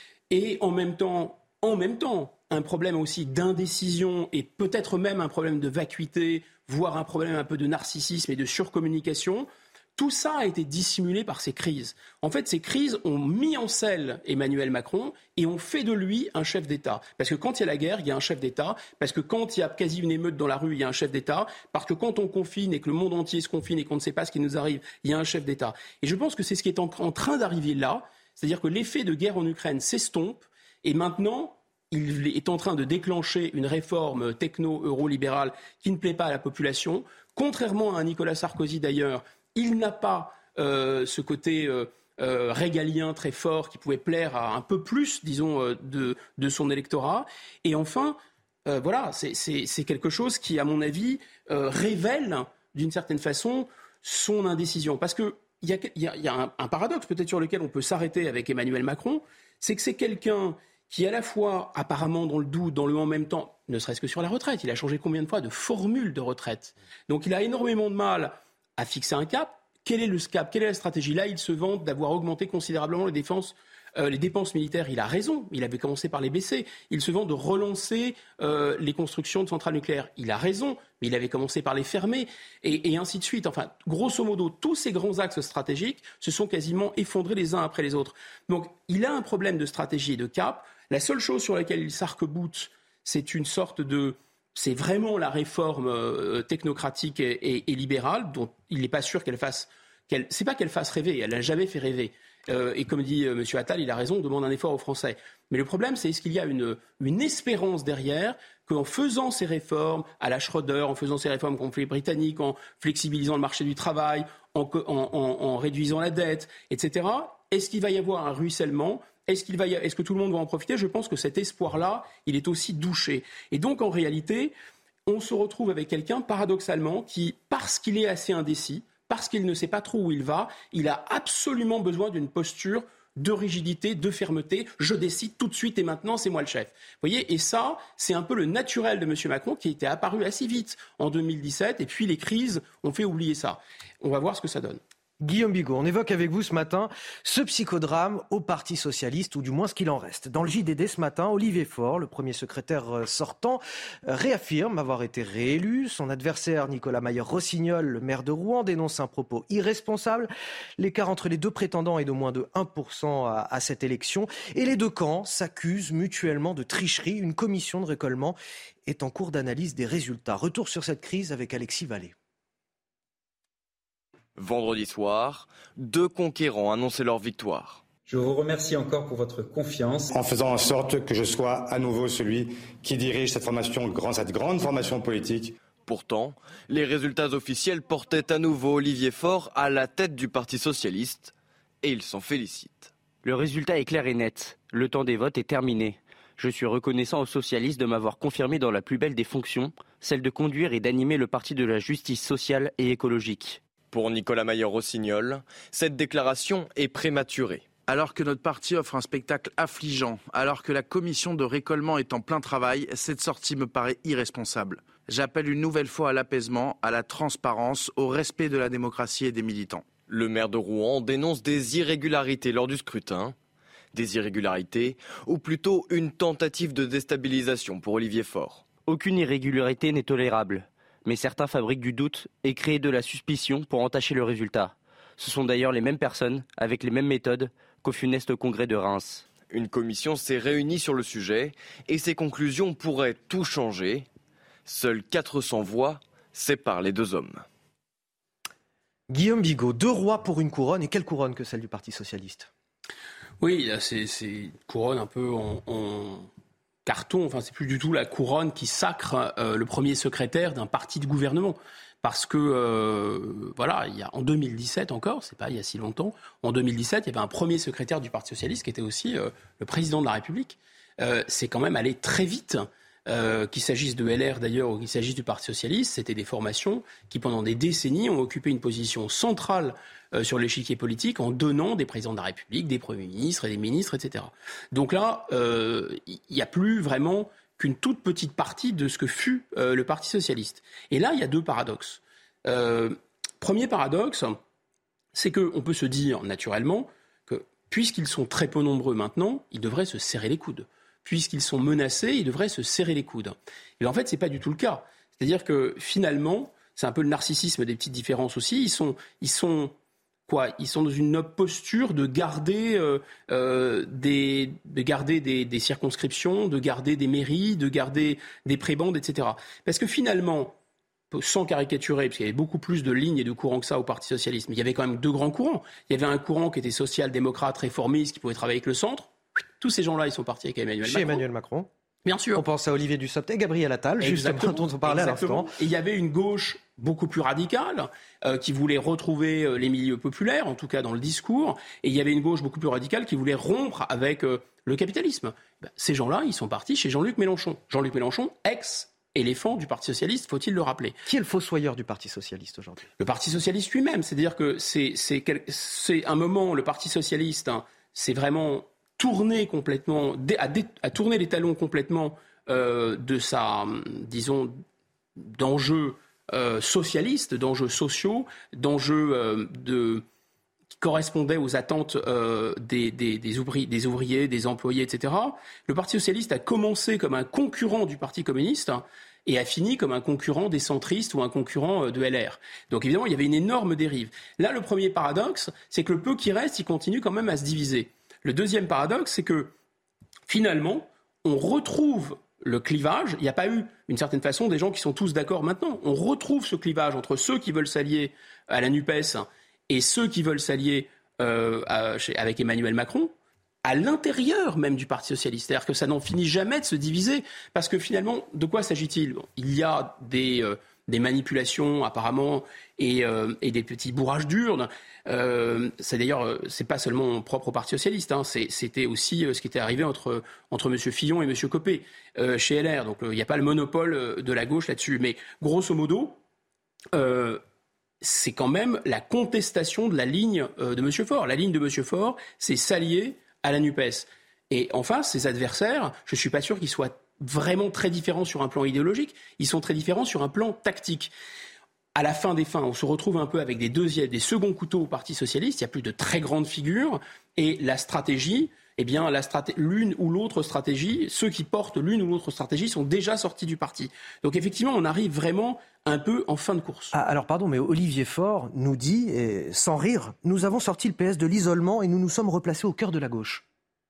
[SPEAKER 15] et en même temps, en même temps, un problème aussi d'indécision et peut-être même un problème de vacuité, voire un problème un peu de narcissisme et de surcommunication. Tout ça a été dissimulé par ces crises. En fait, ces crises ont mis en selle Emmanuel Macron et ont fait de lui un chef d'État. Parce que quand il y a la guerre, il y a un chef d'État. Parce que quand il y a quasi une émeute dans la rue, il y a un chef d'État. Parce que quand on confine et que le monde entier se confine et qu'on ne sait pas ce qui nous arrive, il y a un chef d'État. Et je pense que c'est ce qui est en, en train d'arriver là. C'est-à-dire que l'effet de guerre en Ukraine s'estompe et maintenant, il est en train de déclencher une réforme techno-eurolibérale qui ne plaît pas à la population. Contrairement à un Nicolas Sarkozy d'ailleurs, il n'a pas euh, ce côté euh, euh, régalien très fort qui pouvait plaire à un peu plus, disons, euh, de, de son électorat. Et enfin, euh, voilà, c'est, c'est, c'est quelque chose qui, à mon avis, euh, révèle d'une certaine façon son indécision. Parce qu'il y a, y a, y a un, un paradoxe peut-être sur lequel on peut s'arrêter avec Emmanuel Macron, c'est que c'est quelqu'un qui, à la fois, apparemment dans le doute, dans le en même temps, ne serait-ce que sur la retraite, il a changé combien de fois de formule de retraite. Donc il a énormément de mal à fixer un cap. Quel est le cap ? Quelle est la stratégie ? Là, il se vante d'avoir augmenté considérablement les dépenses euh, les dépenses militaires, il a raison, il avait commencé par les baisser. Il se vante de relancer euh, les constructions de centrales nucléaires, il a raison, mais il avait commencé par les fermer, et, et ainsi de suite. Enfin, grosso modo, tous ces grands axes stratégiques se sont quasiment effondrés les uns après les autres. Donc, il a un problème de stratégie et de cap. La seule chose sur laquelle il s'arc-boute, c'est une sorte de... C'est vraiment la réforme euh, technocratique et, et, et libérale, dont il n'est pas sûr qu'elle fasse... Qu'elle, c'est pas qu'elle fasse rêver, elle n'a jamais fait rêver. Euh, et comme dit euh, M. Attal, il a raison, on demande un effort aux Français. Mais le problème, c'est est-ce qu'il y a une, une espérance derrière qu'en faisant ces réformes à la Schröder, en faisant ces réformes qu'ont fait les Britanniques, en flexibilisant le marché du travail, en, en, en, en réduisant la dette, et cetera, est-ce qu'il va y avoir un ruissellement ? Est-ce, qu'il va y a, est-ce que tout le monde va en profiter ? Je pense que cet espoir-là, il est aussi douché. Et donc, en réalité, on se retrouve avec quelqu'un, paradoxalement, qui, parce qu'il est assez indécis, parce qu'il ne sait pas trop où il va, il a absolument besoin d'une posture de rigidité, de fermeté. Je décide tout de suite et maintenant, c'est moi le chef. Vous voyez, et ça, c'est un peu le naturel de M. Macron qui était apparu assez vite en deux mille dix-sept. Et puis les crises ont fait oublier ça. On va voir ce que ça donne.
[SPEAKER 1] Guillaume Bigot, on évoque avec vous ce matin ce psychodrame au Parti socialiste, ou du moins ce qu'il en reste. Dans le J D D ce matin, Olivier Faure, le premier secrétaire sortant, réaffirme avoir été réélu. Son adversaire, Nicolas Mayer-Rossignol, le maire de Rouen, dénonce un propos irresponsable. L'écart entre les deux prétendants est d'au moins de un pour cent à, à cette élection. Et les deux camps s'accusent mutuellement de tricherie. Une commission de récolement est en cours d'analyse des résultats. Retour sur cette crise avec Alexis Vallée.
[SPEAKER 4] Vendredi soir, deux conquérants annonçaient leur victoire.
[SPEAKER 7] Je vous remercie encore pour votre confiance.
[SPEAKER 14] En faisant en sorte que je sois à nouveau celui qui dirige cette formation, cette grande formation politique.
[SPEAKER 4] Pourtant, les résultats officiels portaient à nouveau Olivier Faure à la tête du Parti socialiste et il s'en félicite.
[SPEAKER 20] Le résultat est clair et net. Le temps des votes est terminé. Je suis reconnaissant aux socialistes de m'avoir confirmé dans la plus belle des fonctions, celle de conduire et d'animer le parti de la justice sociale et écologique.
[SPEAKER 4] Pour Nicolas Mayer-Rossignol, cette déclaration est prématurée.
[SPEAKER 21] Alors que notre parti offre un spectacle affligeant, alors que la commission de récolement est en plein travail, cette sortie me paraît irresponsable. J'appelle une nouvelle fois à l'apaisement, à la transparence, au respect de la démocratie et des militants.
[SPEAKER 4] Le maire de Rouen dénonce des irrégularités lors du scrutin. Des irrégularités, ou plutôt une tentative de déstabilisation pour Olivier Faure.
[SPEAKER 20] Aucune irrégularité n'est tolérable. Mais certains fabriquent du doute et créent de la suspicion pour entacher le résultat. Ce sont d'ailleurs les mêmes personnes, avec les mêmes méthodes, qu'au funeste congrès de Reims.
[SPEAKER 4] Une commission s'est réunie sur le sujet et ses conclusions pourraient tout changer. Seules quatre cents voix séparent les deux hommes.
[SPEAKER 1] Guillaume Bigot, deux rois pour une couronne, et quelle couronne que celle du Parti socialiste ?
[SPEAKER 15] Oui, là, c'est, c'est une couronne un peu en... en... carton, enfin c'est plus du tout la couronne qui sacre euh, le premier secrétaire d'un parti de gouvernement. Parce que, euh, voilà, il y a, en deux mille dix-sept encore, c'est pas il y a si longtemps, en deux mille dix-sept, il y avait un premier secrétaire du Parti socialiste qui était aussi euh, le président de la République. Euh, c'est quand même allé très vite, euh, qu'il s'agisse de L R d'ailleurs ou qu'il s'agisse du Parti socialiste, c'était des formations qui pendant des décennies ont occupé une position centrale euh, sur l'échiquier politique en donnant des présidents de la République, des premiers ministres et des ministres, et cetera. Donc là, il euh, n'y a plus vraiment qu'une toute petite partie de ce que fut euh, le Parti socialiste. Et là, il y a deux paradoxes. Euh, premier paradoxe, c'est qu'on peut se dire naturellement que puisqu'ils sont très peu nombreux maintenant, ils devraient se serrer les coudes. Puisqu'ils sont menacés, ils devraient se serrer les coudes. Et en fait, ce n'est pas du tout le cas. C'est-à-dire que finalement, c'est un peu le narcissisme des petites différences aussi, ils sont... Ils sont Quoi, ils sont dans une posture de garder, euh, euh, des, de garder des, des circonscriptions, de garder des mairies, de garder des prébendes, et cetera. Parce que finalement, sans caricaturer, parce qu'il y avait beaucoup plus de lignes et de courants que ça au Parti socialiste, mais il y avait quand même deux grands courants. Il y avait un courant qui était social-démocrate, réformiste, qui pouvait travailler avec le centre. Tous ces gens-là, ils sont partis avec Emmanuel
[SPEAKER 1] Chez
[SPEAKER 15] Macron.
[SPEAKER 1] Emmanuel Macron.
[SPEAKER 15] Bien sûr.
[SPEAKER 1] On pense à Olivier Dussopt et Gabriel Attal, justement, dont on parlait
[SPEAKER 15] Exactement.
[SPEAKER 1] à l'instant.
[SPEAKER 15] Et il y avait une gauche beaucoup plus radicale, euh, qui voulait retrouver euh, les milieux populaires, en tout cas dans le discours, et il y avait une gauche beaucoup plus radicale qui voulait rompre avec euh, le capitalisme. Ben, ces gens-là, ils sont partis chez Jean-Luc Mélenchon. Jean-Luc Mélenchon, ex-éléphant du Parti socialiste, faut-il le rappeler.
[SPEAKER 1] Qui est le fossoyeur du Parti socialiste aujourd'hui ?
[SPEAKER 15] Le Parti socialiste lui-même, c'est-à-dire que c'est, c'est, quel... c'est un moment, le Parti socialiste, hein, c'est vraiment tourner complètement, à, dé... à tourner les talons complètement euh, de sa, disons, d'enjeux Euh, socialistes, d'enjeux sociaux, d'enjeux euh, de, qui correspondait aux attentes euh, des, des, des, ouvri- des ouvriers, des employés, et cetera. Le Parti socialiste a commencé comme un concurrent du Parti communiste et a fini comme un concurrent des centristes ou un concurrent de L R. Donc évidemment, il y avait une énorme dérive. Là, le premier paradoxe, c'est que le peu qui reste, il continue quand même à se diviser. Le deuxième paradoxe, c'est que finalement, on retrouve le clivage. Il n'y a pas eu, d'une certaine façon, des gens qui sont tous d'accord maintenant. On retrouve ce clivage entre ceux qui veulent s'allier à la NUPES et ceux qui veulent s'allier euh, à, chez, avec Emmanuel Macron, à l'intérieur même du Parti socialiste. C'est-à-dire que ça n'en finit jamais de se diviser. Parce que finalement, de quoi s'agit-il ? Bon, il y a des, euh, des manipulations, apparemment, et, euh, et des petits bourrages d'urnes. Euh, c'est d'ailleurs, c'est pas seulement propre au Parti socialiste, hein, c'est, c'était aussi euh, ce qui était arrivé entre, entre M. Fillon et M. Copé euh, chez L R. Donc il euh, n'y a pas le monopole de la gauche là-dessus. Mais grosso modo, euh, c'est quand même la contestation de la ligne euh, de M. Faure. La ligne de M. Faure, c'est s'allier à la NUPES. Et en face, ses adversaires, je ne suis pas sûr qu'ils soient vraiment très différents sur un plan idéologique. Ils sont très différents sur un plan tactique. À la fin des fins, on se retrouve un peu avec des deuxièmes, des seconds couteaux au Parti socialiste. Il n'y a plus de très grandes figures. Et la stratégie, eh bien, la straté- l'une ou l'autre stratégie, ceux qui portent l'une ou l'autre stratégie sont déjà sortis du parti. Donc effectivement, on arrive vraiment un peu en fin de course.
[SPEAKER 1] Ah, alors pardon, mais Olivier Faure nous dit, et sans rire, nous avons sorti le P S de l'isolement et nous nous sommes replacés au cœur de la gauche.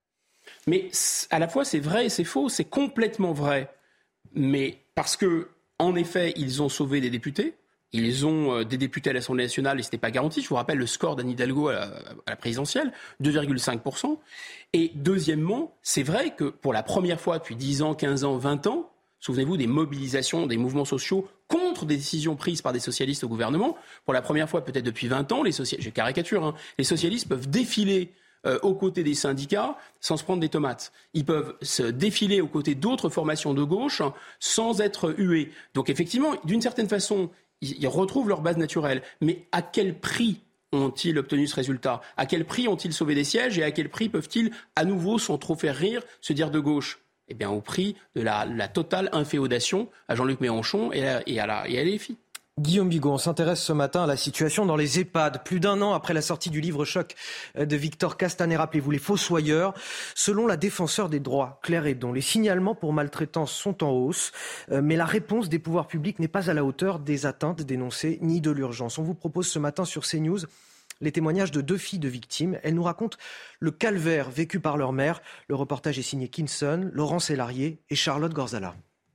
[SPEAKER 15] Mais à la fois, c'est vrai et c'est faux. C'est complètement vrai. Mais parce que, en effet, ils ont sauvé des députés. Ils ont euh, des députés à l'Assemblée nationale et ce n'était pas garanti. Je vous rappelle le score d'Anne Hidalgo à la, à la présidentielle, deux virgule cinq pour cent. Et deuxièmement, c'est vrai que pour la première fois depuis dix ans, quinze ans, vingt ans, souvenez-vous des mobilisations, des mouvements sociaux contre des décisions prises par des socialistes au gouvernement. Pour la première fois, peut-être depuis vingt ans, les socia- je caricature, hein, les socialistes peuvent défiler euh, aux côtés des syndicats sans se prendre des tomates. Ils peuvent se défiler aux côtés d'autres formations de gauche sans être hués. Donc effectivement, d'une certaine façon, ils retrouvent leur base naturelle. Mais à quel prix ont-ils obtenu ce résultat ? À quel prix ont-ils sauvé des sièges ? Et à quel prix peuvent-ils, à nouveau, sans trop faire rire, se dire de gauche ? Eh bien, au prix de la, la totale inféodation à Jean-Luc Mélenchon et à, et à, la, et à L F I.
[SPEAKER 1] Guillaume Bigot, on s'intéresse ce matin à la situation dans les EHPAD. Plus d'un an après la sortie du livre choc de Victor Castanet, rappelez-vous, Les Fossoyeurs. Selon la défenseure des droits, Claire Hédon, les signalements pour maltraitance sont en hausse, mais la réponse des pouvoirs publics n'est pas à la hauteur des atteintes dénoncées ni de l'urgence. On vous propose ce matin sur CNews les témoignages de deux filles de victimes. Elles nous racontent le calvaire vécu par leur mère. Le reportage est signé Kinson, Laurent Sélarié et Charlotte Gorzala.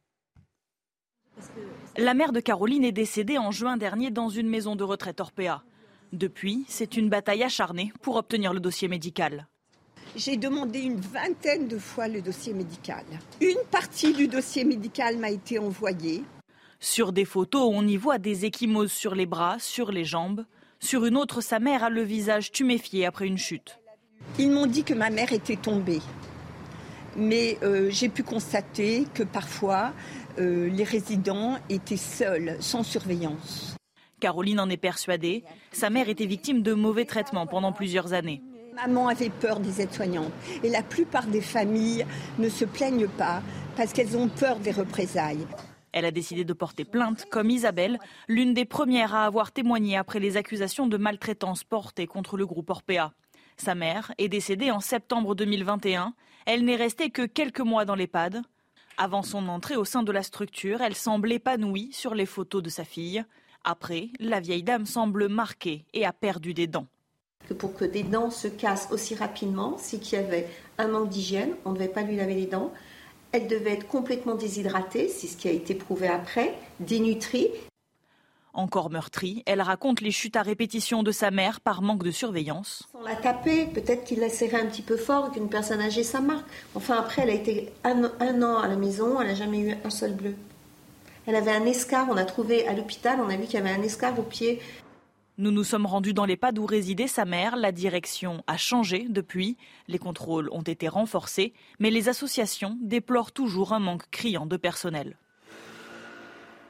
[SPEAKER 13] La mère de Caroline est décédée en juin dernier dans une maison de retraite Orpea. Depuis, c'est une bataille acharnée pour obtenir le dossier médical.
[SPEAKER 2] J'ai demandé une vingtaine de fois le dossier médical. Une partie du dossier médical m'a été envoyée.
[SPEAKER 13] Sur des photos, on y voit des ecchymoses sur les bras, sur les jambes. Sur une autre, sa mère a le visage tuméfié après une chute.
[SPEAKER 2] Ils m'ont dit que ma mère était tombée. Mais euh, j'ai pu constater que parfois, euh, les résidents étaient seuls, sans surveillance.
[SPEAKER 13] Caroline en est persuadée. Sa mère était victime de mauvais traitements pendant plusieurs années.
[SPEAKER 2] Maman avait peur des aides-soignantes. Et la plupart des familles ne se plaignent pas parce qu'elles ont peur des représailles.
[SPEAKER 13] Elle a décidé de porter plainte, comme Isabelle, l'une des premières à avoir témoigné après les accusations de maltraitance portées contre le groupe Orpea. Sa mère est décédée en septembre deux mille vingt et un. Elle n'est restée que quelques mois dans l'EHPAD. Avant son entrée au sein de la structure, elle semble épanouie sur les photos de sa fille. Après, la vieille dame semble marquée et a perdu des dents.
[SPEAKER 5] Pour que des dents se cassent aussi rapidement, c'est qu'il y avait un manque d'hygiène, on ne devait pas lui laver les dents. Elle devait être complètement déshydratée, c'est ce qui a été prouvé après, dénutrie.
[SPEAKER 13] Encore meurtrie, elle raconte les chutes à répétition de sa mère par manque de surveillance.
[SPEAKER 5] On l'a tapée, peut-être qu'il l'a serré un petit peu fort, qu'une personne âgée, ça marque. Enfin, après, elle a été un, un an à la maison, elle n'a jamais eu un seul bleu. Elle avait un escar, on a trouvé à l'hôpital, on a vu qu'il y avait un escar au pied.
[SPEAKER 13] Nous nous sommes rendus dans l'EHPAD où résidait sa mère. La direction a changé depuis. Les contrôles ont été renforcés, mais les associations déplorent toujours un manque criant de personnel.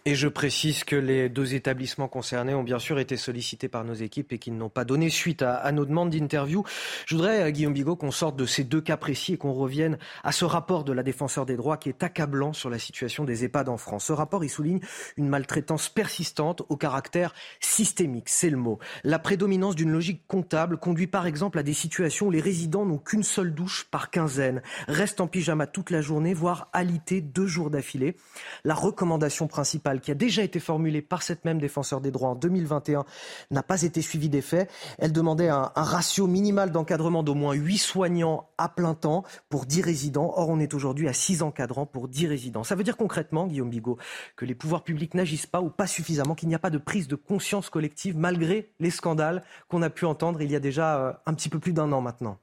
[SPEAKER 1] Et je précise que les deux établissements concernés ont bien sûr été sollicités par nos équipes et qu'ils n'ont pas donné suite à, à nos demandes d'interview. Je voudrais, Guillaume Bigot, qu'on sorte de ces deux cas précis et qu'on revienne à ce rapport de la Défenseure des droits qui est accablant sur la situation des EHPAD en France. Ce rapport, il souligne une maltraitance persistante au caractère systémique, c'est le mot. La prédominance d'une logique comptable conduit par exemple à des situations où les résidents n'ont qu'une seule douche par quinzaine, restent en pyjama toute la journée, voire alités deux jours d'affilée. La recommandation principale qui a déjà été formulée par cette même Défenseure des droits en deux mille vingt et un n'a pas été suivie d'effet. Elle demandait un, un ratio minimal d'encadrement d'au moins huit soignants à plein temps pour dix résidents. Or, on est aujourd'hui à six encadrants pour dix résidents. Ça veut dire concrètement, Guillaume Bigot, que les pouvoirs publics n'agissent pas ou pas suffisamment, qu'il n'y a pas de prise de conscience collective malgré les scandales qu'on a pu entendre il y a déjà un petit peu plus d'un an maintenant.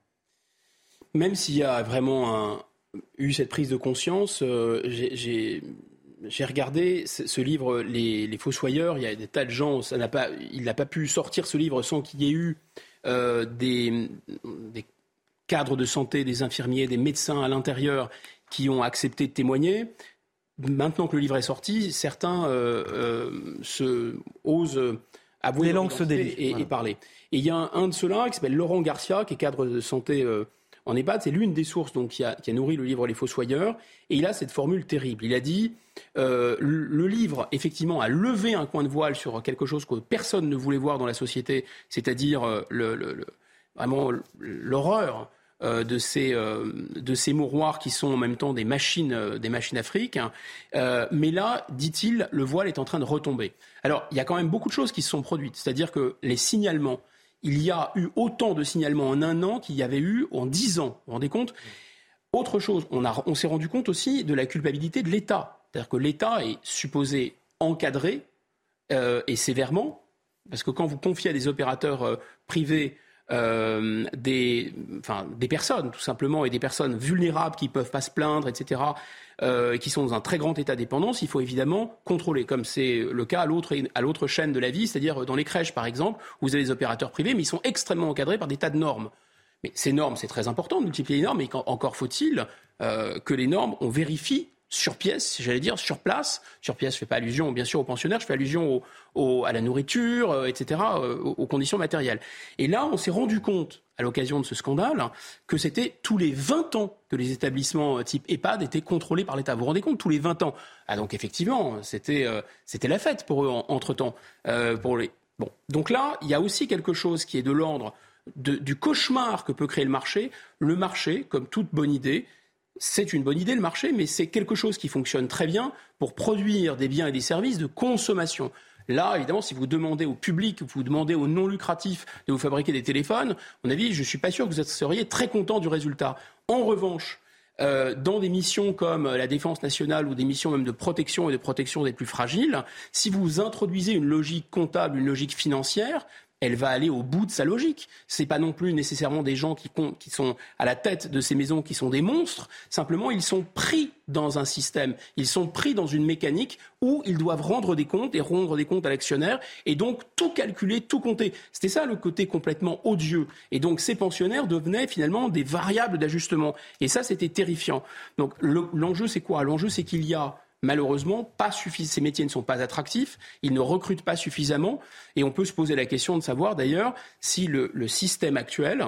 [SPEAKER 15] Même s'il y a vraiment un, eu cette prise de conscience, euh, j'ai... j'ai... J'ai regardé ce livre, Les, les Fossoyeurs. Il y a des tas de gens. Ça n'a pas, il n'a pas pu sortir ce livre sans qu'il y ait eu euh, des, des cadres de santé, des infirmiers, des médecins à l'intérieur qui ont accepté de témoigner. Maintenant que le livre est sorti, certains euh, euh, se, osent avouer
[SPEAKER 1] les langues se délient
[SPEAKER 15] et,
[SPEAKER 1] voilà.
[SPEAKER 15] et parler. Et il y a un, un de ceux-là qui s'appelle Laurent Garcia, qui est cadre de santé euh, en EHPAD. C'est l'une des sources donc, qui, a, qui a nourri le livre Les Fossoyeurs. Et il a cette formule terrible. Il a dit euh, le, le livre, effectivement, a levé un coin de voile sur quelque chose que personne ne voulait voir dans la société, c'est-à-dire euh, le, le, le, vraiment l'horreur euh, de, ces, euh, de ces mouroirs qui sont en même temps des machines, euh, des machines à fric. Hein. Euh, mais là, dit-il, le voile est en train de retomber. Alors, il y a quand même beaucoup de choses qui se sont produites. C'est-à-dire que les signalements, il y a eu autant de signalements en un an qu'il y avait eu en dix ans. Vous vous rendez compte ? Autre chose, on, a, on s'est rendu compte aussi de la culpabilité de l'État. C'est-à-dire que l'État est supposé encadrer euh, et sévèrement, parce que quand vous confiez à des opérateurs euh, privés euh, des, enfin, des personnes, tout simplement, et des personnes vulnérables qui ne peuvent pas se plaindre, et cetera, euh, qui sont dans un très grand état de dépendance, il faut évidemment contrôler, comme c'est le cas à l'autre, à l'autre chaîne de la vie, c'est-à-dire dans les crèches, par exemple, où vous avez des opérateurs privés, mais ils sont extrêmement encadrés par des tas de normes. Mais ces normes, c'est très important de multiplier les normes, mais encore faut-il euh, que les normes, on vérifie sur pièce, j'allais dire sur place. Sur pièce, je ne fais pas allusion, bien sûr, aux pensionnaires, je fais allusion au, au, à la nourriture, euh, et cetera, euh, aux, aux conditions matérielles. Et là, on s'est rendu compte, à l'occasion de ce scandale, que c'était tous les vingt ans que les établissements type EHPAD étaient contrôlés par l'État. Vous vous rendez compte, tous les vingt ans. Ah donc effectivement, c'était, euh, c'était la fête pour eux, en, entre-temps. Euh, pour les... bon. Donc là, il y a aussi quelque chose qui est de l'ordre De, du cauchemar que peut créer le marché. Le marché, comme toute bonne idée, c'est une bonne idée le marché, mais c'est quelque chose qui fonctionne très bien pour produire des biens et des services de consommation. Là, évidemment, si vous demandez au public, vous demandez aux non lucratifs de vous fabriquer des téléphones, à mon avis, je ne suis pas sûr que vous seriez très content du résultat. En revanche, euh, dans des missions comme la défense nationale ou des missions même de protection et de protection des plus fragiles, si vous introduisez une logique comptable, une logique financière, elle va aller au bout de sa logique. Ce n'est pas non plus nécessairement des gens qui, qui sont à la tête de ces maisons qui sont des monstres. Simplement, ils sont pris dans un système. Ils sont pris dans une mécanique où ils doivent rendre des comptes et rendre des comptes à l'actionnaire et donc tout calculer, tout compter. C'était ça le côté complètement odieux. Et donc ces pensionnaires devenaient finalement des variables d'ajustement. Et ça, c'était terrifiant. Donc le, l'enjeu, c'est quoi ? L'enjeu, c'est qu'il y a malheureusement, pas suffi- ces métiers ne sont pas attractifs, ils ne recrutent pas suffisamment, et on peut se poser la question de savoir d'ailleurs si le, le système actuel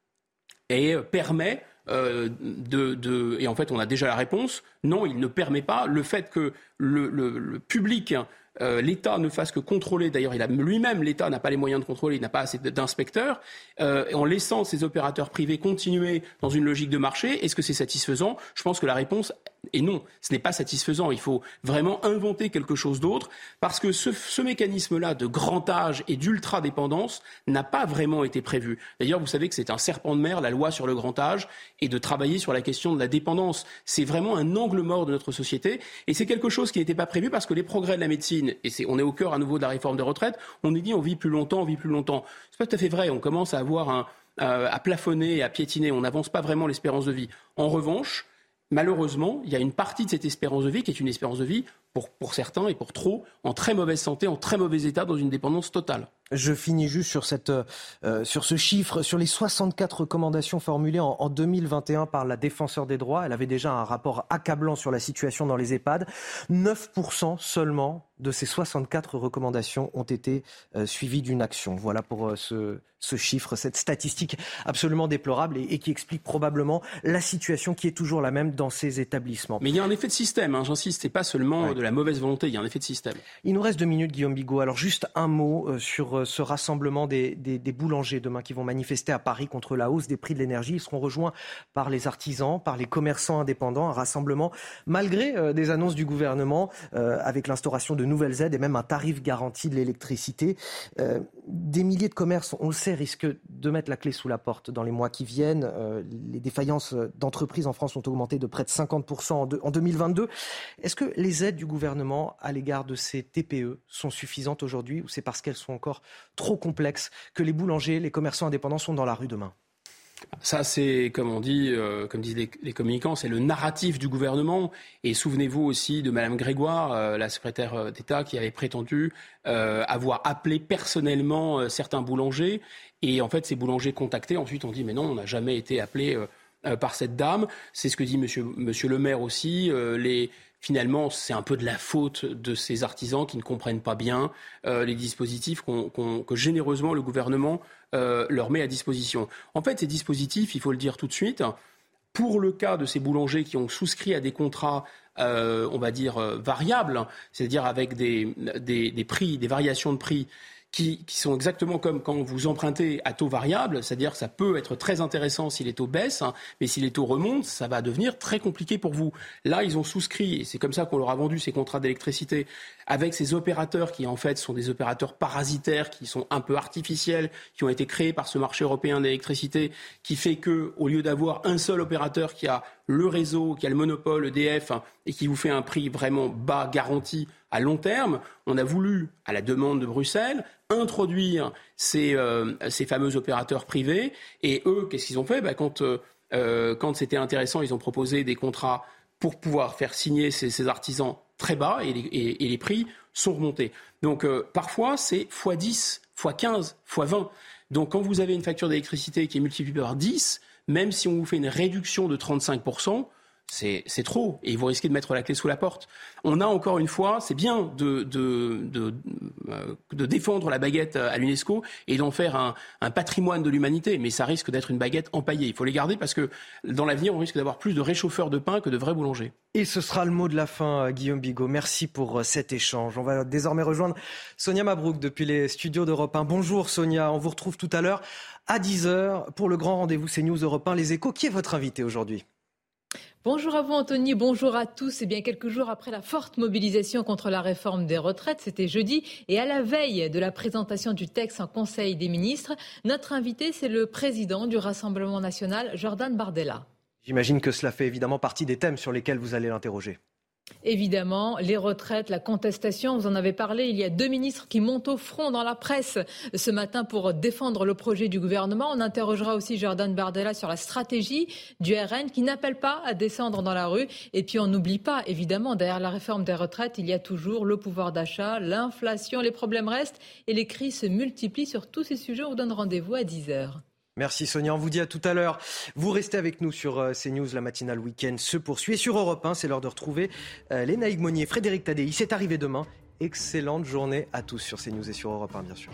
[SPEAKER 15] est, permet euh, de, de... Et en fait, on a déjà la réponse, non, il ne permet pas le fait que le, le, le public... Euh, l'État ne fasse que contrôler, d'ailleurs il a, lui-même l'État n'a pas les moyens de contrôler, il n'a pas assez d'inspecteurs, euh, en laissant ces opérateurs privés continuer dans une logique de marché, est-ce que c'est satisfaisant ? Je pense que la réponse est non, ce n'est pas satisfaisant, il faut vraiment inventer quelque chose d'autre, parce que ce, ce mécanisme-là de grand âge et d'ultra-dépendance n'a pas vraiment été prévu. D'ailleurs vous savez que c'est un serpent de mer, la loi sur le grand âge, et de travailler sur la question de la dépendance. C'est vraiment un angle mort de notre société, et c'est quelque chose qui n'était pas prévu parce que les progrès de la médecine, et c'est, on est au cœur à nouveau de la réforme des retraites, on nous dit on vit plus longtemps, on vit plus longtemps. C'est pas tout à fait vrai, on commence à avoir un, euh, à plafonner et à piétiner, on n'avance pas vraiment l'espérance de vie. En revanche, malheureusement, il y a une partie de cette espérance de vie qui est une espérance de vie, pour, pour certains et pour trop, en très mauvaise santé, en très mauvais état, dans une dépendance totale.
[SPEAKER 1] Je finis juste sur, cette, euh, sur ce chiffre, sur les soixante-quatre recommandations formulées en, en deux mille vingt et un par la Défenseure des droits. Elle avait déjà un rapport accablant sur la situation dans les EHPAD. neuf pour cent seulement de ces soixante-quatre recommandations ont été euh, suivies d'une action. Voilà pour euh, ce, ce chiffre, cette statistique absolument déplorable et, et qui explique probablement la situation qui est toujours la même dans ces établissements.
[SPEAKER 15] Mais il y a un effet de système, hein, j'insiste, c'est pas seulement ouais. de la mauvaise volonté, il y a un effet de système.
[SPEAKER 1] Il nous reste deux minutes, Guillaume Bigot. Alors juste un mot euh, sur euh, ce rassemblement des, des, des boulangers demain qui vont manifester à Paris contre la hausse des prix de l'énergie. Ils seront rejoints par les artisans, par les commerçants indépendants. Un rassemblement malgré euh, des annonces du gouvernement euh, avec l'instauration de nouvelles aides et même un tarif garanti de l'électricité. Euh, des milliers de commerces, on le sait, risquent de mettre la clé sous la porte dans les mois qui viennent. Euh, les défaillances d'entreprises en France ont augmenté de près de cinquante pour cent en, de, en deux mille vingt-deux. Est-ce que les aides du gouvernement à l'égard de ces T P E sont suffisantes aujourd'hui ou c'est parce qu'elles sont encore trop complexes que les boulangers, les commerçants indépendants sont dans la rue demain ?
[SPEAKER 15] Ça, c'est, comme on dit, euh, comme disent les, les communicants, c'est le narratif du gouvernement. Et souvenez-vous aussi de Madame Grégoire, euh, la secrétaire d'État, qui avait prétendu euh, avoir appelé personnellement euh, certains boulangers. Et en fait, ces boulangers contactés, ensuite, ont dit « mais non, on n'a jamais été appelé euh, euh, par cette dame ». C'est ce que dit Monsieur, monsieur le maire aussi. Euh, les... Finalement, c'est un peu de la faute de ces artisans qui ne comprennent pas bien euh, les dispositifs qu'on, qu'on, que généreusement le gouvernement euh, leur met à disposition. En fait, ces dispositifs, il faut le dire tout de suite, pour le cas de ces boulangers qui ont souscrit à des contrats, euh, on va dire, euh, variables, c'est-à-dire avec des, des, des prix, des variations de prix, Qui, qui sont exactement comme quand vous empruntez à taux variable, c'est-à-dire que ça peut être très intéressant si les taux baissent, hein, mais si les taux remontent, ça va devenir très compliqué pour vous. Là, ils ont souscrit, et c'est comme ça qu'on leur a vendu ces contrats d'électricité, avec ces opérateurs qui en fait sont des opérateurs parasitaires, qui sont un peu artificiels, qui ont été créés par ce marché européen d'électricité, qui fait que, au lieu d'avoir un seul opérateur qui a le réseau, qui a le monopole, E D F, hein, et qui vous fait un prix vraiment bas garanti à long terme, on a voulu, à la demande de Bruxelles, introduire ces, euh, ces fameux opérateurs privés. Et eux, qu'est-ce qu'ils ont fait ? bah, quand, euh, quand c'était intéressant, ils ont proposé des contrats pour pouvoir faire signer ces, ces artisans très bas et les, et, et les prix sont remontés. Donc euh, parfois, c'est fois dix, fois quinze, fois vingt. Donc quand vous avez une facture d'électricité qui est multipliée par dix, même si on vous fait une réduction de trente-cinq pour cent, C'est, c'est trop et vous risquez de mettre la clé sous la porte. On a encore une fois, c'est bien de, de, de, de défendre la baguette à l'UNESCO et d'en faire un, un patrimoine de l'humanité, mais ça risque d'être une baguette empaillée. Il faut les garder parce que dans l'avenir, on risque d'avoir plus de réchauffeurs de pain que de vrais boulangers.
[SPEAKER 1] Et ce sera le mot de la fin, Guillaume Bigot. Merci pour cet échange. On va désormais rejoindre Sonia Mabrouk depuis les studios d'Europe un. Bonjour Sonia, on vous retrouve tout à l'heure à dix heures pour le grand rendez-vous CNews Europe un Les Échos. Qui est votre invité aujourd'hui ?
[SPEAKER 6] Bonjour à vous Anthony, bonjour à tous. Eh bien, quelques jours après la forte mobilisation contre la réforme des retraites, c'était jeudi, et à la veille de la présentation du texte en Conseil des ministres, notre invité, c'est le président du Rassemblement national, Jordan Bardella.
[SPEAKER 1] J'imagine que cela fait évidemment partie des thèmes sur lesquels vous allez l'interroger.
[SPEAKER 6] Évidemment, les retraites, la contestation, vous en avez parlé, il y a deux ministres qui montent au front dans la presse ce matin pour défendre le projet du gouvernement. On interrogera aussi Jordan Bardella sur la stratégie du R N qui n'appelle pas à descendre dans la rue. Et puis on n'oublie pas, évidemment, derrière la réforme des retraites, il y a toujours le pouvoir d'achat, l'inflation, les problèmes restent et les crises se multiplient. Sur tous ces sujets, on vous donne rendez-vous à dix heures.
[SPEAKER 1] Merci Sonia, on vous dit à tout à l'heure. Vous restez avec nous sur euh, CNews, la matinale week-end se poursuit. Et sur Europe un, c'est l'heure de retrouver euh, Léna Higmonier, Frédéric Tadei. C'est arrivé demain. Excellente journée à tous sur CNews et sur Europe un, bien sûr.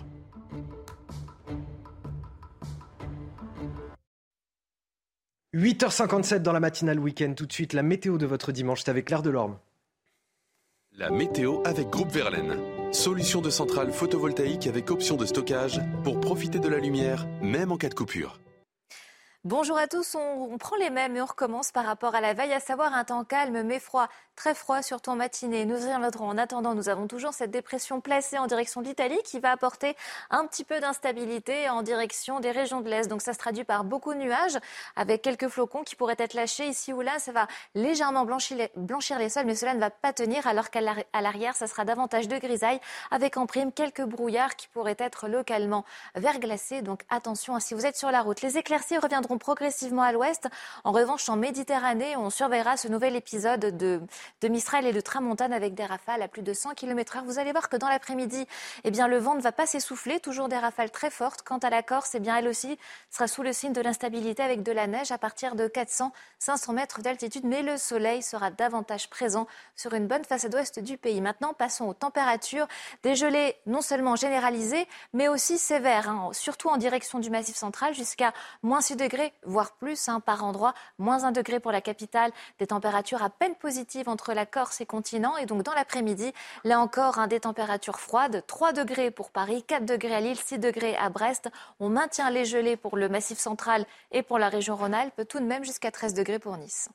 [SPEAKER 1] huit heures cinquante-sept dans la matinale week-end. Tout de suite, la météo de votre dimanche. C'est avec Claire Delorme.
[SPEAKER 8] La météo avec Groupe Verlaine. Solution de centrale photovoltaïque avec option de stockage pour profiter de la lumière, même en cas de coupure.
[SPEAKER 10] Bonjour à tous, on, on prend les mêmes et on recommence par rapport à la veille, à savoir un temps calme mais froid, très froid surtout en matinée. Nous y reviendrons. En attendant, nous avons toujours cette dépression placée en direction de l'Italie qui va apporter un petit peu d'instabilité en direction des régions de l'Est. Donc ça se traduit par beaucoup de nuages avec quelques flocons qui pourraient être lâchés ici ou là. Ça va légèrement blanchir les, blanchir les sols mais cela ne va pas tenir alors qu'à l'arrière, ça sera davantage de grisaille avec en prime quelques brouillards qui pourraient être localement verglacés. Donc attention, si vous êtes sur la route, les éclaircies reviendront s'éloigneront progressivement à l'ouest. En revanche, en Méditerranée, on surveillera ce nouvel épisode de, de Mistral et de Tramontane avec des rafales à plus de cent kilomètres heure. Vous allez voir que dans l'après-midi, eh bien, le vent ne va pas s'essouffler, toujours des rafales très fortes. Quant à la Corse, eh bien, elle aussi sera sous le signe de l'instabilité avec de la neige à partir de quatre cents à cinq cents mètres d'altitude. Mais le soleil sera davantage présent sur une bonne façade ouest du pays. Maintenant, passons aux températures. Des gelées non seulement généralisées, mais aussi sévères, hein, surtout en direction du Massif central, jusqu'à moins six degrés, voire plus hein, par endroit. Moins un degré pour la capitale. Des températures à peine positives entre la Corse et continent. Et donc dans l'après-midi, là encore, hein, des températures froides. trois degrés pour Paris, quatre degrés à Lille, six degrés à Brest. On maintient les gelées pour le Massif central et pour la région Rhône-Alpes, tout de même jusqu'à treize degrés pour Nice.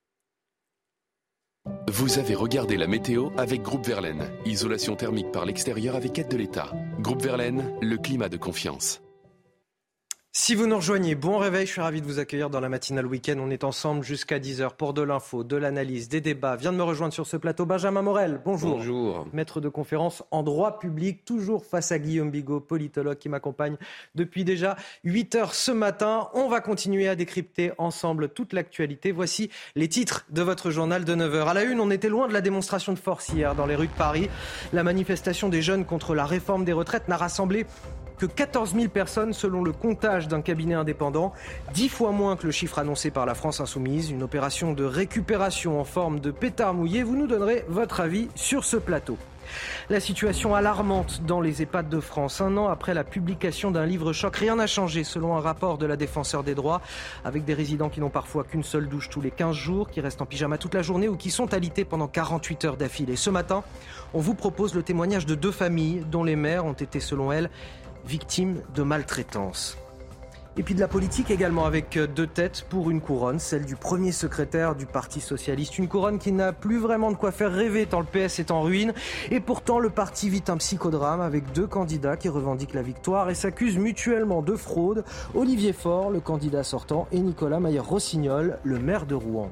[SPEAKER 8] Vous avez regardé la météo avec Groupe Verlaine. Isolation thermique par l'extérieur avec aide de l'État. Groupe Verlaine, le climat de confiance.
[SPEAKER 1] Si vous nous rejoignez, bon réveil, je suis ravi de vous accueillir dans la matinale week-end. On est ensemble jusqu'à dix heures pour de l'info, de l'analyse, des débats. Vient de me rejoindre sur ce plateau Benjamin Morel, bonjour.
[SPEAKER 9] Bonjour.
[SPEAKER 1] Maître de conférence en droit public, toujours face à Guillaume Bigot, politologue qui m'accompagne depuis déjà huit heures ce matin. On va continuer à décrypter ensemble toute l'actualité. Voici les titres de votre journal de neuf heures. À la une, on était loin de la démonstration de force hier dans les rues de Paris. La manifestation des jeunes contre la réforme des retraites n'a rassemblé que quatorze mille personnes selon le comptage d'un cabinet indépendant, dix fois moins que le chiffre annoncé par la France Insoumise. Une opération de récupération en forme de pétard mouillé. Vous nous donnerez votre avis sur ce plateau. La situation alarmante dans les EHPAD de France. Un an après la publication d'un livre choc, rien n'a changé selon un rapport de la Défenseure des droits, avec des résidents qui n'ont parfois qu'une seule douche tous les quinze jours, qui restent en pyjama toute la journée ou qui sont alités pendant quarante-huit heures d'affilée. Ce matin, on vous propose le témoignage de deux familles dont les mères ont été, selon elles, victimes de maltraitance. Et puis de la politique également, avec deux têtes pour une couronne, celle du premier secrétaire du Parti socialiste. Une couronne qui n'a plus vraiment de quoi faire rêver tant le P S est en ruine. Et pourtant, le parti vit un psychodrame avec deux candidats qui revendiquent la victoire et s'accusent mutuellement de fraude. Olivier Faure, le candidat sortant, et Nicolas Mayer-Rossignol, le maire de Rouen.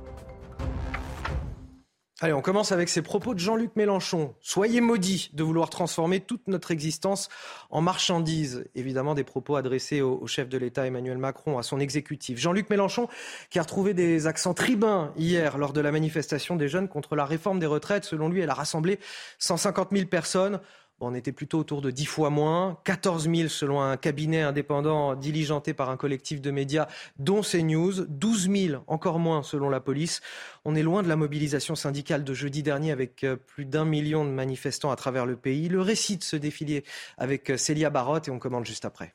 [SPEAKER 1] Allez, on commence avec ces propos de Jean-Luc Mélenchon. Soyez maudits de vouloir transformer toute notre existence en marchandise. Évidemment, des propos adressés au, au chef de l'État Emmanuel Macron, à son exécutif. Jean-Luc Mélenchon qui a retrouvé des accents tribuns hier lors de la manifestation des jeunes contre la réforme des retraites. Selon lui, elle a rassemblé cent cinquante mille personnes. On était plutôt autour de dix fois moins, quatorze mille selon un cabinet indépendant diligenté par un collectif de médias dont CNews, douze mille encore moins selon la police. On est loin de la mobilisation syndicale de jeudi dernier avec plus d'un million de manifestants à travers le pays. Le récit de ce défilé avec Célia Barotte et on commente juste après.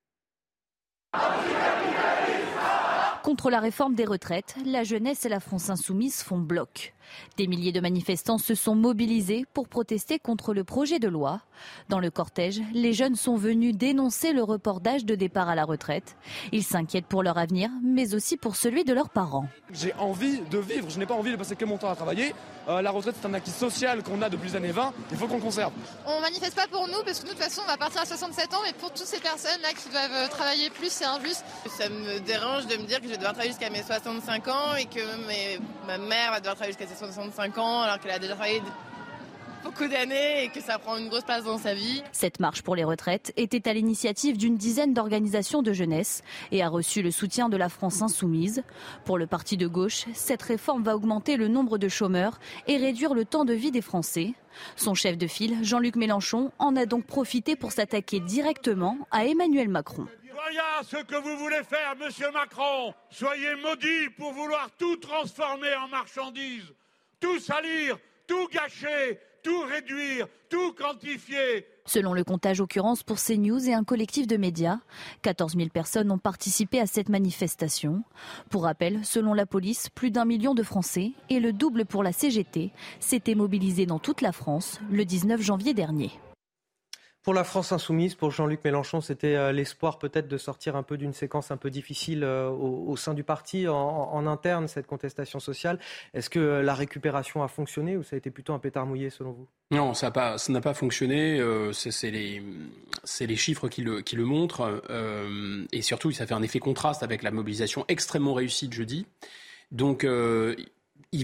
[SPEAKER 13] Contre la réforme des retraites, la jeunesse et la France Insoumise font bloc. Des milliers de manifestants se sont mobilisés pour protester contre le projet de loi. Dans le cortège, les jeunes sont venus dénoncer le report d'âge de départ à la retraite. Ils s'inquiètent pour leur avenir, mais aussi pour celui de leurs parents.
[SPEAKER 16] J'ai envie de vivre, je n'ai pas envie de passer que mon temps à travailler. Euh, la retraite, c'est un acquis social qu'on a depuis les années vingt, il faut qu'on conserve.
[SPEAKER 17] On manifeste pas pour nous, parce que nous, de toute façon, on va partir à soixante-sept ans, mais pour toutes ces personnes-là qui doivent travailler plus, c'est injuste.
[SPEAKER 18] Ça me dérange de me dire que je vais devoir travailler jusqu'à mes soixante-cinq ans et que mes... ma mère va devoir travailler jusqu'à ses soixante-cinq ans alors qu'elle a déjà travaillé beaucoup d'années et que ça prend une grosse place dans sa vie.
[SPEAKER 13] Cette marche pour les retraites était à l'initiative d'une dizaine d'organisations de jeunesse et a reçu le soutien de la France Insoumise. Pour le parti de gauche, cette réforme va augmenter le nombre de chômeurs et réduire le temps de vie des Français. Son chef de file, Jean-Luc Mélenchon, en a donc profité pour s'attaquer directement à Emmanuel Macron.
[SPEAKER 19] Voyez ce que vous voulez faire, monsieur Macron. Soyez maudit pour vouloir tout transformer en marchandise, tout salir, tout gâcher, tout réduire, tout quantifier.
[SPEAKER 13] Selon le comptage occurrence pour CNews et un collectif de médias, quatorze mille personnes ont participé à cette manifestation. Pour rappel, selon la police, plus d'un million de Français et le double pour la C G T s'étaient mobilisés dans toute la France le dix-neuf janvier dernier.
[SPEAKER 1] Pour la France Insoumise, pour Jean-Luc Mélenchon, c'était euh, l'espoir peut-être de sortir un peu d'une séquence un peu difficile euh, au, au sein du parti, en, en interne, cette contestation sociale. Est-ce que euh, la récupération a fonctionné ou ça a été plutôt un pétard mouillé selon vous ?
[SPEAKER 15] Non, ça n'a pas, ça n'a pas fonctionné. Euh, c'est, c'est, les, c'est les chiffres qui le, qui le montrent. Euh, et surtout, ça fait un effet contraste avec la mobilisation extrêmement réussie de jeudi. Donc, euh, il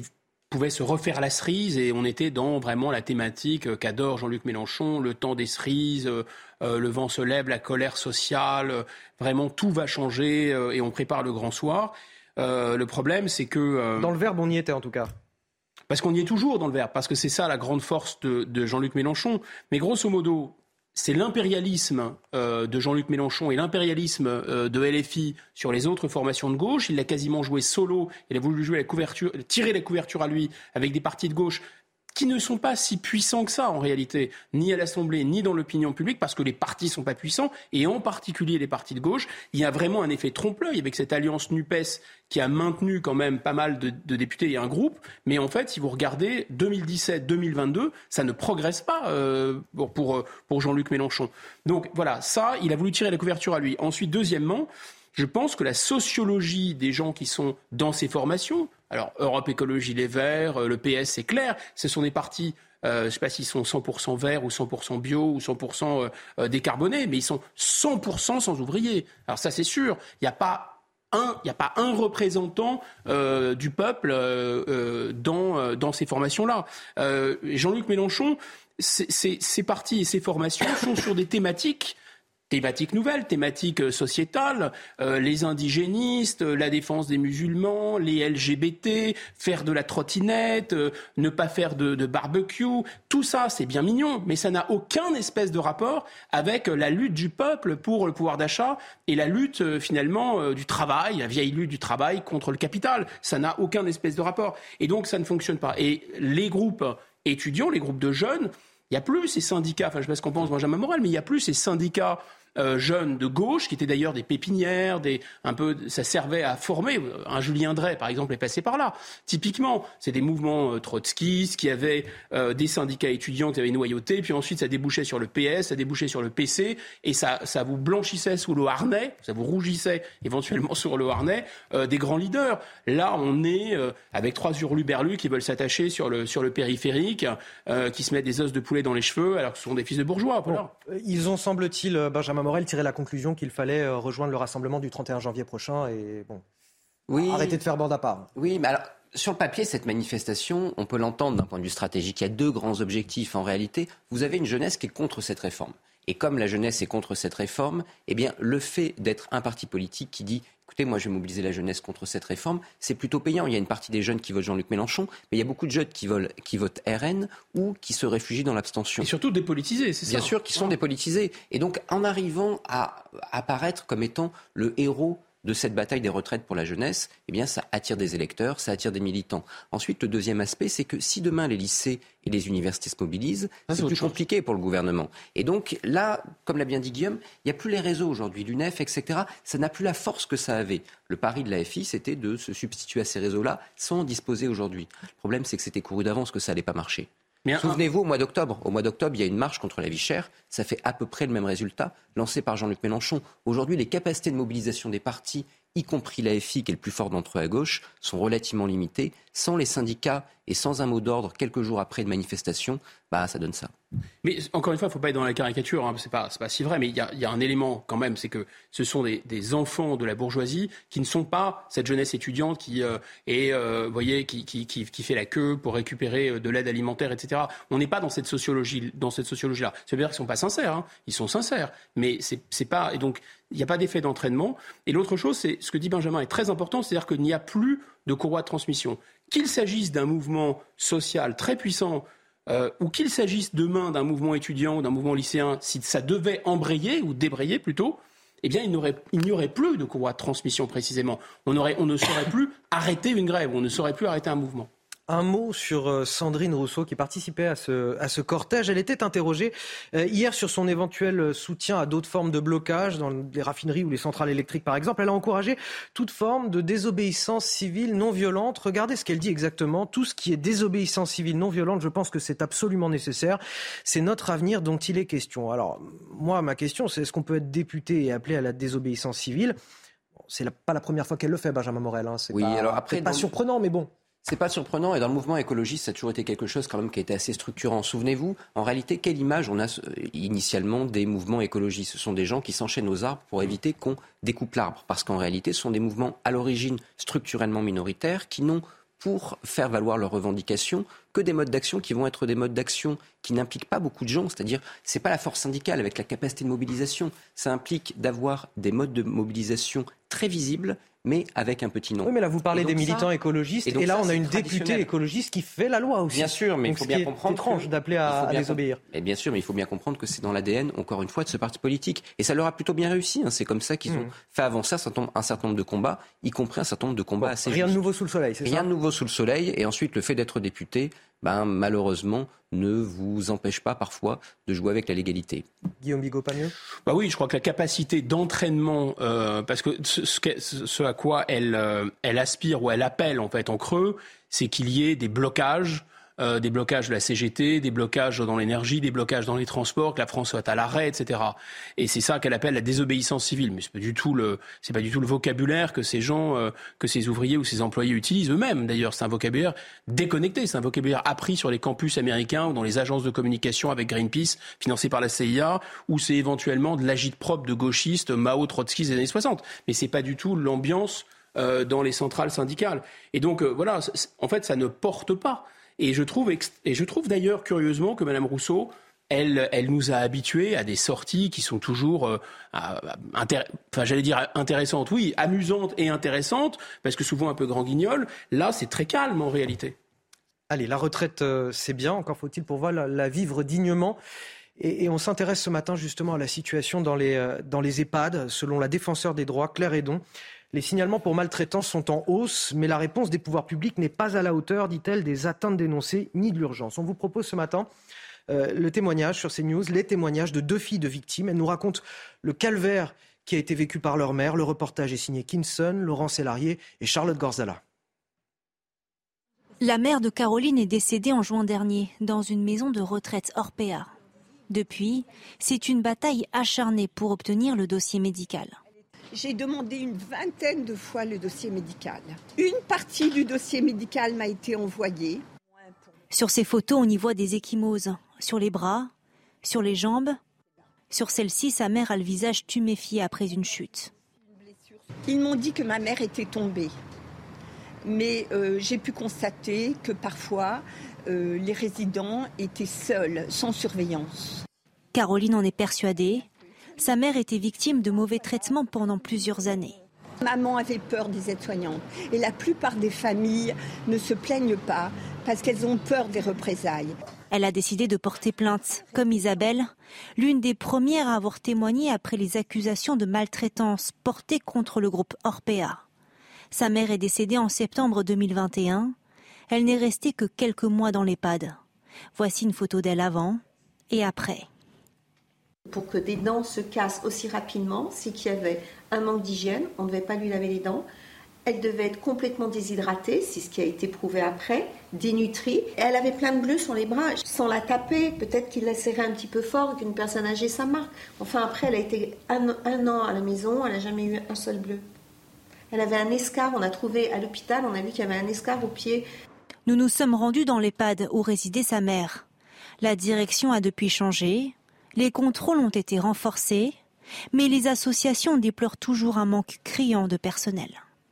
[SPEAKER 15] pouvait se refaire la cerise et on était dans vraiment la thématique qu'adore Jean-Luc Mélenchon, le temps des cerises, euh, euh, le vent se lève, la colère sociale, euh, vraiment tout va changer euh, et on prépare le grand soir. Euh, le problème, c'est que... Euh,
[SPEAKER 1] dans le verbe, on y était en tout cas.
[SPEAKER 15] Parce qu'on y est toujours dans le verbe, parce que c'est ça la grande force de, de Jean-Luc Mélenchon. Mais grosso modo, c'est l'impérialisme euh, de Jean-Luc Mélenchon et l'impérialisme euh, de L F I sur les autres formations de gauche. Il l'a quasiment joué solo, il a voulu jouer la couverture, tirer la couverture à lui avec des partis de gauche qui ne sont pas si puissants que ça en réalité, ni à l'Assemblée, ni dans l'opinion publique, parce que les partis ne sont pas puissants, et en particulier les partis de gauche. Il y a vraiment un effet trompe-l'œil avec cette alliance NUPES qui a maintenu quand même pas mal de, de députés et un groupe, mais en fait, si vous regardez deux mille dix-sept deux mille vingt-deux, ça ne progresse pas euh, pour, pour, pour Jean-Luc Mélenchon. Donc voilà, ça, il a voulu tirer la couverture à lui. Ensuite, deuxièmement, je pense que la sociologie des gens qui sont dans ces formations, alors Europe Écologie Les Verts, le P S, c'est clair, ce sont des partis, euh, je ne sais pas s'ils sont cent pour cent verts ou cent pour cent bio ou cent pour cent euh, décarbonés, mais ils sont cent pour cent sans ouvriers. Alors ça c'est sûr, il n'y a pas un, il n'y a pas un représentant euh, du peuple euh, euh, dans, euh, dans ces formations-là. Euh, Jean-Luc Mélenchon, ces partis et ces formations sont sur des thématiques Thématiques nouvelles, thématiques sociétales, euh, les indigénistes, la défense des musulmans, les L G B T, faire de la trottinette, euh, ne pas faire de, de barbecue, tout ça c'est bien mignon, mais ça n'a aucun espèce de rapport avec la lutte du peuple pour le pouvoir d'achat et la lutte euh, finalement euh, du travail, la vieille lutte du travail contre le capital. Ça n'a aucun espèce de rapport. Et donc ça ne fonctionne pas. Et les groupes étudiants, les groupes de jeunes, il n'y a plus ces syndicats, enfin je ne sais pas ce qu'en pense Benjamin Morel, mais il n'y a plus ces syndicats euh, jeunes de gauche, qui étaient d'ailleurs des pépinières, des, un peu, ça servait à former. Un Julien Drey, par exemple, est passé par là. Typiquement, c'est des mouvements euh, trotskistes qui avaient euh, des syndicats étudiants qui avaient noyauté, puis ensuite ça débouchait sur le P S, ça débouchait sur le P C, et ça, ça vous blanchissait sous le harnais, ça vous rougissait éventuellement sur le harnais euh, des grands leaders. Là, on est euh, avec trois hurluberlus qui veulent s'attacher sur le, sur le périphérique, euh, qui se mettent des os de poulet dans les cheveux, alors que ce sont des fils de bourgeois. Voilà.
[SPEAKER 1] Bon, ils ont, semble-t-il, Benjamin Morel, tiré la conclusion qu'il fallait rejoindre le rassemblement du trente et un janvier prochain et bon, oui, arrêter de faire bande à part.
[SPEAKER 9] Oui, mais alors, sur le papier, cette manifestation, on peut l'entendre d'un point de vue stratégique. Il y a deux grands objectifs en réalité. Vous avez une jeunesse qui est contre cette réforme. Et comme la jeunesse est contre cette réforme, eh bien, le fait d'être un parti politique qui dit « écoutez, moi je vais mobiliser la jeunesse contre cette réforme », c'est plutôt payant. Il y a une partie des jeunes qui votent Jean-Luc Mélenchon, mais il y a beaucoup de jeunes qui, volent, qui votent R N ou qui se réfugient dans l'abstention.
[SPEAKER 15] Et surtout dépolitisés, c'est ça.
[SPEAKER 9] Bien sûr, qui sont dépolitisés. Et donc, en arrivant à apparaître comme étant le héros de cette bataille des retraites pour la jeunesse, eh bien, ça attire des électeurs, ça attire des militants. Ensuite, le deuxième aspect, c'est que si demain les lycées et les universités se mobilisent, ah, c'est, c'est plus compliqué pour le gouvernement. Et donc là, comme l'a bien dit Guillaume, il n'y a plus les réseaux aujourd'hui, l'U N E F, et cetera. Ça n'a plus la force que ça avait. Le pari de l'A F I, c'était de se substituer à ces réseaux-là sans en disposer aujourd'hui. Le problème, c'est que c'était couru d'avance que ça n'allait pas marcher. Mais Souvenez-vous, au mois d'octobre, au mois d'octobre, il y a une marche contre la vie chère. Ça fait à peu près le même résultat, lancé par Jean-Luc Mélenchon. Aujourd'hui, les capacités de mobilisation des partis, y compris l'A F I, qui est le plus fort d'entre eux à gauche, sont relativement limitées. Sans les syndicats et sans un mot d'ordre quelques jours après une manifestation, bah, ça donne ça.
[SPEAKER 15] Mais encore une fois, il ne faut pas être dans la caricature, hein, c'est pas, c'est pas si vrai, mais il y a, y a un élément quand même, c'est que ce sont des, des enfants de la bourgeoisie qui ne sont pas cette jeunesse étudiante qui euh, est, euh, voyez, qui, qui, qui, qui fait la queue pour récupérer de l'aide alimentaire, et cetera. On n'est pas dans cette sociologie, dans cette sociologie-là. Ça veut dire qu'ils ne sont pas sincères, hein. Ils sont sincères, mais c'est, c'est pas, et donc il n'y a pas d'effet d'entraînement. Et l'autre chose, c'est ce que dit Benjamin est très important, c'est-à-dire qu'il n'y a plus de courroie de transmission. Qu'il s'agisse d'un mouvement social très puissant, euh, ou qu'il s'agisse demain d'un mouvement étudiant ou d'un mouvement lycéen, si ça devait embrayer ou débrayer plutôt, eh bien, il n'y aurait, il n'y aurait plus de courroie de transmission précisément. On, aurait, on ne saurait plus arrêter une grève, on ne saurait plus arrêter un mouvement.
[SPEAKER 1] Un mot sur Sandrine Rousseau qui participait à ce, à ce cortège. Elle était interrogée hier sur son éventuel soutien à d'autres formes de blocage dans les raffineries ou les centrales électriques par exemple. Elle a encouragé toute forme de désobéissance civile non violente. Regardez ce qu'elle dit exactement. Tout ce qui est désobéissance civile non violente, je pense que c'est absolument nécessaire. C'est notre avenir dont il est question. Alors moi, ma question, c'est est-ce qu'on peut être député et appelé à la désobéissance civile ? Bon, c'est la, pas la première fois qu'elle le fait, Benjamin Morel. Hein. C'est
[SPEAKER 9] oui,
[SPEAKER 1] pas,
[SPEAKER 9] alors après,
[SPEAKER 1] c'est pas
[SPEAKER 9] dans...
[SPEAKER 1] surprenant, mais bon.
[SPEAKER 9] C'est pas surprenant et dans le mouvement écologiste, ça a toujours été quelque chose quand même qui a été assez structurant. Souvenez-vous, en réalité, quelle image on a initialement des mouvements écologistes ? Ce sont des gens qui s'enchaînent aux arbres pour éviter qu'on découpe l'arbre. Parce qu'en réalité, ce sont des mouvements à l'origine structurellement minoritaires qui n'ont pour faire valoir leurs revendications que des modes d'action qui vont être des modes d'action qui n'impliquent pas beaucoup de gens. C'est-à-dire, c'est pas la force syndicale avec la capacité de mobilisation. Ça implique d'avoir des modes de mobilisation très visibles, mais avec un petit nom.
[SPEAKER 1] Oui, mais là, vous parlez des militants ça, écologistes, et, et là, ça, on a une députée écologiste qui fait la loi aussi.
[SPEAKER 9] Bien sûr, mais
[SPEAKER 1] donc,
[SPEAKER 9] il faut bien comprendre.
[SPEAKER 1] C'est étrange d'appeler à, à désobéir.
[SPEAKER 9] Et bien sûr, mais il faut bien comprendre que c'est dans l'A D N, encore une fois, de ce parti politique. Et ça leur a plutôt bien réussi. Hein. C'est comme ça qu'ils mmh. ont fait avancer un certain, nombre, un certain nombre de combats, y compris un certain nombre de combats bon, assez
[SPEAKER 1] Rien
[SPEAKER 9] justes.
[SPEAKER 1] de nouveau sous le soleil, c'est
[SPEAKER 9] rien
[SPEAKER 1] ça ?
[SPEAKER 9] Rien de nouveau sous le soleil. Et ensuite, le fait d'être député, ben, malheureusement, ne vous empêche pas parfois de jouer avec la légalité.
[SPEAKER 1] Guillaume Bigot, pas mieux ?
[SPEAKER 15] Bah oui, je crois que la capacité d'entraînement, euh, parce que ce, ce, ce à quoi elle, euh, elle aspire ou elle appelle en fait en creux, c'est qu'il y ait des blocages. Euh, des blocages de la C G T, des blocages dans l'énergie, des blocages dans les transports, que la France soit à l'arrêt, et cetera. Et c'est ça qu'elle appelle la désobéissance civile. Mais c'est pas du tout le, c'est pas du tout le vocabulaire que ces gens, euh, que ces ouvriers ou ces employés utilisent eux-mêmes. D'ailleurs, c'est un vocabulaire déconnecté. C'est un vocabulaire appris sur les campus américains ou dans les agences de communication avec Greenpeace, financées par la C I A, ou c'est éventuellement de l'agite-propre de gauchistes, Mao, Trotsky des années soixante. Mais c'est pas du tout l'ambiance euh, dans les centrales syndicales. Et donc, euh, voilà, en fait, ça ne porte pas. Et je trouve, et je trouve d'ailleurs curieusement que Mme Rousseau, elle, elle nous a habitués à des sorties qui sont toujours, euh, intér- enfin j'allais dire intéressantes, oui, amusantes et intéressantes, parce que souvent un peu grand guignol. Là, c'est très calme en réalité.
[SPEAKER 1] Allez, la retraite, euh, c'est bien, encore faut-il pouvoir la, la vivre dignement. Et, et on s'intéresse ce matin justement à la situation dans les, euh, dans les EHPAD. Selon la défenseure des droits, Claire Hédon, les signalements pour maltraitance sont en hausse, mais la réponse des pouvoirs publics n'est pas à la hauteur, dit-elle, des atteintes dénoncées ni de l'urgence. On vous propose ce matin euh, le témoignage sur CNews, les témoignages de deux filles de victimes. Elles nous racontent le calvaire qui a été vécu par leur mère. Le reportage est signé Kinson, Laurent Sélarié et Charlotte Gorzala.
[SPEAKER 11] La mère de Caroline est décédée en juin dernier dans une maison de retraite Orpea. Depuis, c'est une bataille acharnée pour obtenir le dossier médical.
[SPEAKER 2] J'ai demandé une vingtaine de fois le dossier médical. Une partie du dossier médical m'a été envoyée.
[SPEAKER 11] Sur ces photos, on y voit des ecchymoses sur les bras, sur les jambes. Sur celle-ci, sa mère a le visage tuméfié après une chute.
[SPEAKER 2] Ils m'ont dit que ma mère était tombée. Mais euh, j'ai pu constater que parfois, euh, les résidents étaient seuls, sans surveillance.
[SPEAKER 11] Caroline en est persuadée. Sa mère était victime de mauvais traitements pendant plusieurs années.
[SPEAKER 2] Maman avait peur des aides-soignantes. Et la plupart des familles ne se plaignent pas parce qu'elles ont peur des représailles.
[SPEAKER 11] Elle a décidé de porter plainte, comme Isabelle, l'une des premières à avoir témoigné après les accusations de maltraitance portées contre le groupe Orpea. Sa mère est décédée en septembre deux mille vingt et un. Elle n'est restée que quelques mois dans l'EHPAD. Voici une photo d'elle avant et après.
[SPEAKER 5] Pour que des dents se cassent aussi rapidement, c'est qu'il y avait un manque d'hygiène, on ne devait pas lui laver les dents. Elle devait être complètement déshydratée, c'est ce qui a été prouvé après, dénutrie. Et elle avait plein de bleus sur les bras. Sans la taper, peut-être qu'il la serrait un petit peu fort, qu'une personne âgée, ça marque. Enfin, après, elle a été un, un an à la maison, elle n'a jamais eu un seul bleu. Elle avait un escarre, on a trouvé à l'hôpital, on a vu qu'il y avait un escarre au pied.
[SPEAKER 11] Nous nous sommes rendus dans l'EHPAD où résidait sa mère. La direction a depuis changé. Les contrôles ont été renforcés, mais les associations déplorent toujours un manque criant de personnel.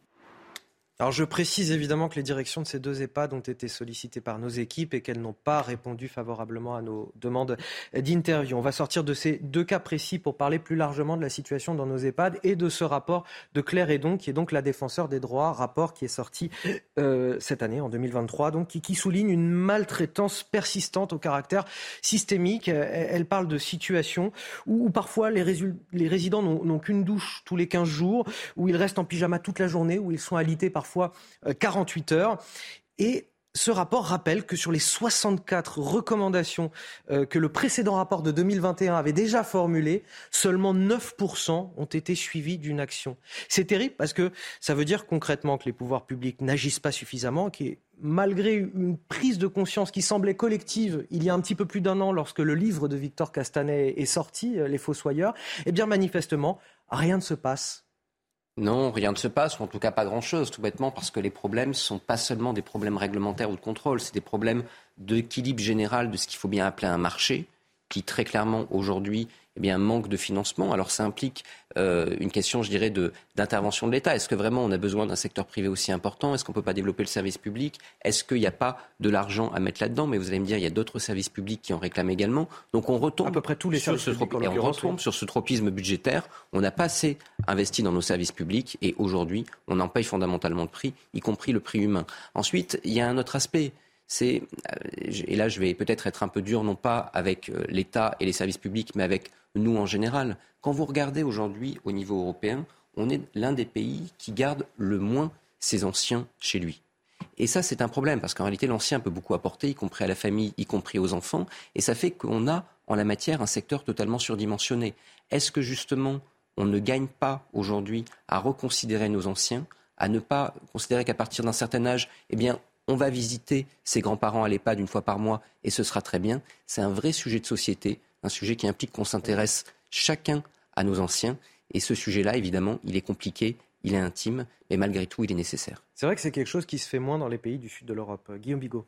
[SPEAKER 1] Alors je précise évidemment que les directions de ces deux EHPAD ont été sollicitées par nos équipes et qu'elles n'ont pas répondu favorablement à nos demandes d'interview. On va sortir de ces deux cas précis pour parler plus largement de la situation dans nos EHPAD et de ce rapport de Claire Hédon, qui est donc la défenseure des droits, rapport qui est sorti euh, cette année, en deux mille vingt-trois, donc qui, qui souligne une maltraitance persistante au caractère systémique. Elle parle de situations où, où parfois les, résul- les résidents n'ont, n'ont qu'une douche tous les quinze jours, où ils restent en pyjama toute la journée, où ils sont alités par parfois quarante-huit heures. Et ce rapport rappelle que sur les soixante-quatre recommandations euh, que le précédent rapport de deux mille vingt et un avait déjà formulées, seulement neuf pour cent ont été suivis d'une action. C'est terrible parce que ça veut dire concrètement que les pouvoirs publics n'agissent pas suffisamment, qui malgré une prise de conscience qui semblait collective il y a un petit peu plus d'un an lorsque le livre de Victor Castanet est sorti, Les Fossoyeurs, eh bien manifestement, rien ne se passe.
[SPEAKER 9] Non, rien ne se passe, ou en tout cas pas grand-chose, tout bêtement parce que les problèmes ne sont pas seulement des problèmes réglementaires ou de contrôle, c'est des problèmes d'équilibre général de ce qu'il faut bien appeler un marché qui très clairement aujourd'hui eh bien, manque de financement. Alors ça implique euh, une question, je dirais, de, d'intervention de l'État. Est-ce que vraiment on a besoin d'un secteur privé aussi important ? Est-ce qu'on ne peut pas développer le service public ? Est-ce qu'il n'y a pas de l'argent à mettre là-dedans ? Mais vous allez me dire, il y a d'autres services publics qui en réclament également. Donc on retombe,
[SPEAKER 1] à peu près tous les
[SPEAKER 9] sur,
[SPEAKER 1] services
[SPEAKER 9] ce
[SPEAKER 1] publics,
[SPEAKER 9] trop... et on retombe
[SPEAKER 1] oui.
[SPEAKER 9] sur ce tropisme budgétaire. On n'a pas assez investi dans nos services publics et aujourd'hui, on en paye fondamentalement le prix, y compris le prix humain. Ensuite, il y a un autre aspect. C'est, et là je vais peut-être être un peu dur, non pas avec l'État et les services publics, mais avec nous en général. Quand vous regardez aujourd'hui au niveau européen, on est l'un des pays qui garde le moins ses anciens chez lui. Et ça, c'est un problème, parce qu'en réalité, l'ancien peut beaucoup apporter, y compris à la famille, y compris aux enfants, et ça fait qu'on a, en la matière, un secteur totalement surdimensionné. Est-ce que, justement, on ne gagne pas, aujourd'hui, à reconsidérer nos anciens, à ne pas considérer qu'à partir d'un certain âge, eh bien, on va visiter ses grands-parents à l'EHPAD une fois par mois, et ce sera très bien. C'est un vrai sujet de société, un sujet qui implique qu'on s'intéresse chacun à nos anciens, et ce sujet-là, évidemment, il est compliqué, il est intime, mais malgré tout, il est nécessaire.
[SPEAKER 1] C'est vrai que c'est quelque chose qui se fait moins dans les pays du sud de l'Europe. Guillaume Bigot.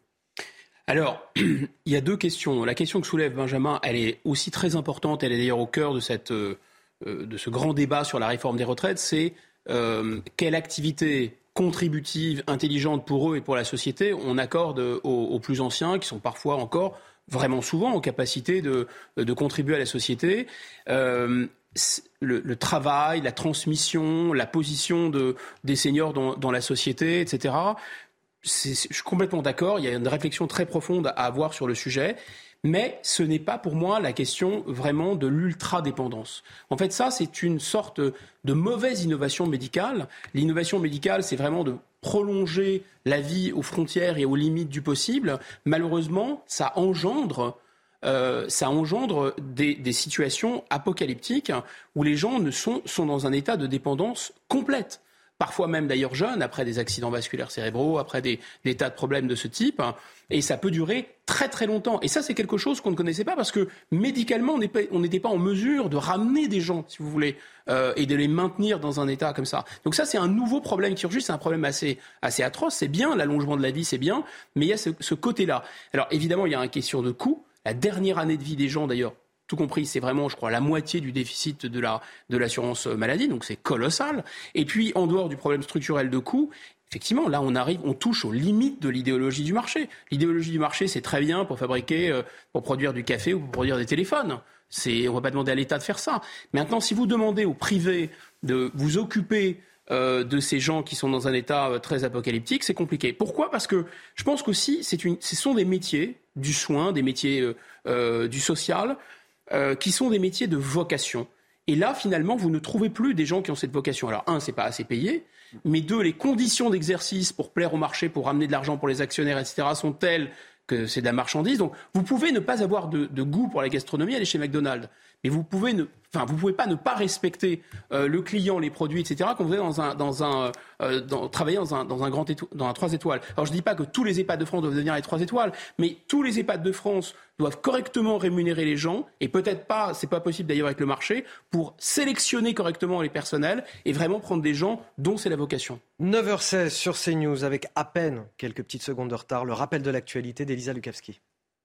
[SPEAKER 15] Alors, il y a deux questions. La question que soulève Benjamin, elle est aussi très importante, elle est d'ailleurs au cœur de, cette, euh, de ce grand débat sur la réforme des retraites, c'est euh, quelle activité contributive, intelligente pour eux et pour la société on accorde aux, aux plus anciens, qui sont parfois encore, vraiment souvent, en capacité de, de contribuer à la société. Euh, Le, le travail, la transmission, la position de, des seniors dans, dans la société, et cetera. C'est, je suis complètement d'accord, il y a une réflexion très profonde à avoir sur le sujet, mais ce n'est pas pour moi la question vraiment de l'ultra-dépendance. En fait, ça, c'est une sorte de mauvaise innovation médicale. L'innovation médicale, c'est vraiment de prolonger la vie aux frontières et aux limites du possible. Malheureusement, ça engendre... Euh, ça engendre des, des situations apocalyptiques où les gens ne sont, sont dans un état de dépendance complète. Parfois même d'ailleurs jeunes, après des accidents vasculaires cérébraux, après des, des tas de problèmes de ce type. Et ça peut durer très très longtemps. Et ça, c'est quelque chose qu'on ne connaissait pas parce que médicalement, on n'était pas en mesure de ramener des gens, si vous voulez, euh, et de les maintenir dans un état comme ça. Donc ça, c'est un nouveau problème qui surgit. C'est un problème assez, assez atroce. C'est bien, l'allongement de la vie, c'est bien. Mais il y a ce, ce côté-là. Alors évidemment, il y a une question de coût. La dernière année de vie des gens, d'ailleurs, tout compris, c'est vraiment, je crois, la moitié du déficit de, la, de l'assurance maladie, donc c'est colossal. Et puis, en dehors du problème structurel de coût, effectivement, là, on arrive, on touche aux limites de l'idéologie du marché. L'idéologie du marché, c'est très bien pour fabriquer, euh, pour produire du café ou pour produire des téléphones. C'est, on ne va pas demander à l'État de faire ça. Maintenant, si vous demandez au privé de vous occuper Euh, de ces gens qui sont dans un état euh, très apocalyptique, c'est compliqué. Pourquoi ? Parce que je pense qu'aussi, c'est une, ce sont des métiers du soin, des métiers euh, euh, du social, euh, qui sont des métiers de vocation. Et là, finalement, vous ne trouvez plus des gens qui ont cette vocation. Alors, un, c'est pas assez payé, mais deux, les conditions d'exercice pour plaire au marché, pour ramener de l'argent pour les actionnaires, et cetera, sont telles que c'est de la marchandise. Donc, vous pouvez ne pas avoir de, de goût pour la gastronomie, aller chez McDonald's. Mais vous pouvez ne, enfin, vous pouvez pas ne pas respecter euh, le client, les produits, et cetera. Quand vous êtes dans un, dans un, euh, dans, travailler dans un, dans un grand éto- dans un trois étoiles. Alors je dis pas que tous les EHPAD de France doivent devenir les trois étoiles, mais tous les EHPAD de France doivent correctement rémunérer les gens et peut-être pas, c'est pas possible d'ailleurs avec le marché, pour sélectionner correctement les personnels et vraiment prendre des gens dont c'est la vocation.
[SPEAKER 1] neuf heures seize sur CNews avec à peine quelques petites secondes de retard. Le rappel de l'actualité d'Elisa Lukavski.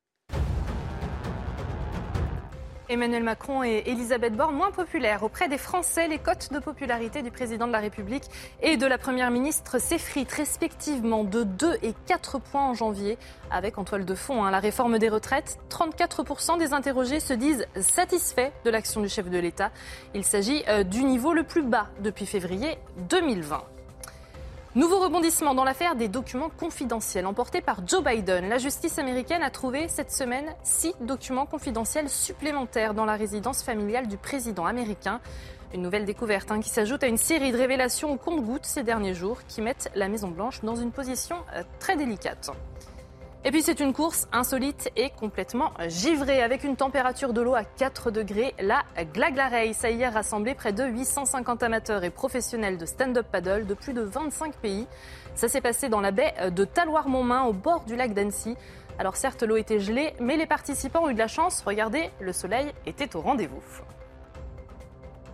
[SPEAKER 3] Emmanuel Macron et Elisabeth Borne moins populaires auprès des Français. Les cotes de popularité du président de la République et de la Première ministre s'effritent respectivement de deux et quatre points en janvier. Avec en toile de fond hein, la réforme des retraites, trente-quatre pour cent des interrogés se disent satisfaits de l'action du chef de l'État. Il s'agit euh, du niveau le plus bas depuis février deux mille vingt. Nouveau rebondissement dans l'affaire des documents confidentiels emportés par Joe Biden. La justice américaine a trouvé cette semaine six documents confidentiels supplémentaires dans la résidence familiale du président américain. Une nouvelle découverte hein, qui s'ajoute à une série de révélations au compte-gouttes ces derniers jours qui mettent la Maison-Blanche dans une position euh, très délicate. Et puis c'est une course insolite et complètement givrée avec une température de l'eau à quatre degrés. La Glagla Race a hier rassemblé près de huit cent cinquante amateurs et professionnels de stand-up paddle de plus de vingt-cinq pays. Ça s'est passé dans la baie de Taloir-Montmain au bord du lac d'Annecy. Alors certes l'eau était gelée mais les participants ont eu de la chance. Regardez, le soleil était au rendez-vous.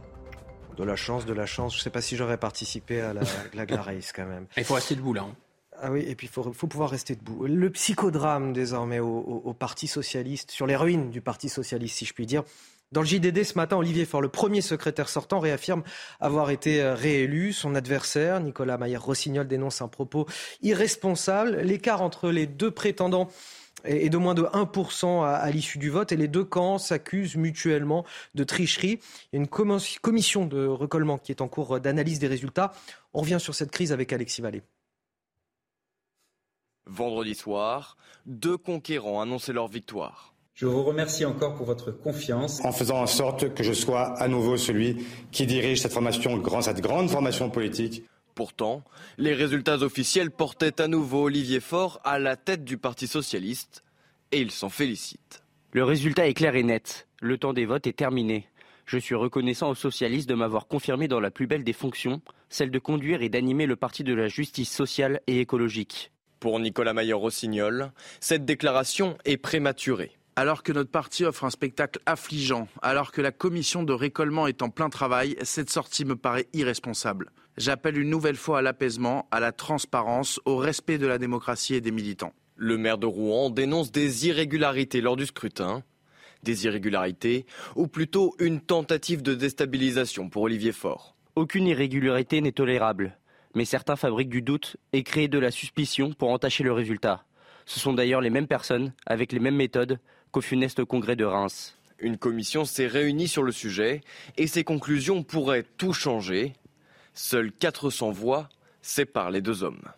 [SPEAKER 1] De la chance, de la chance. Je ne sais pas si j'aurais participé à la Glagla Race quand même.
[SPEAKER 15] Il faut rester debout là. Hein.
[SPEAKER 1] Ah oui, et puis il faut, faut pouvoir rester debout. Le psychodrame désormais au, au, au Parti Socialiste, sur les ruines du Parti Socialiste, si je puis dire. Dans le J D D ce matin, Olivier Faure, le premier secrétaire sortant, réaffirme avoir été réélu. Son adversaire, Nicolas Mayer-Rossignol, dénonce un propos irresponsable. L'écart entre les deux prétendants est de moins de un pour cent à, à l'issue du vote et les deux camps s'accusent mutuellement de tricherie. Il y a une commission de recollement qui est en cours d'analyse des résultats. On revient sur cette crise avec Alexis Vallée.
[SPEAKER 4] Vendredi soir, deux conquérants annonçaient leur victoire.
[SPEAKER 7] Je vous remercie encore pour votre confiance.
[SPEAKER 14] En faisant en sorte que je sois à nouveau celui qui dirige cette formation, cette grande formation politique.
[SPEAKER 4] Pourtant, les résultats officiels portaient à nouveau Olivier Faure à la tête du Parti Socialiste et il s'en félicite.
[SPEAKER 20] Le résultat est clair et net. Le temps des votes est terminé. Je suis reconnaissant aux socialistes de m'avoir confirmé dans la plus belle des fonctions, celle de conduire et d'animer le parti de la justice sociale et écologique.
[SPEAKER 4] Pour Nicolas Mayer-Rossignol, cette déclaration est prématurée.
[SPEAKER 21] Alors que notre parti offre un spectacle affligeant, alors que la commission de récollement est en plein travail, cette sortie me paraît irresponsable. J'appelle une nouvelle fois à l'apaisement, à la transparence, au respect de la démocratie et des militants.
[SPEAKER 4] Le maire de Rouen dénonce des irrégularités lors du scrutin. Des irrégularités, ou plutôt une tentative de déstabilisation pour Olivier Faure.
[SPEAKER 20] Aucune irrégularité n'est tolérable, mais certains fabriquent du doute et créent de la suspicion pour entacher le résultat. Ce sont d'ailleurs les mêmes personnes, avec les mêmes méthodes, qu'au funeste congrès de Reims.
[SPEAKER 4] Une commission s'est réunie sur le sujet et ses conclusions pourraient tout changer. Seules quatre cents voix séparent les deux hommes.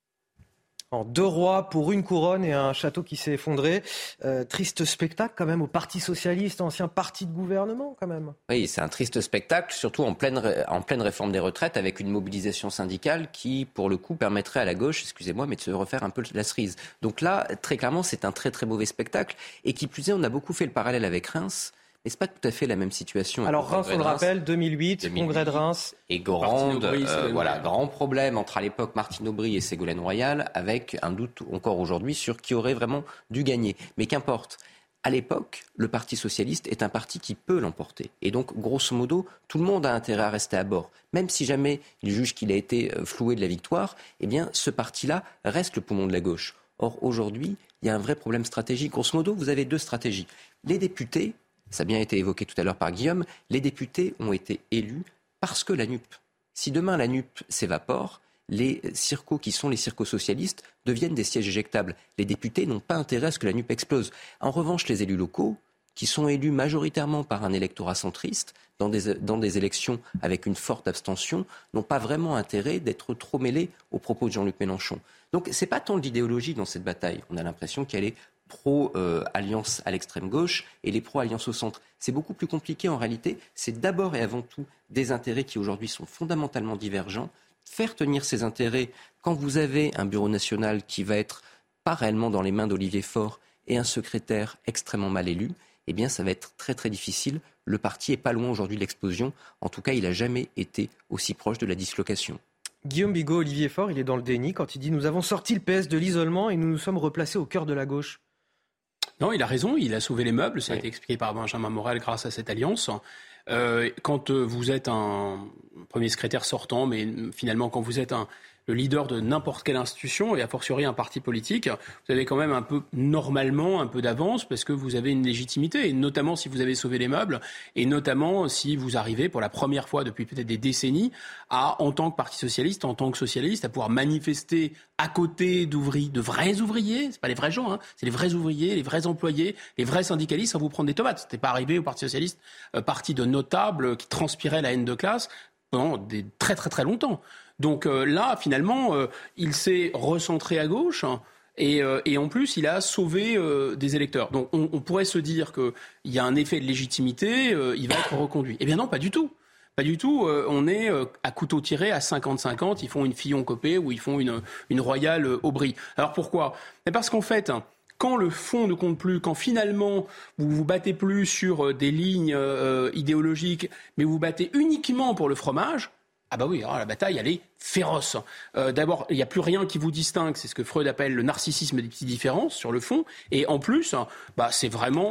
[SPEAKER 1] En deux rois pour une couronne et un château qui s'est effondré. Euh, triste spectacle quand même au Parti Socialiste, ancien parti de gouvernement quand même.
[SPEAKER 9] Oui, c'est un triste spectacle, surtout en pleine, ré... en pleine réforme des retraites avec une mobilisation syndicale qui, pour le coup, permettrait à la gauche, excusez-moi, mais de se refaire un peu la cerise. Donc là, très clairement, c'est un très très mauvais spectacle et qui plus est, on a beaucoup fait le parallèle avec Reims. Mais ce n'est pas tout à fait la même situation.
[SPEAKER 1] Alors Reims, on le rappelle, deux mille huit, congrès de Reims.
[SPEAKER 9] Et grande, euh, voilà, grand problème entre à l'époque Martine Aubry et Ségolène Royal, avec un doute encore aujourd'hui sur qui aurait vraiment dû gagner. Mais qu'importe. À l'époque, le Parti socialiste est un parti qui peut l'emporter. Et donc, grosso modo, tout le monde a intérêt à rester à bord. Même si jamais il juge qu'il a été floué de la victoire, eh bien, ce parti-là reste le poumon de la gauche. Or, aujourd'hui, il y a un vrai problème stratégique. Grosso modo, vous avez deux stratégies. Les députés, ça a bien été évoqué tout à l'heure par Guillaume, les députés ont été élus parce que la N U P. Si demain la N U P s'évapore, les circos qui sont les circos socialistes deviennent des sièges éjectables. Les députés n'ont pas intérêt à ce que la N U P explose. En revanche, les élus locaux, qui sont élus majoritairement par un électorat centriste, dans des, dans des élections avec une forte abstention, n'ont pas vraiment intérêt d'être trop mêlés aux propos de Jean-Luc Mélenchon. Donc ce n'est pas tant l'idéologie dans cette bataille. On a l'impression qu'elle est pro-alliance euh, à l'extrême gauche et les pro-alliance au centre. C'est beaucoup plus compliqué en réalité. C'est d'abord et avant tout des intérêts qui aujourd'hui sont fondamentalement divergents. Faire tenir ces intérêts quand vous avez un bureau national qui va être pas réellement dans les mains d'Olivier Faure et un secrétaire extrêmement mal élu, eh bien ça va être très très difficile. Le parti est pas loin aujourd'hui de l'explosion. En tout cas, il n'a jamais été aussi proche de la dislocation.
[SPEAKER 1] Guillaume Bigot, Olivier Faure, il est dans le déni quand il dit « Nous avons sorti le P S de l'isolement et nous nous sommes replacés au cœur de la gauche ».
[SPEAKER 15] Non, il a raison, il a sauvé les meubles, ça a oui. été expliqué par Benjamin Morel grâce à cette alliance. Euh, quand vous êtes un premier secrétaire sortant, mais finalement quand vous êtes un, le leader de n'importe quelle institution, et a fortiori un parti politique, vous avez quand même un peu, normalement, un peu d'avance, parce que vous avez une légitimité, et notamment si vous avez sauvé les meubles, et notamment si vous arrivez pour la première fois depuis peut-être des décennies, à, en tant que parti socialiste, en tant que socialiste, à pouvoir manifester à côté d'ouvriers, de vrais ouvriers, c'est pas les vrais gens, hein, c'est les vrais ouvriers, les vrais employés, les vrais syndicalistes, sans vous prendre des tomates. C'était pas arrivé au Parti socialiste, euh, parti de notables qui transpiraient la haine de classe pendant des, très très très longtemps. Donc euh, là, finalement, euh, il s'est recentré à gauche et, euh, et en plus, il a sauvé euh, des électeurs. Donc on, on pourrait se dire qu'il y a un effet de légitimité, euh, il va être reconduit. Eh bien non, pas du tout. Pas du tout. Euh, on est euh, à couteau tiré à cinquante cinquante. Ils font une Fillon-Copé ou ils font une, une Royale euh, Aubry. Alors pourquoi ? Mais parce qu'en fait, quand le fond ne compte plus, quand finalement vous vous battez plus sur euh, des lignes euh, idéologiques, mais vous vous battez uniquement pour le fromage, ah bah oui, alors la bataille, elle est féroce. Euh, d'abord, il n'y a plus rien qui vous distingue, c'est ce que Freud appelle le narcissisme des petites différences sur le fond. Et en plus, bah, c'est vraiment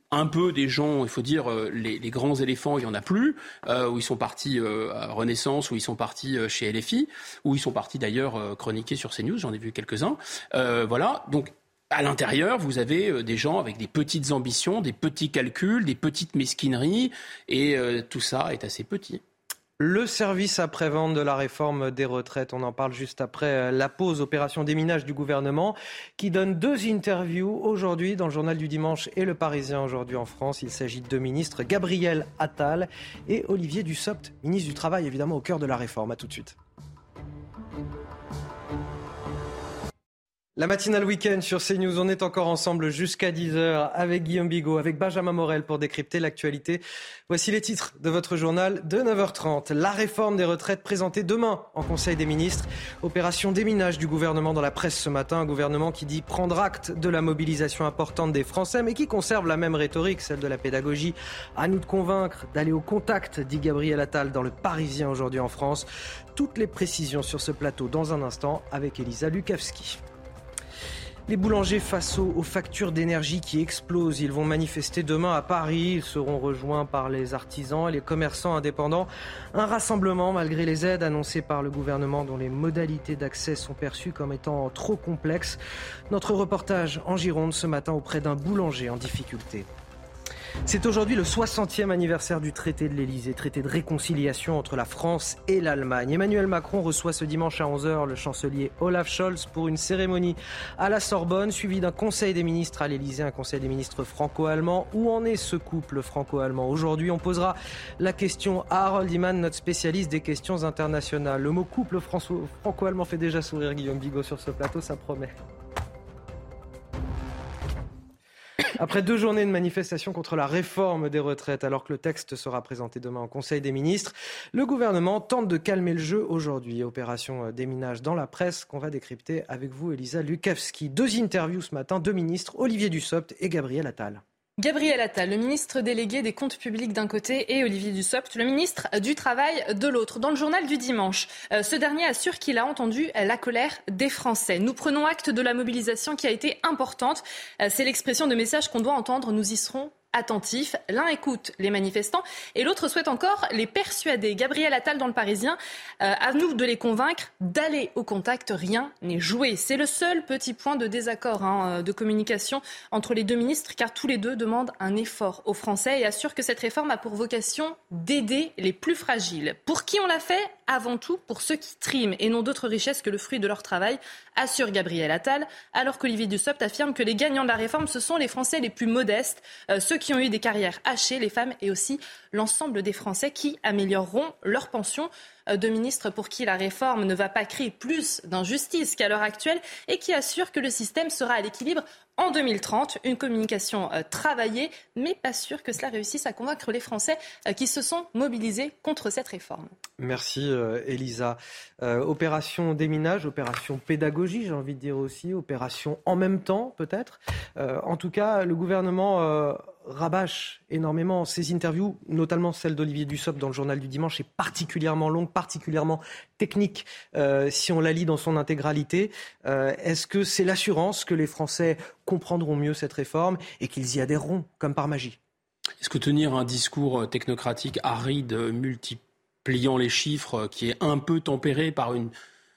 [SPEAKER 15] un peu des gens, il faut dire, les, les grands éléphants, il n'y en a plus, euh, où ils sont partis euh, à Renaissance, où ils sont partis euh, chez L F I, où ils sont partis d'ailleurs euh, chroniquer sur CNews, j'en ai vu quelques-uns. Euh, voilà, donc à l'intérieur, vous avez euh, des gens avec des petites ambitions, des petits calculs, des petites mesquineries, et euh, tout ça est assez petit.
[SPEAKER 1] Le service après-vente de la réforme des retraites, on en parle juste après la pause, opération déminage du gouvernement, qui donne deux interviews aujourd'hui dans le Journal du Dimanche et Le Parisien aujourd'hui en France. Il s'agit de deux ministres, Gabriel Attal et Olivier Dussopt, ministre du Travail, évidemment au cœur de la réforme. À tout de suite. La matinale week-end sur CNews, on est encore ensemble jusqu'à dix heures avec Guillaume Bigot, avec Benjamin Morel pour décrypter l'actualité. Voici les titres de votre journal de neuf heures trente. La réforme des retraites présentée demain en Conseil des ministres. Opération déminage du gouvernement dans la presse ce matin. Un gouvernement qui dit prendre acte de la mobilisation importante des Français, mais qui conserve la même rhétorique, celle de la pédagogie. À nous de convaincre, d'aller au contact, dit Gabriel Attal dans Le Parisien aujourd'hui en France. Toutes les précisions sur ce plateau dans un instant avec Elisa Lukavski. Les boulangers face aux, aux factures d'énergie qui explosent. Ils vont manifester demain à Paris. Ils seront rejoints par les artisans et les commerçants indépendants. Un rassemblement malgré les aides annoncées par le gouvernement dont les modalités d'accès sont perçues comme étant trop complexes. Notre reportage en Gironde ce matin auprès d'un boulanger en difficulté. C'est aujourd'hui le soixantième anniversaire du traité de l'Elysée, traité de réconciliation entre la France et l'Allemagne. Emmanuel Macron reçoit ce dimanche à onze heures le chancelier Olaf Scholz pour une cérémonie à la Sorbonne, suivie d'un conseil des ministres à l'Elysée, un conseil des ministres franco-allemand. Où en est ce couple franco-allemand aujourd'hui? On posera la question à Harold Iman, notre spécialiste des questions internationales. Le mot couple franco-allemand fait déjà sourire Guillaume Bigot sur ce plateau, ça promet. Après deux journées de manifestation contre la réforme des retraites, alors que le texte sera présenté demain au Conseil des ministres, le gouvernement tente de calmer le jeu aujourd'hui. Opération déminage dans la presse qu'on va décrypter avec vous, Elisa Lukavski. Deux interviews ce matin, deux ministres, Olivier Dussopt et Gabriel Attal.
[SPEAKER 3] Gabriel Attal, le ministre délégué des comptes publics d'un côté, et Olivier Dussopt, le ministre du Travail de l'autre. Dans le journal du dimanche, euh, ce dernier assure qu'il a entendu la colère des Français. Nous prenons acte de la mobilisation qui a été importante. Euh, c'est l'expression de message qu'on doit entendre. Nous y serons attentifs. L'un écoute les manifestants et l'autre souhaite encore les persuader. Gabriel Attal dans Le Parisien, euh, à nous de les convaincre d'aller au contact. Rien n'est joué. C'est le seul petit point de désaccord hein, de communication entre les deux ministres, car tous les deux demandent un effort aux Français et assurent que cette réforme a pour vocation d'aider les plus fragiles. Pour qui on l'a fait? Avant tout pour ceux qui triment et n'ont d'autre richesse que le fruit de leur travail, assure Gabriel Attal, alors qu'Olivier Dussopt affirme que les gagnants de la réforme, ce sont les Français les plus modestes, euh, ceux qui ont eu des carrières hachées, les femmes et aussi l'ensemble des Français qui amélioreront leur pension. Euh, deux ministres pour qui la réforme ne va pas créer plus d'injustice qu'à l'heure actuelle et qui assurent que le système sera à l'équilibre en deux mille trente. Une communication euh, travaillée, mais pas sûr que cela réussisse à convaincre les Français euh, qui se sont mobilisés contre cette réforme.
[SPEAKER 1] Merci euh, Elisa. Euh, opération déminage, opération pédagogie, j'ai envie de dire aussi, opération en même temps peut-être. Euh, en tout cas, le gouvernement euh, rabâche énormément. Ces interviews, notamment celle d'Olivier Dussopt dans le Journal du Dimanche, est particulièrement longue, particulièrement technique euh, si on la lit dans son intégralité. Euh, est-ce que c'est l'assurance que les Français comprendront mieux cette réforme et qu'ils y adhéreront comme par magie?
[SPEAKER 15] Est-ce que tenir un discours technocratique aride, multipliant les chiffres, qui est un peu tempéré par une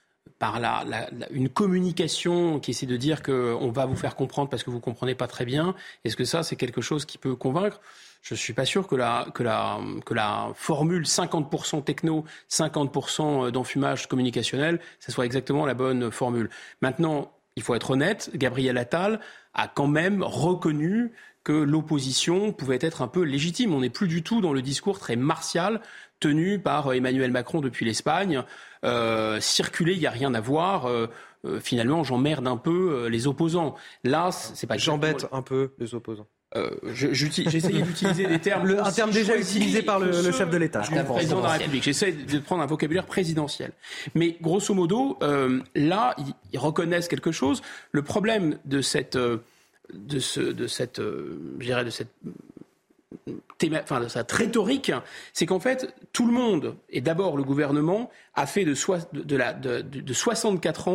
[SPEAKER 15] par la, la, la, une communication qui essaie de dire qu'on va vous faire comprendre parce que vous ne comprenez pas très bien, est-ce que ça, c'est quelque chose qui peut convaincre? Je ne suis pas sûr que la, que, la, que la formule cinquante pour cent techno, cinquante pour cent d'enfumage communicationnel, ça soit exactement la bonne formule. Maintenant, il faut être honnête, Gabriel Attal a quand même reconnu que l'opposition pouvait être un peu légitime. On n'est plus du tout dans le discours très martial tenu par Emmanuel Macron depuis l'Espagne. Euh, circuler, il n'y a rien à voir. Euh, euh, finalement, j'emmerde un peu euh, les opposants. Là, c'est pas.
[SPEAKER 1] J'embête un peu les opposants.
[SPEAKER 15] Euh, je, j'ai essayé d'utiliser des termes.
[SPEAKER 1] Le, un terme déjà utilisé par le, le chef de l'État.
[SPEAKER 15] Le président de la République. J'essaie de prendre un vocabulaire présidentiel. Mais grosso modo, euh, là, ils, ils reconnaissent quelque chose. Le problème de cette, de ce, de cette, euh, je dirais, de cette. Théma, enfin, de cette rhétorique, c'est qu'en fait, tout le monde, et d'abord le gouvernement, a fait de, so, de, de, la, de, de soixante-quatre ans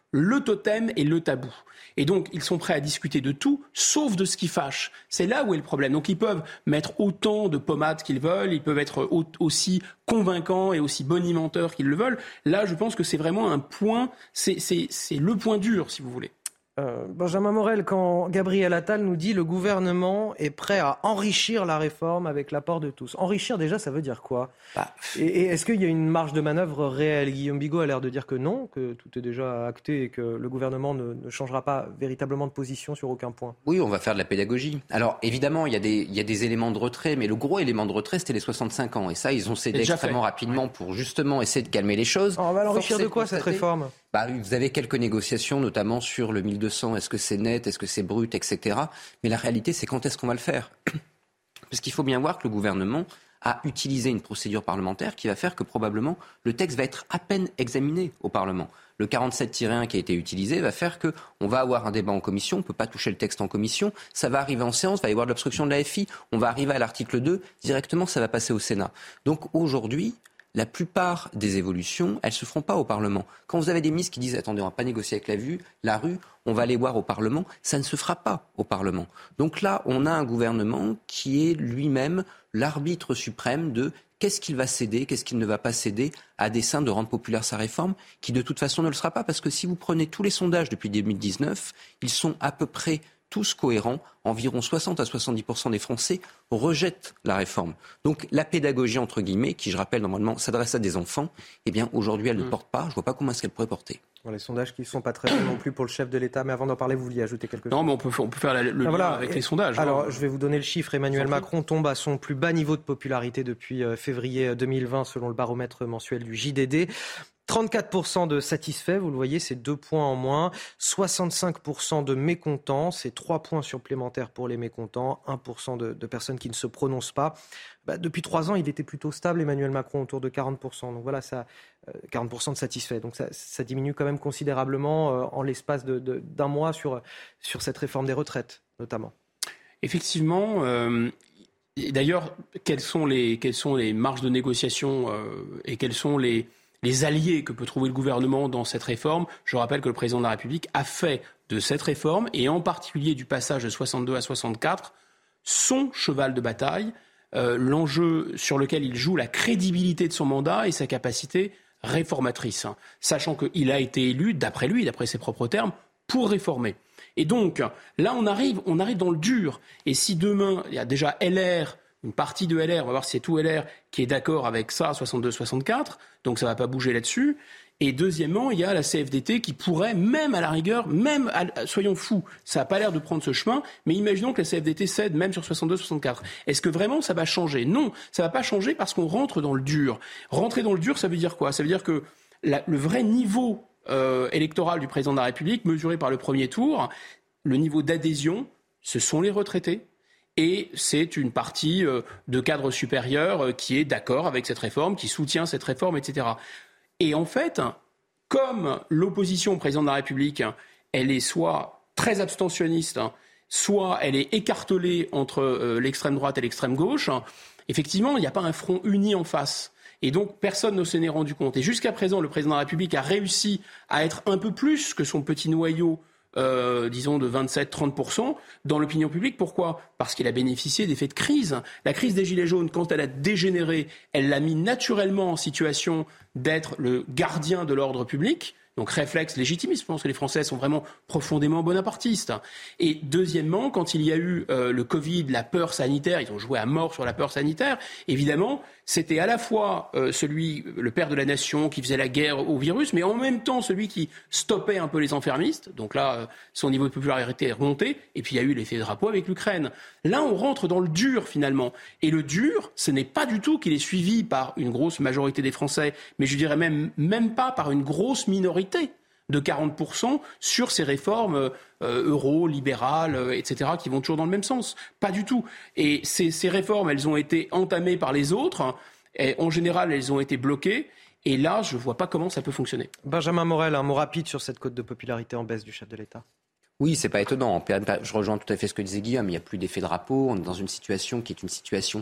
[SPEAKER 15] le totem et le tabou. Et donc, ils sont prêts à discuter de tout, sauf de ce qui fâche. C'est là où est le problème. Donc, ils peuvent mettre autant de pommades qu'ils veulent, ils peuvent être au- aussi convaincants et aussi bonimenteurs qu'ils le veulent. Là, je pense que c'est vraiment un point, c'est, c'est, c'est le point dur, si vous voulez.
[SPEAKER 1] Euh, Benjamin Morel, quand Gabriel Attal nous dit le gouvernement est prêt à enrichir la réforme avec l'apport de tous. Enrichir, déjà, ça veut dire quoi ?
[SPEAKER 9] Bah,
[SPEAKER 1] et, et est-ce qu'il y a une marge de manœuvre réelle ? Guillaume Bigot a l'air de dire que non, que tout est déjà acté et que le gouvernement ne, ne changera pas véritablement de position sur aucun point.
[SPEAKER 9] Oui, on va faire de la pédagogie. Alors, évidemment, il y a des, il y a des éléments de retrait, mais le gros élément de retrait, c'était les soixante-cinq ans. Et ça, ils ont cédé extrêmement fait. rapidement ouais. pour justement essayer de calmer les choses.
[SPEAKER 1] Alors, on va l'enrichir de quoi, cette réforme ?
[SPEAKER 9] Bah, vous avez quelques négociations, notamment sur le mille deux cents. Est-ce que c'est net ? Est-ce que c'est brut ? Etc. Mais la réalité, c'est quand est-ce qu'on va le faire ? Parce qu'il faut bien voir que le gouvernement a utilisé une procédure parlementaire qui va faire que probablement le texte va être à peine examiné au Parlement. Le quarante-sept tiret un qui a été utilisé va faire qu'on va avoir un débat en commission, on ne peut pas toucher le texte en commission, ça va arriver en séance, il va y avoir de l'obstruction de la F I, on va arriver à l'article deux, directement ça va passer au Sénat. Donc aujourd'hui, la plupart des évolutions, elles ne se feront pas au Parlement. Quand vous avez des ministres qui disent « attendez, on ne va pas négocier avec la, vue, la rue, on va aller voir au Parlement », ça ne se fera pas au Parlement. Donc là, on a un gouvernement qui est lui-même l'arbitre suprême de qu'est-ce qu'il va céder, qu'est-ce qu'il ne va pas céder à dessein de rendre populaire sa réforme, qui de toute façon ne le sera pas, parce que si vous prenez tous les sondages depuis deux mille dix-neuf, ils sont à peu près tous cohérents. Environ soixante à soixante-dix pour cent des Français rejettent la réforme. Donc la pédagogie, entre guillemets, qui, je rappelle, normalement s'adresse à des enfants, eh bien aujourd'hui, elle ne mmh. porte pas. Je ne vois pas comment est-ce qu'elle pourrait porter.
[SPEAKER 1] Bon, les sondages qui ne sont pas très bons non plus pour le chef de l'État. Mais avant d'en parler, vous vouliez ajouter quelque chose ?
[SPEAKER 15] Non, mais on peut, on peut faire la, le
[SPEAKER 1] ah, voilà.
[SPEAKER 15] lien avec les sondages.
[SPEAKER 1] Alors,
[SPEAKER 15] hein.
[SPEAKER 1] je vais vous donner le chiffre. Emmanuel Macron tombe à son plus bas niveau de popularité depuis euh, février deux mille vingt, selon le baromètre mensuel du J D D. trente-quatre pour cent de satisfaits, vous le voyez, c'est deux points en moins. soixante-cinq pour cent de mécontents, c'est trois points supplémentaires pour les mécontents. un pour cent de, de personnes qui ne se prononcent pas. Bah, depuis trois ans, il était plutôt stable, Emmanuel Macron, autour de quarante pour cent. Donc voilà, ça, euh, quarante pour cent de satisfaits. Donc ça, ça diminue quand même considérablement euh, en l'espace de, de, d'un mois sur, sur cette réforme des retraites, notamment.
[SPEAKER 15] Effectivement. Euh... Et d'ailleurs, quelles sont les, quelles sont les marges de négociation euh, et quels sont les, les alliés que peut trouver le gouvernement dans cette réforme ? Je rappelle que le président de la République a fait de cette réforme, et en particulier du passage de soixante-deux à soixante-quatre, son cheval de bataille, euh, l'enjeu sur lequel il joue la crédibilité de son mandat et sa capacité réformatrice, hein, sachant qu'il a été élu, d'après lui, d'après ses propres termes, pour réformer. Et donc, là, on arrive, on arrive dans le dur. Et si demain, il y a déjà L R, une partie de L R, on va voir si c'est tout L R qui est d'accord avec ça, soixante-deux soixante-quatre, donc ça ne va pas bouger là-dessus. Et deuxièmement, il y a la C F D T qui pourrait, même à la rigueur, même, à, soyons fous, ça n'a pas l'air de prendre ce chemin, mais imaginons que la C F D T cède même sur soixante-deux soixante-quatre. Est-ce que vraiment ça va changer ? Non, ça ne va pas changer parce qu'on rentre dans le dur. Rentrer dans le dur, ça veut dire quoi ? Ça veut dire que la, le vrai niveau euh, électoral du président de la République, mesuré par le premier tour, le niveau d'adhésion, ce sont les retraités. Et c'est une partie euh, de cadre supérieur euh, qui est d'accord avec cette réforme, qui soutient cette réforme, et cetera. Et en fait, comme l'opposition au président de la République, elle est soit très abstentionniste, soit elle est écartelée entre euh, l'extrême droite et l'extrême gauche, effectivement, il n'y a pas un front uni en face. Et donc, personne ne s'en est rendu compte. Et jusqu'à présent, le président de la République a réussi à être un peu plus que son petit noyau, Euh, disons de vingt-sept à trente pour cent dans l'opinion publique. Pourquoi ? Parce qu'il a bénéficié d'effets de crise. La crise des Gilets jaunes, quand elle a dégénéré, elle l'a mis naturellement en situation d'être le gardien de l'ordre public. Donc réflexe légitimiste, je pense que les Français sont vraiment profondément bonapartistes. Et deuxièmement, quand il y a eu euh, le Covid, la peur sanitaire, ils ont joué à mort sur la peur sanitaire, évidemment, c'était à la fois euh, celui, le père de la nation, qui faisait la guerre au virus, mais en même temps celui qui stoppait un peu les enfermistes. Donc là, euh, son niveau de popularité est remonté. Et puis il y a eu l'effet drapeau avec l'Ukraine. Là, on rentre dans le dur, finalement. Et le dur, ce n'est pas du tout qu'il est suivi par une grosse majorité des Français, mais je dirais même, même pas par une grosse minorité de quarante pour cent sur ces réformes euh, euro, libérales, euh, et cetera, qui vont toujours dans le même sens. Pas du tout. Et ces, ces réformes, elles ont été entamées par les autres. Et en général, elles ont été bloquées. Et là, je ne vois pas comment ça peut fonctionner.
[SPEAKER 1] Benjamin Morel, un mot rapide sur cette cote de popularité en baisse du chef de l'État.
[SPEAKER 9] Oui, c'est pas étonnant. Je rejoins tout à fait ce que disait Guillaume. Il n'y a plus d'effet drapeau. On est dans une situation qui est une situation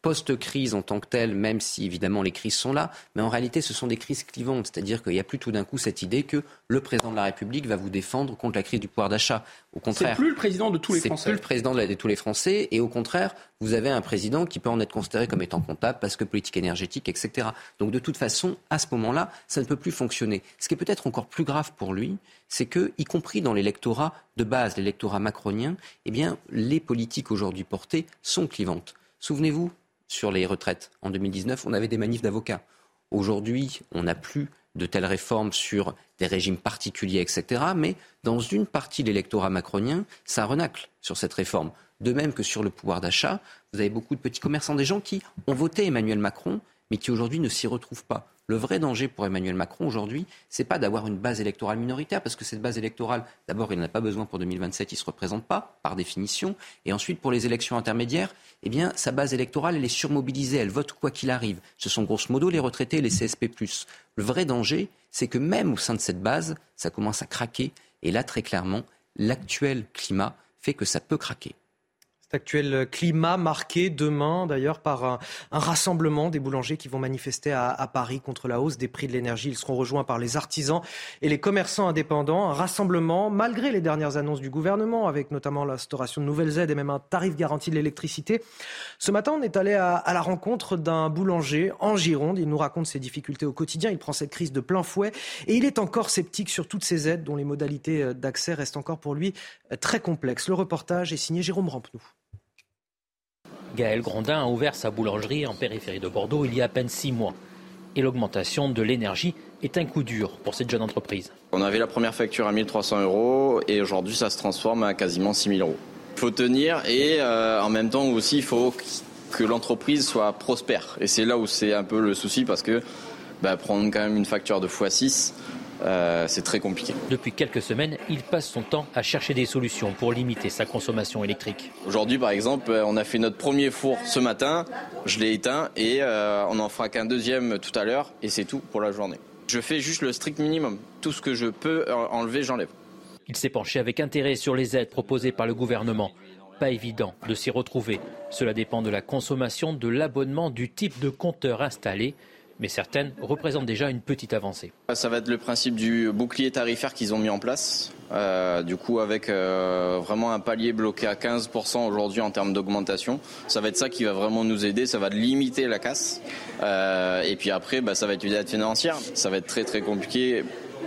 [SPEAKER 9] post-crise en tant que telle, même si évidemment les crises sont là, mais en réalité ce sont des crises clivantes, c'est-à-dire qu'il n'y a plus tout d'un coup cette idée que le président de la République va vous défendre contre la crise du pouvoir d'achat. Au contraire,
[SPEAKER 15] c'est plus le président de tous les Français.
[SPEAKER 9] C'est plus le président de, la, de tous les Français, et au contraire, vous avez un président qui peut en être considéré comme étant comptable parce que politique énergétique, et cetera. Donc de toute façon, à ce moment-là, ça ne peut plus fonctionner. Ce qui est peut-être encore plus grave pour lui, c'est que, y compris dans l'électorat de base, l'électorat macronien, eh bien, les politiques aujourd'hui portées sont clivantes. Souvenez-vous, sur les retraites, en deux mille dix-neuf, on avait des manifs d'avocats. Aujourd'hui, on n'a plus de telles réformes sur des régimes particuliers, et cetera. Mais dans une partie de l'électorat macronien, ça renacle sur cette réforme. De même que sur le pouvoir d'achat, vous avez beaucoup de petits commerçants, des gens qui ont voté Emmanuel Macron, mais qui aujourd'hui ne s'y retrouvent pas. Le vrai danger pour Emmanuel Macron aujourd'hui, c'est pas d'avoir une base électorale minoritaire, parce que cette base électorale, d'abord, il n'en a pas besoin pour deux mille vingt-sept, il ne se représente pas, par définition. Et ensuite, pour les élections intermédiaires, eh bien, sa base électorale, elle est surmobilisée, elle vote quoi qu'il arrive. Ce sont grosso modo les retraités et les C S P plus. Le vrai danger, c'est que même au sein de cette base, ça commence à craquer. Et là, très clairement, l'actuel climat fait que ça peut craquer.
[SPEAKER 1] Cet actuel climat marqué demain d'ailleurs par un, un rassemblement des boulangers qui vont manifester à, à Paris contre la hausse des prix de l'énergie. Ils seront rejoints par les artisans et les commerçants indépendants. Un rassemblement malgré les dernières annonces du gouvernement avec notamment l'instauration de nouvelles aides et même un tarif garanti de l'électricité. Ce matin, on est allé à, à la rencontre d'un boulanger en Gironde. Il nous raconte ses difficultés au quotidien. Il prend cette crise de plein fouet et il est encore sceptique sur toutes ces aides dont les modalités d'accès restent encore pour lui très complexes. Le reportage est signé Jérôme Rampenou.
[SPEAKER 12] Gaël Grondin a ouvert sa boulangerie en périphérie de Bordeaux il y a à peine six mois. Et l'augmentation de l'énergie est un coup dur pour cette jeune entreprise.
[SPEAKER 22] On avait la première facture à mille trois cents euros et aujourd'hui ça se transforme à quasiment six mille euros. Il faut tenir et euh, en même temps aussi il faut que l'entreprise soit prospère. Et c'est là où c'est un peu le souci parce que bah, prendre quand même une facture de fois six, Euh, c'est très compliqué.
[SPEAKER 12] Depuis quelques semaines, il passe son temps à chercher des solutions pour limiter sa consommation électrique.
[SPEAKER 22] Aujourd'hui, par exemple, on a fait notre premier four ce matin, je l'ai éteint et euh, on en fera qu'un deuxième tout à l'heure et c'est tout pour la journée. Je fais juste le strict minimum. Tout ce que je peux enlever, j'enlève.
[SPEAKER 12] Il s'est penché avec intérêt sur les aides proposées par le gouvernement. Pas évident de s'y retrouver. Cela dépend de la consommation, de l'abonnement, du type de compteur installé. Mais certaines représentent déjà une petite avancée.
[SPEAKER 22] Ça va être le principe du bouclier tarifaire qu'ils ont mis en place. Euh, du coup, avec euh, vraiment un palier bloqué à quinze pour cent aujourd'hui en termes d'augmentation. Ça va être ça qui va vraiment nous aider, ça va limiter la casse. Euh, et puis après, bah, ça va être une aide financière. Ça va être très très compliqué.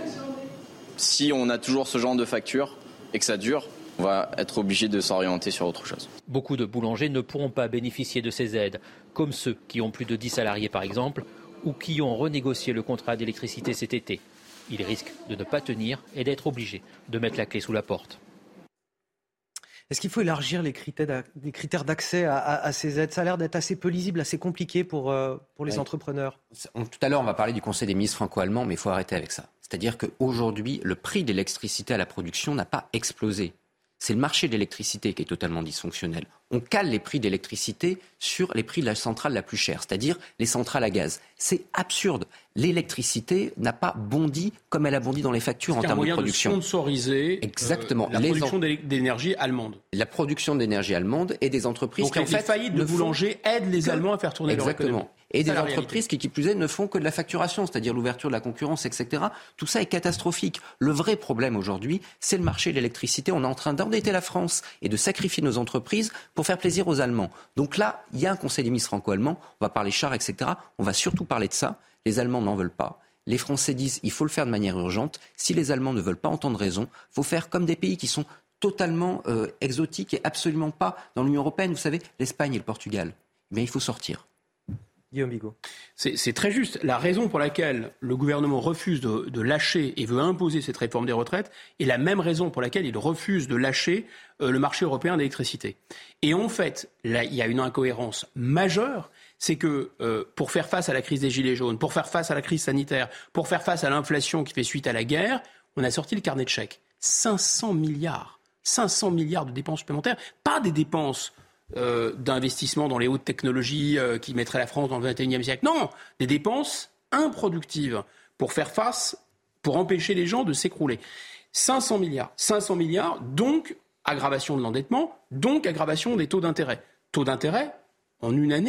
[SPEAKER 22] Si on a toujours ce genre de facture et que ça dure, on va être obligé de s'orienter sur autre chose.
[SPEAKER 12] Beaucoup de boulangers ne pourront pas bénéficier de ces aides, comme ceux qui ont plus de dix salariés par exemple, ou qui ont renégocié le contrat d'électricité cet été. Ils risquent de ne pas tenir et d'être obligés de mettre la clé sous la porte.
[SPEAKER 1] Est-ce qu'il faut élargir les critères, les critères d'accès à, à, à ces aides ? Ça a l'air d'être assez peu lisible, assez compliqué pour, euh, pour les oui. entrepreneurs.
[SPEAKER 9] Tout à l'heure, on va parler du Conseil des ministres franco-allemands, mais il faut arrêter avec ça. C'est-à-dire qu'aujourd'hui, le prix de l'électricité à la production n'a pas explosé. C'est le marché de l'électricité qui est totalement dysfonctionnel. On cale les prix d'électricité sur les prix de la centrale la plus chère, c'est-à-dire les centrales à gaz. C'est absurde. L'électricité n'a pas bondi comme elle a bondi dans les factures en termes de production.
[SPEAKER 15] C'est un moyen de sponsoriser
[SPEAKER 9] Exactement.
[SPEAKER 15] Euh, la les production en... d'énergie allemande.
[SPEAKER 9] La production d'énergie allemande et des entreprises
[SPEAKER 15] Donc,
[SPEAKER 9] qui, en fait,
[SPEAKER 15] les faillites de boulangers aident les
[SPEAKER 9] que...
[SPEAKER 15] Allemands à faire tourner
[SPEAKER 9] Exactement.
[SPEAKER 15] leur économie.
[SPEAKER 9] Et des
[SPEAKER 15] ça,
[SPEAKER 9] entreprises qui, qui plus est, ne font que de la facturation, c'est-à-dire l'ouverture de la concurrence, et cetera. Tout ça est catastrophique. Le vrai problème aujourd'hui, c'est le marché de l'électricité. On est en train d'endetter la France et de sacrifier nos entreprises pour faire plaisir aux Allemands. Donc là, il y a un Conseil des ministres franco-allemand, on va parler chars, et cetera. On va surtout parler de ça. Les Allemands n'en veulent pas. Les Français disent il faut le faire de manière urgente. Si les Allemands ne veulent pas entendre raison, il faut faire comme des pays qui sont totalement euh, exotiques et absolument pas dans l'Union européenne. Vous savez, l'Espagne et le Portugal. Mais il faut sortir.
[SPEAKER 1] Guillaume Bigot.
[SPEAKER 15] C'est, c'est très juste. La raison pour laquelle le gouvernement refuse de, de lâcher et veut imposer cette réforme des retraites est la même raison pour laquelle il refuse de lâcher euh, le marché européen d'électricité. Et en fait, là, il y a une incohérence majeure, c'est que euh, pour faire face à la crise des Gilets jaunes, pour faire face à la crise sanitaire, pour faire face à l'inflation qui fait suite à la guerre, on a sorti le carnet de chèques. cinq cents milliards. cinq cents milliards de dépenses supplémentaires. Pas des dépenses Euh, d'investissement dans les hautes technologies euh, qui mettraient la France dans le vingt et unième siècle. Non, des dépenses improductives pour faire face, pour empêcher les gens de s'écrouler. cinq cents milliards. cinq cents milliards, donc aggravation de l'endettement, donc aggravation des taux d'intérêt. Taux d'intérêt, en une année,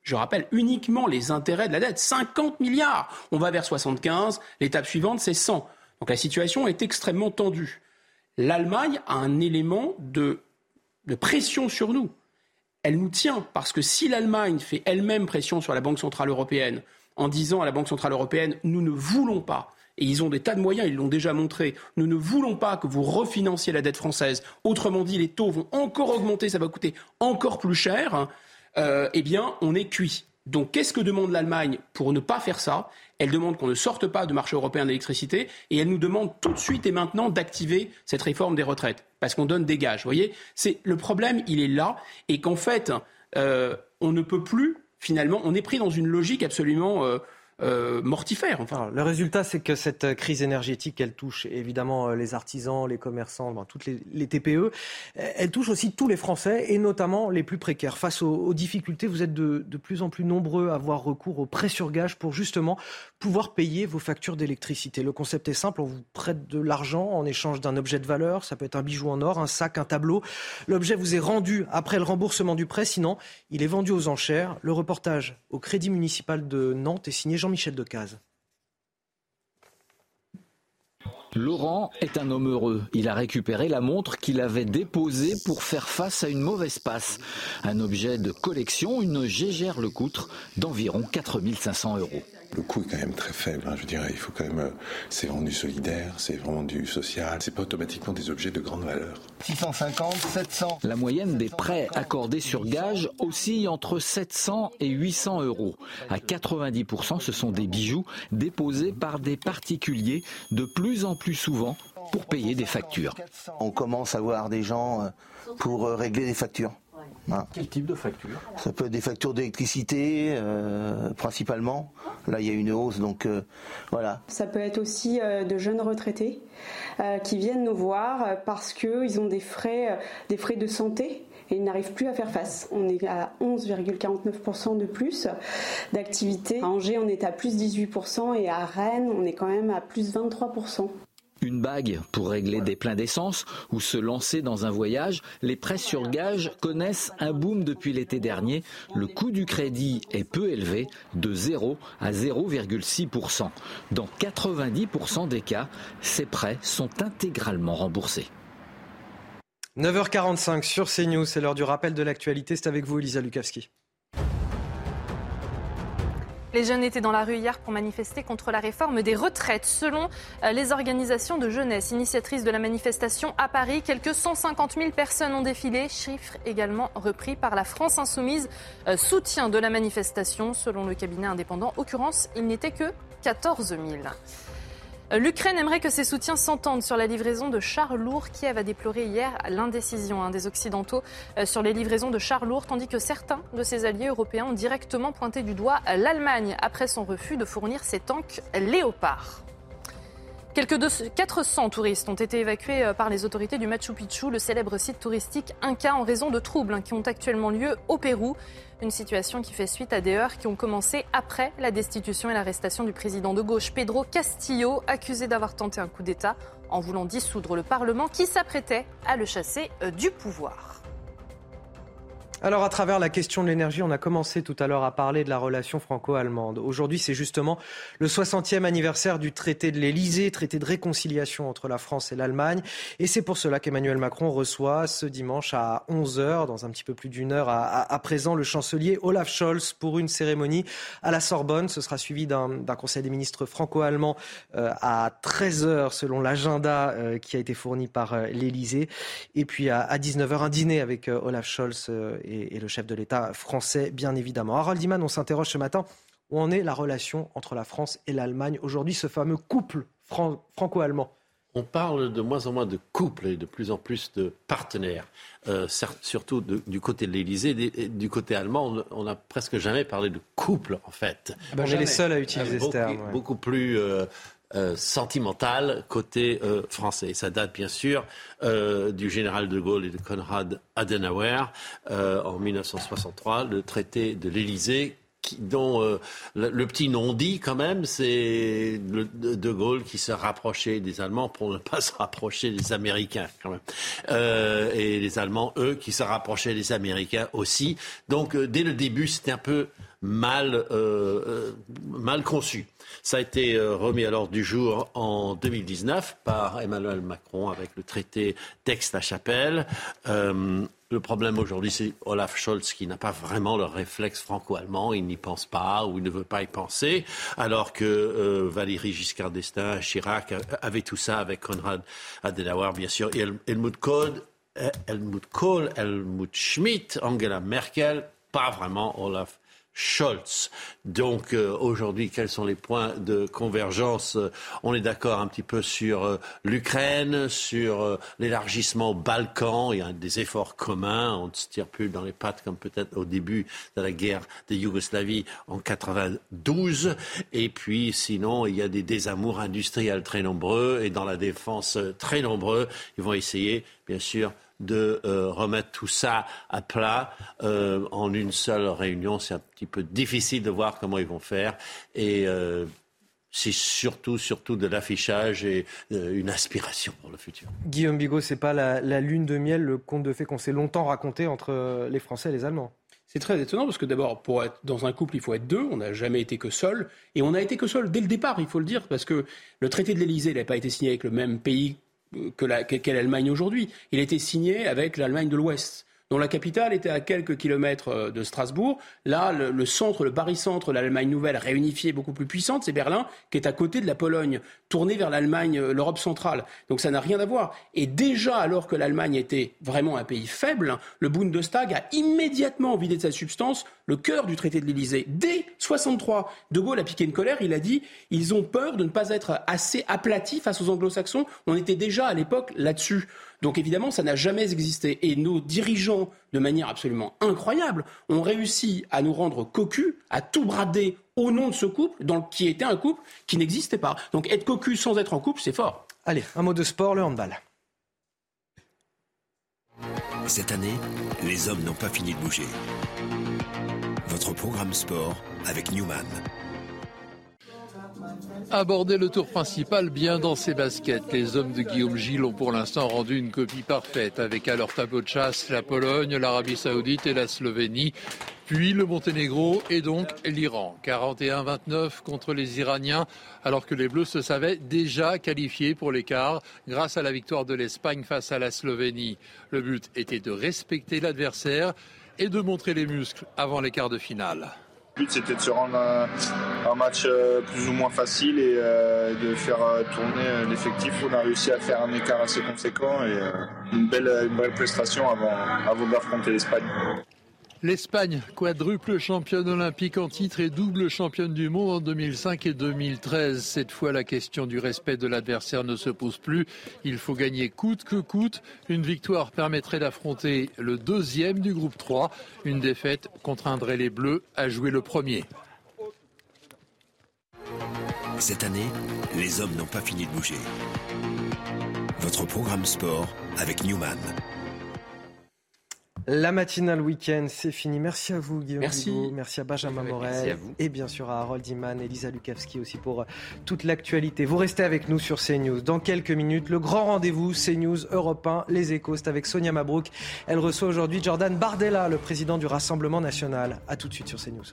[SPEAKER 15] je rappelle, uniquement les intérêts de la dette, cinquante milliards. On va vers soixante-quinze, l'étape suivante, c'est cent. Donc la situation est extrêmement tendue. L'Allemagne a un élément de, de pression sur nous. Elle nous tient, parce que si l'Allemagne fait elle-même pression sur la Banque Centrale Européenne, en disant à la Banque Centrale Européenne, nous ne voulons pas, et ils ont des tas de moyens, ils l'ont déjà montré, nous ne voulons pas que vous refinanciez la dette française, autrement dit, les taux vont encore augmenter, ça va coûter encore plus cher, hein, euh, eh bien, on est cuit. Donc, qu'est-ce que demande l'Allemagne pour ne pas faire ça ? Elle demande qu'on ne sorte pas du marché européen d'électricité et elle nous demande tout de suite et maintenant d'activer cette réforme des retraites parce qu'on donne des gages. Vous voyez, c'est, le problème, il est là et qu'en fait, euh, on ne peut plus, finalement, on est pris dans une logique absolument... Euh, Euh, mortifère. Enfin.
[SPEAKER 1] Alors, le résultat, c'est que cette crise énergétique, elle touche évidemment les artisans, les commerçants, ben, toutes les, les T P E. Elle touche aussi tous les Français et notamment les plus précaires. Face aux, aux difficultés, vous êtes de, de plus en plus nombreux à avoir recours au prêt sur gage pour justement pouvoir payer vos factures d'électricité. Le concept est simple, on vous prête de l'argent en échange d'un objet de valeur. Ça peut être un bijou en or, un sac, un tableau. L'objet vous est rendu après le remboursement du prêt, sinon il est vendu aux enchères. Le reportage au Crédit municipal de Nantes est signé Jean-Michel Decaze.
[SPEAKER 6] Laurent est un homme heureux. Il a récupéré la montre qu'il avait déposée pour faire face à une mauvaise passe. Un objet de collection, une Gégère Lecoutre d'environ quatre mille cinq cents euros.
[SPEAKER 10] Le coût est quand même très faible, hein, je dirais. Il faut quand même, c'est vraiment du solidaire, c'est vraiment du social. C'est pas automatiquement des objets de grande valeur.
[SPEAKER 6] six cent cinquante, sept cents. La moyenne des prêts accordés sur gage oscille entre sept cents et huit cents euros. À quatre-vingt-dix pour cent, ce sont des bijoux déposés par des particuliers de plus en plus souvent pour payer des factures.
[SPEAKER 23] On commence à voir des gens pour régler des factures. Ah.
[SPEAKER 6] Quel type de facture ?
[SPEAKER 23] Ça peut être des factures d'électricité, euh, principalement. Là, il y a une hausse, donc euh, voilà.
[SPEAKER 24] Ça peut être aussi euh, de jeunes retraités euh, qui viennent nous voir parce qu'ils ont des frais, euh, des frais de santé et ils n'arrivent plus à faire face. On est à onze virgule quarante-neuf pour cent de plus d'activité. À Angers, on est à plus dix-huit pour cent et à Rennes, on est quand même à plus vingt-trois pour cent.
[SPEAKER 6] Une bague pour régler des pleins d'essence ou se lancer dans un voyage, les prêts sur gage connaissent un boom depuis l'été dernier. Le coût du crédit est peu élevé, de zéro à zéro virgule six pour cent. Dans quatre-vingt-dix pour cent des cas, ces prêts sont intégralement remboursés.
[SPEAKER 1] neuf heures quarante-cinq sur CNews, c'est l'heure du rappel de l'actualité. C'est avec vous, Elisa Lukavski.
[SPEAKER 3] Les jeunes étaient dans la rue hier pour manifester contre la réforme des retraites. Selon les organisations de jeunesse initiatrices de la manifestation à Paris, quelques cent cinquante mille personnes ont défilé, chiffre également repris par la France Insoumise. Soutien de la manifestation, selon le cabinet indépendant Occurrence, il n'était que quatorze mille. L'Ukraine aimerait que ses soutiens s'entendent sur la livraison de chars lourds. Kiev a déploré hier l'indécision hein, des Occidentaux sur les livraisons de chars lourds, tandis que certains de ses alliés européens ont directement pointé du doigt l'Allemagne après son refus de fournir ses tanks Léopard. Quelques quatre cents touristes ont été évacués par les autorités du Machu Picchu, le célèbre site touristique Inca, en raison de troubles qui ont actuellement lieu au Pérou. Une situation qui fait suite à des heurts qui ont commencé après la destitution et l'arrestation du président de gauche Pedro Castillo, accusé d'avoir tenté un coup d'État en voulant dissoudre le Parlement qui s'apprêtait à le chasser du pouvoir.
[SPEAKER 1] Alors, à travers la question de l'énergie, on a commencé tout à l'heure à parler de la relation franco-allemande. Aujourd'hui, c'est justement le soixantième anniversaire du traité de l'Élysée, traité de réconciliation entre la France et l'Allemagne. Et c'est pour cela qu'Emmanuel Macron reçoit ce dimanche à onze heures, dans un petit peu plus d'une heure à, à, à présent, le chancelier Olaf Scholz pour une cérémonie à la Sorbonne. Ce sera suivi d'un, d'un conseil des ministres franco-allemand euh, à treize heures, selon l'agenda euh, qui a été fourni par euh, l'Élysée. Et puis à, à dix-neuf heures, un dîner avec euh, Olaf Scholz euh, et et le chef de l'État français, bien évidemment. Harold Iman, on s'interroge ce matin, où en est la relation entre la France et l'Allemagne aujourd'hui, ce fameux couple fran- franco-allemand?
[SPEAKER 25] On parle de moins en moins de couple et de plus en plus de partenaires, euh, certes, surtout de, du côté de l'Élysée. Du côté allemand, on n'a presque jamais parlé de couple, en fait.
[SPEAKER 1] Ah ben, on est les seuls à utiliser
[SPEAKER 25] beaucoup,
[SPEAKER 1] ce terme. Ouais.
[SPEAKER 25] Beaucoup plus... Euh, Euh, sentimentale côté euh, français. Et ça date bien sûr euh, du général de Gaulle et de Konrad Adenauer euh, en dix-neuf cent soixante-trois, le traité de l'Élysée, qui, dont euh, le, le petit non-dit quand même, c'est le, de Gaulle qui se rapprochait des Allemands pour ne pas se rapprocher des Américains quand même. Euh, et les Allemands, eux, qui se rapprochaient des Américains aussi. Donc euh, dès le début, c'était un peu mal, euh, euh, mal conçu. Ça a été euh, remis à l'ordre du jour en deux mille dix-neuf par Emmanuel Macron avec le traité d'Aix-la-Chapelle. Euh, Le problème aujourd'hui, c'est Olaf Scholz qui n'a pas vraiment le réflexe franco-allemand. Il n'y pense pas ou il ne veut pas y penser. Alors que euh, Valéry Giscard d'Estaing, Chirac avaient tout ça avec Konrad Adenauer, bien sûr. Et Helmut Kohl, Helmut Kohl, Helmut Schmidt, Angela Merkel, pas vraiment Olaf Scholz. Donc euh, aujourd'hui, quels sont les points de convergence? On est d'accord un petit peu sur euh, l'Ukraine, sur euh, l'élargissement aux Balkans. Il y a des efforts communs. On ne se tire plus dans les pattes comme peut-être au début de la guerre de Yougoslavie en quatre-vingt-douze. Et puis sinon, il y a des désamours industriels très nombreux et dans la défense euh, très nombreux. Ils vont essayer, bien sûr, de euh, remettre tout ça à plat euh, en une seule réunion. C'est un petit peu difficile de voir comment ils vont faire. Et euh, c'est surtout, surtout de l'affichage et euh, une aspiration pour le futur.
[SPEAKER 1] Guillaume Bigot, c'est pas la, la lune de miel, le conte de fées qu'on s'est longtemps raconté entre les Français et les Allemands.
[SPEAKER 15] C'est très étonnant parce que d'abord, pour être dans un couple, il faut être deux. On n'a jamais été que seul. Et on n'a été que seul dès le départ, il faut le dire, parce que le traité de l'Élysée n'a pas été signé avec le même pays que la, qu'est l'Allemagne aujourd'hui. Il a été signé avec l'Allemagne de l'Ouest, dont la capitale était à quelques kilomètres de Strasbourg. Là, le, le centre, le barycentre, l'Allemagne nouvelle réunifiée, beaucoup plus puissante, c'est Berlin, qui est à côté de la Pologne, tournée vers l'Allemagne, l'Europe centrale. Donc ça n'a rien à voir. Et déjà, alors que l'Allemagne était vraiment un pays faible, le Bundestag a immédiatement vidé de sa substance le cœur du traité de l'Élysée. Dès soixante-trois, De Gaulle a piqué une colère, il a dit « ils ont peur de ne pas être assez aplatis face aux anglo-saxons ». On était déjà à l'époque là-dessus. Donc évidemment, ça n'a jamais existé. Et nos dirigeants, de manière absolument incroyable, ont réussi à nous rendre cocus, à tout brader au nom de ce couple, dans le, qui était un couple qui n'existait pas. Donc être cocu sans être en couple, c'est fort.
[SPEAKER 1] Allez, un mot de sport, le handball.
[SPEAKER 8] Cette année, les hommes n'ont pas fini de bouger. Votre programme sport avec Newman.
[SPEAKER 16] Aborder le tour principal bien dans ses baskets. Les hommes de Guillaume Gilles ont pour l'instant rendu une copie parfaite avec à leur tableau de chasse la Pologne, l'Arabie Saoudite et la Slovénie, puis le Monténégro et donc l'Iran. quarante et un à vingt-neuf contre les Iraniens alors que les Bleus se savaient déjà qualifiés pour les quarts grâce à la victoire de l'Espagne face à la Slovénie. Le but était de respecter l'adversaire et de montrer les muscles avant les quarts de finale.
[SPEAKER 17] Le but, c'était de se rendre un, un match euh, plus ou moins facile et euh, de faire euh, tourner euh, l'effectif. On a réussi à faire un écart assez conséquent et euh, une, belle, une belle prestation avant, avant d'affronter l'Espagne.
[SPEAKER 16] L'Espagne, quadruple championne olympique en titre et double championne du monde en deux mille cinq et deux mille treize. Cette fois, la question du respect de l'adversaire ne se pose plus. Il faut gagner coûte que coûte. Une victoire permettrait d'affronter le deuxième du groupe trois. Une défaite contraindrait les Bleus à jouer le premier.
[SPEAKER 8] Cette année, les hommes n'ont pas fini de bouger. Votre programme sport avec Newman.
[SPEAKER 1] La matinale week-end, c'est fini. Merci à vous, Guillaume
[SPEAKER 9] Merci.
[SPEAKER 1] Bigot. Merci à Benjamin Morel.
[SPEAKER 9] Merci à vous.
[SPEAKER 1] Et bien sûr à Harold Iman, Elisa Lukavski aussi pour toute l'actualité. Vous restez avec nous sur CNews. Dans quelques minutes, le grand rendez-vous CNews Europe un, Les Échos. C'est avec Sonia Mabrouk. Elle reçoit aujourd'hui Jordan Bardella, le président du Rassemblement National. A tout de suite sur CNews.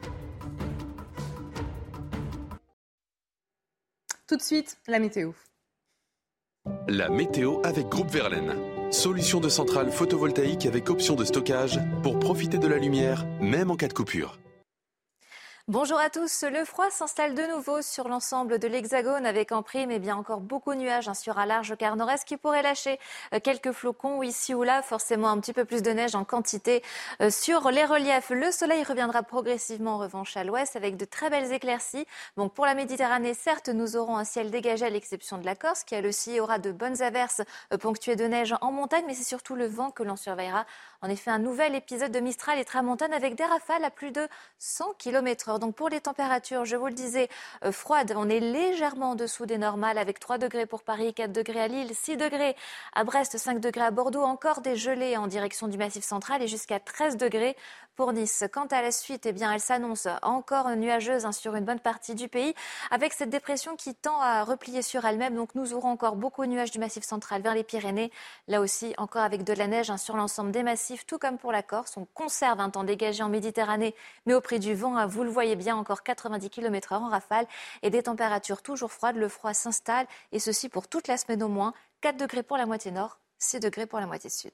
[SPEAKER 3] Tout de suite, la météo.
[SPEAKER 18] La météo avec Groupe Verlaine. Solution de centrale photovoltaïque avec option de stockage pour profiter de la lumière, même en cas de coupure.
[SPEAKER 19] Bonjour à tous. Le froid s'installe de nouveau sur l'ensemble de l'Hexagone avec en prime et bien encore beaucoup de nuages hein, sur un large quart nord-est qui pourrait lâcher euh, quelques flocons ici ou là, forcément un petit peu plus de neige en quantité euh, sur les reliefs. Le soleil reviendra progressivement en revanche à l'ouest avec de très belles éclaircies. Bon, pour la Méditerranée, certes, nous aurons un ciel dégagé à l'exception de la Corse qui elle aussi aura de bonnes averses euh, ponctuées de neige en montagne, mais c'est surtout le vent que l'on surveillera. En effet, un nouvel épisode de Mistral et Tramontane avec des rafales à plus de cent kilomètres heure. Donc pour les températures, je vous le disais, euh, froides, on est légèrement en dessous des normales avec trois degrés pour Paris, quatre degrés à Lille, six degrés à Brest, cinq degrés à Bordeaux, encore des gelées en direction du Massif central et jusqu'à treize degrés pour Nice. Quant à la suite, eh bien, elle s'annonce encore nuageuse hein, sur une bonne partie du pays, avec cette dépression qui tend à replier sur elle-même. Donc nous aurons encore beaucoup de nuages du Massif central vers les Pyrénées. Là aussi, encore avec de la neige hein, sur l'ensemble des massifs, tout comme pour la Corse. On conserve un temps dégagé en Méditerranée, mais au prix du vent, hein, vous le voyez bien, encore quatre-vingt-dix kilomètres heure en rafale et des températures toujours froides. Le froid s'installe et ceci pour toute la semaine au moins. quatre degrés pour la moitié nord, six degrés pour la moitié sud.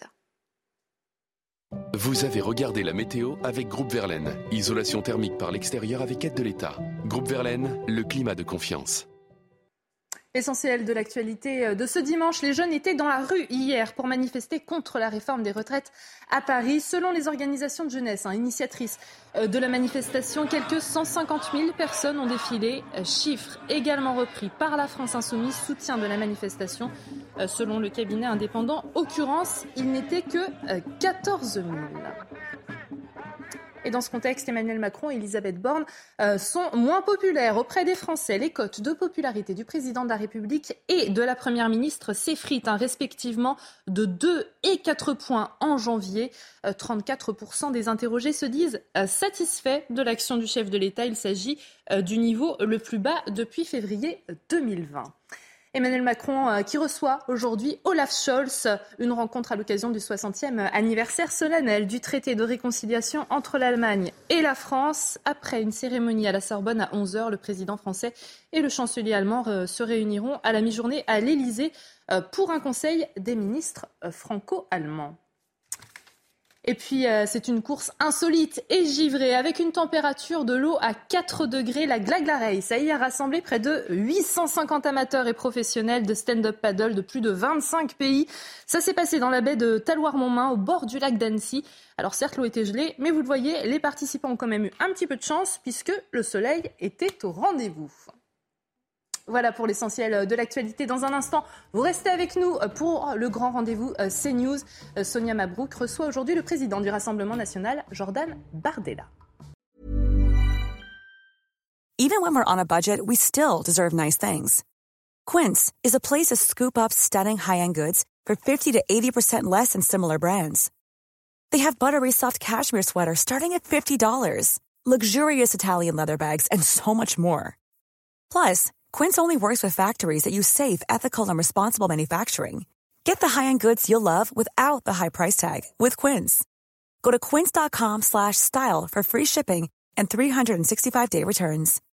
[SPEAKER 18] Vous avez regardé la météo avec Groupe Verlaine. Isolation thermique par l'extérieur avec aide de l'État. Groupe Verlaine, le climat de confiance.
[SPEAKER 3] Essentiel de l'actualité de ce dimanche, les jeunes étaient dans la rue hier pour manifester contre la réforme des retraites à Paris. Selon les organisations de jeunesse, hein, initiatrices de la manifestation, quelques cent cinquante mille personnes ont défilé. Chiffre également repris par la France Insoumise, soutien de la manifestation. Selon le cabinet indépendant Occurrence, il n'était que quatorze mille. Et dans ce contexte, Emmanuel Macron et Elisabeth Borne euh, sont moins populaires auprès des Français. Les cotes de popularité du président de la République et de la Première ministre s'effritent hein, respectivement de deux et quatre points en janvier. Euh, trente-quatre pour cent des interrogés se disent euh, satisfaits de l'action du chef de l'État. Il s'agit euh, du niveau le plus bas depuis février deux mille vingt. Emmanuel Macron euh, qui reçoit aujourd'hui Olaf Scholz, une rencontre à l'occasion du soixantième anniversaire solennel du traité de réconciliation entre l'Allemagne et la France. Après une cérémonie à la Sorbonne à onze heures, le président français et le chancelier allemand euh, se réuniront à la mi-journée à l'Élysée euh, pour un conseil des ministres euh, franco-allemands. Et puis, euh, c'est une course insolite et givrée avec une température de l'eau à quatre degrés. La Glagla ça y a rassemblé près de huit cent cinquante amateurs et professionnels de stand-up paddle de plus de vingt-cinq pays. Ça s'est passé dans la baie de Taloir-Montmain, au bord du lac d'Annecy. Alors certes, l'eau était gelée, mais vous le voyez, les participants ont quand même eu un petit peu de chance puisque le soleil était au rendez-vous. Voilà pour l'essentiel de l'actualité. Dans un instant, vous restez avec nous pour le grand rendez-vous CNews. Sonia Mabrouk reçoit aujourd'hui le président du Rassemblement national, Jordan Bardella.
[SPEAKER 2] Even when we're on a budget, we still deserve nice things. Quince is a place to scoop up stunning high-end goods for fifty to eighty percent less than similar brands. They have buttery soft cashmere sweaters starting at fifty dollars, luxurious Italian leather bags, and so much more. Plus, Quince only works with factories that use safe, ethical, and responsible manufacturing. Get the high-end goods you'll love without the high price tag with Quince. Go to quince.com slash style for free shipping and three sixty-five day returns.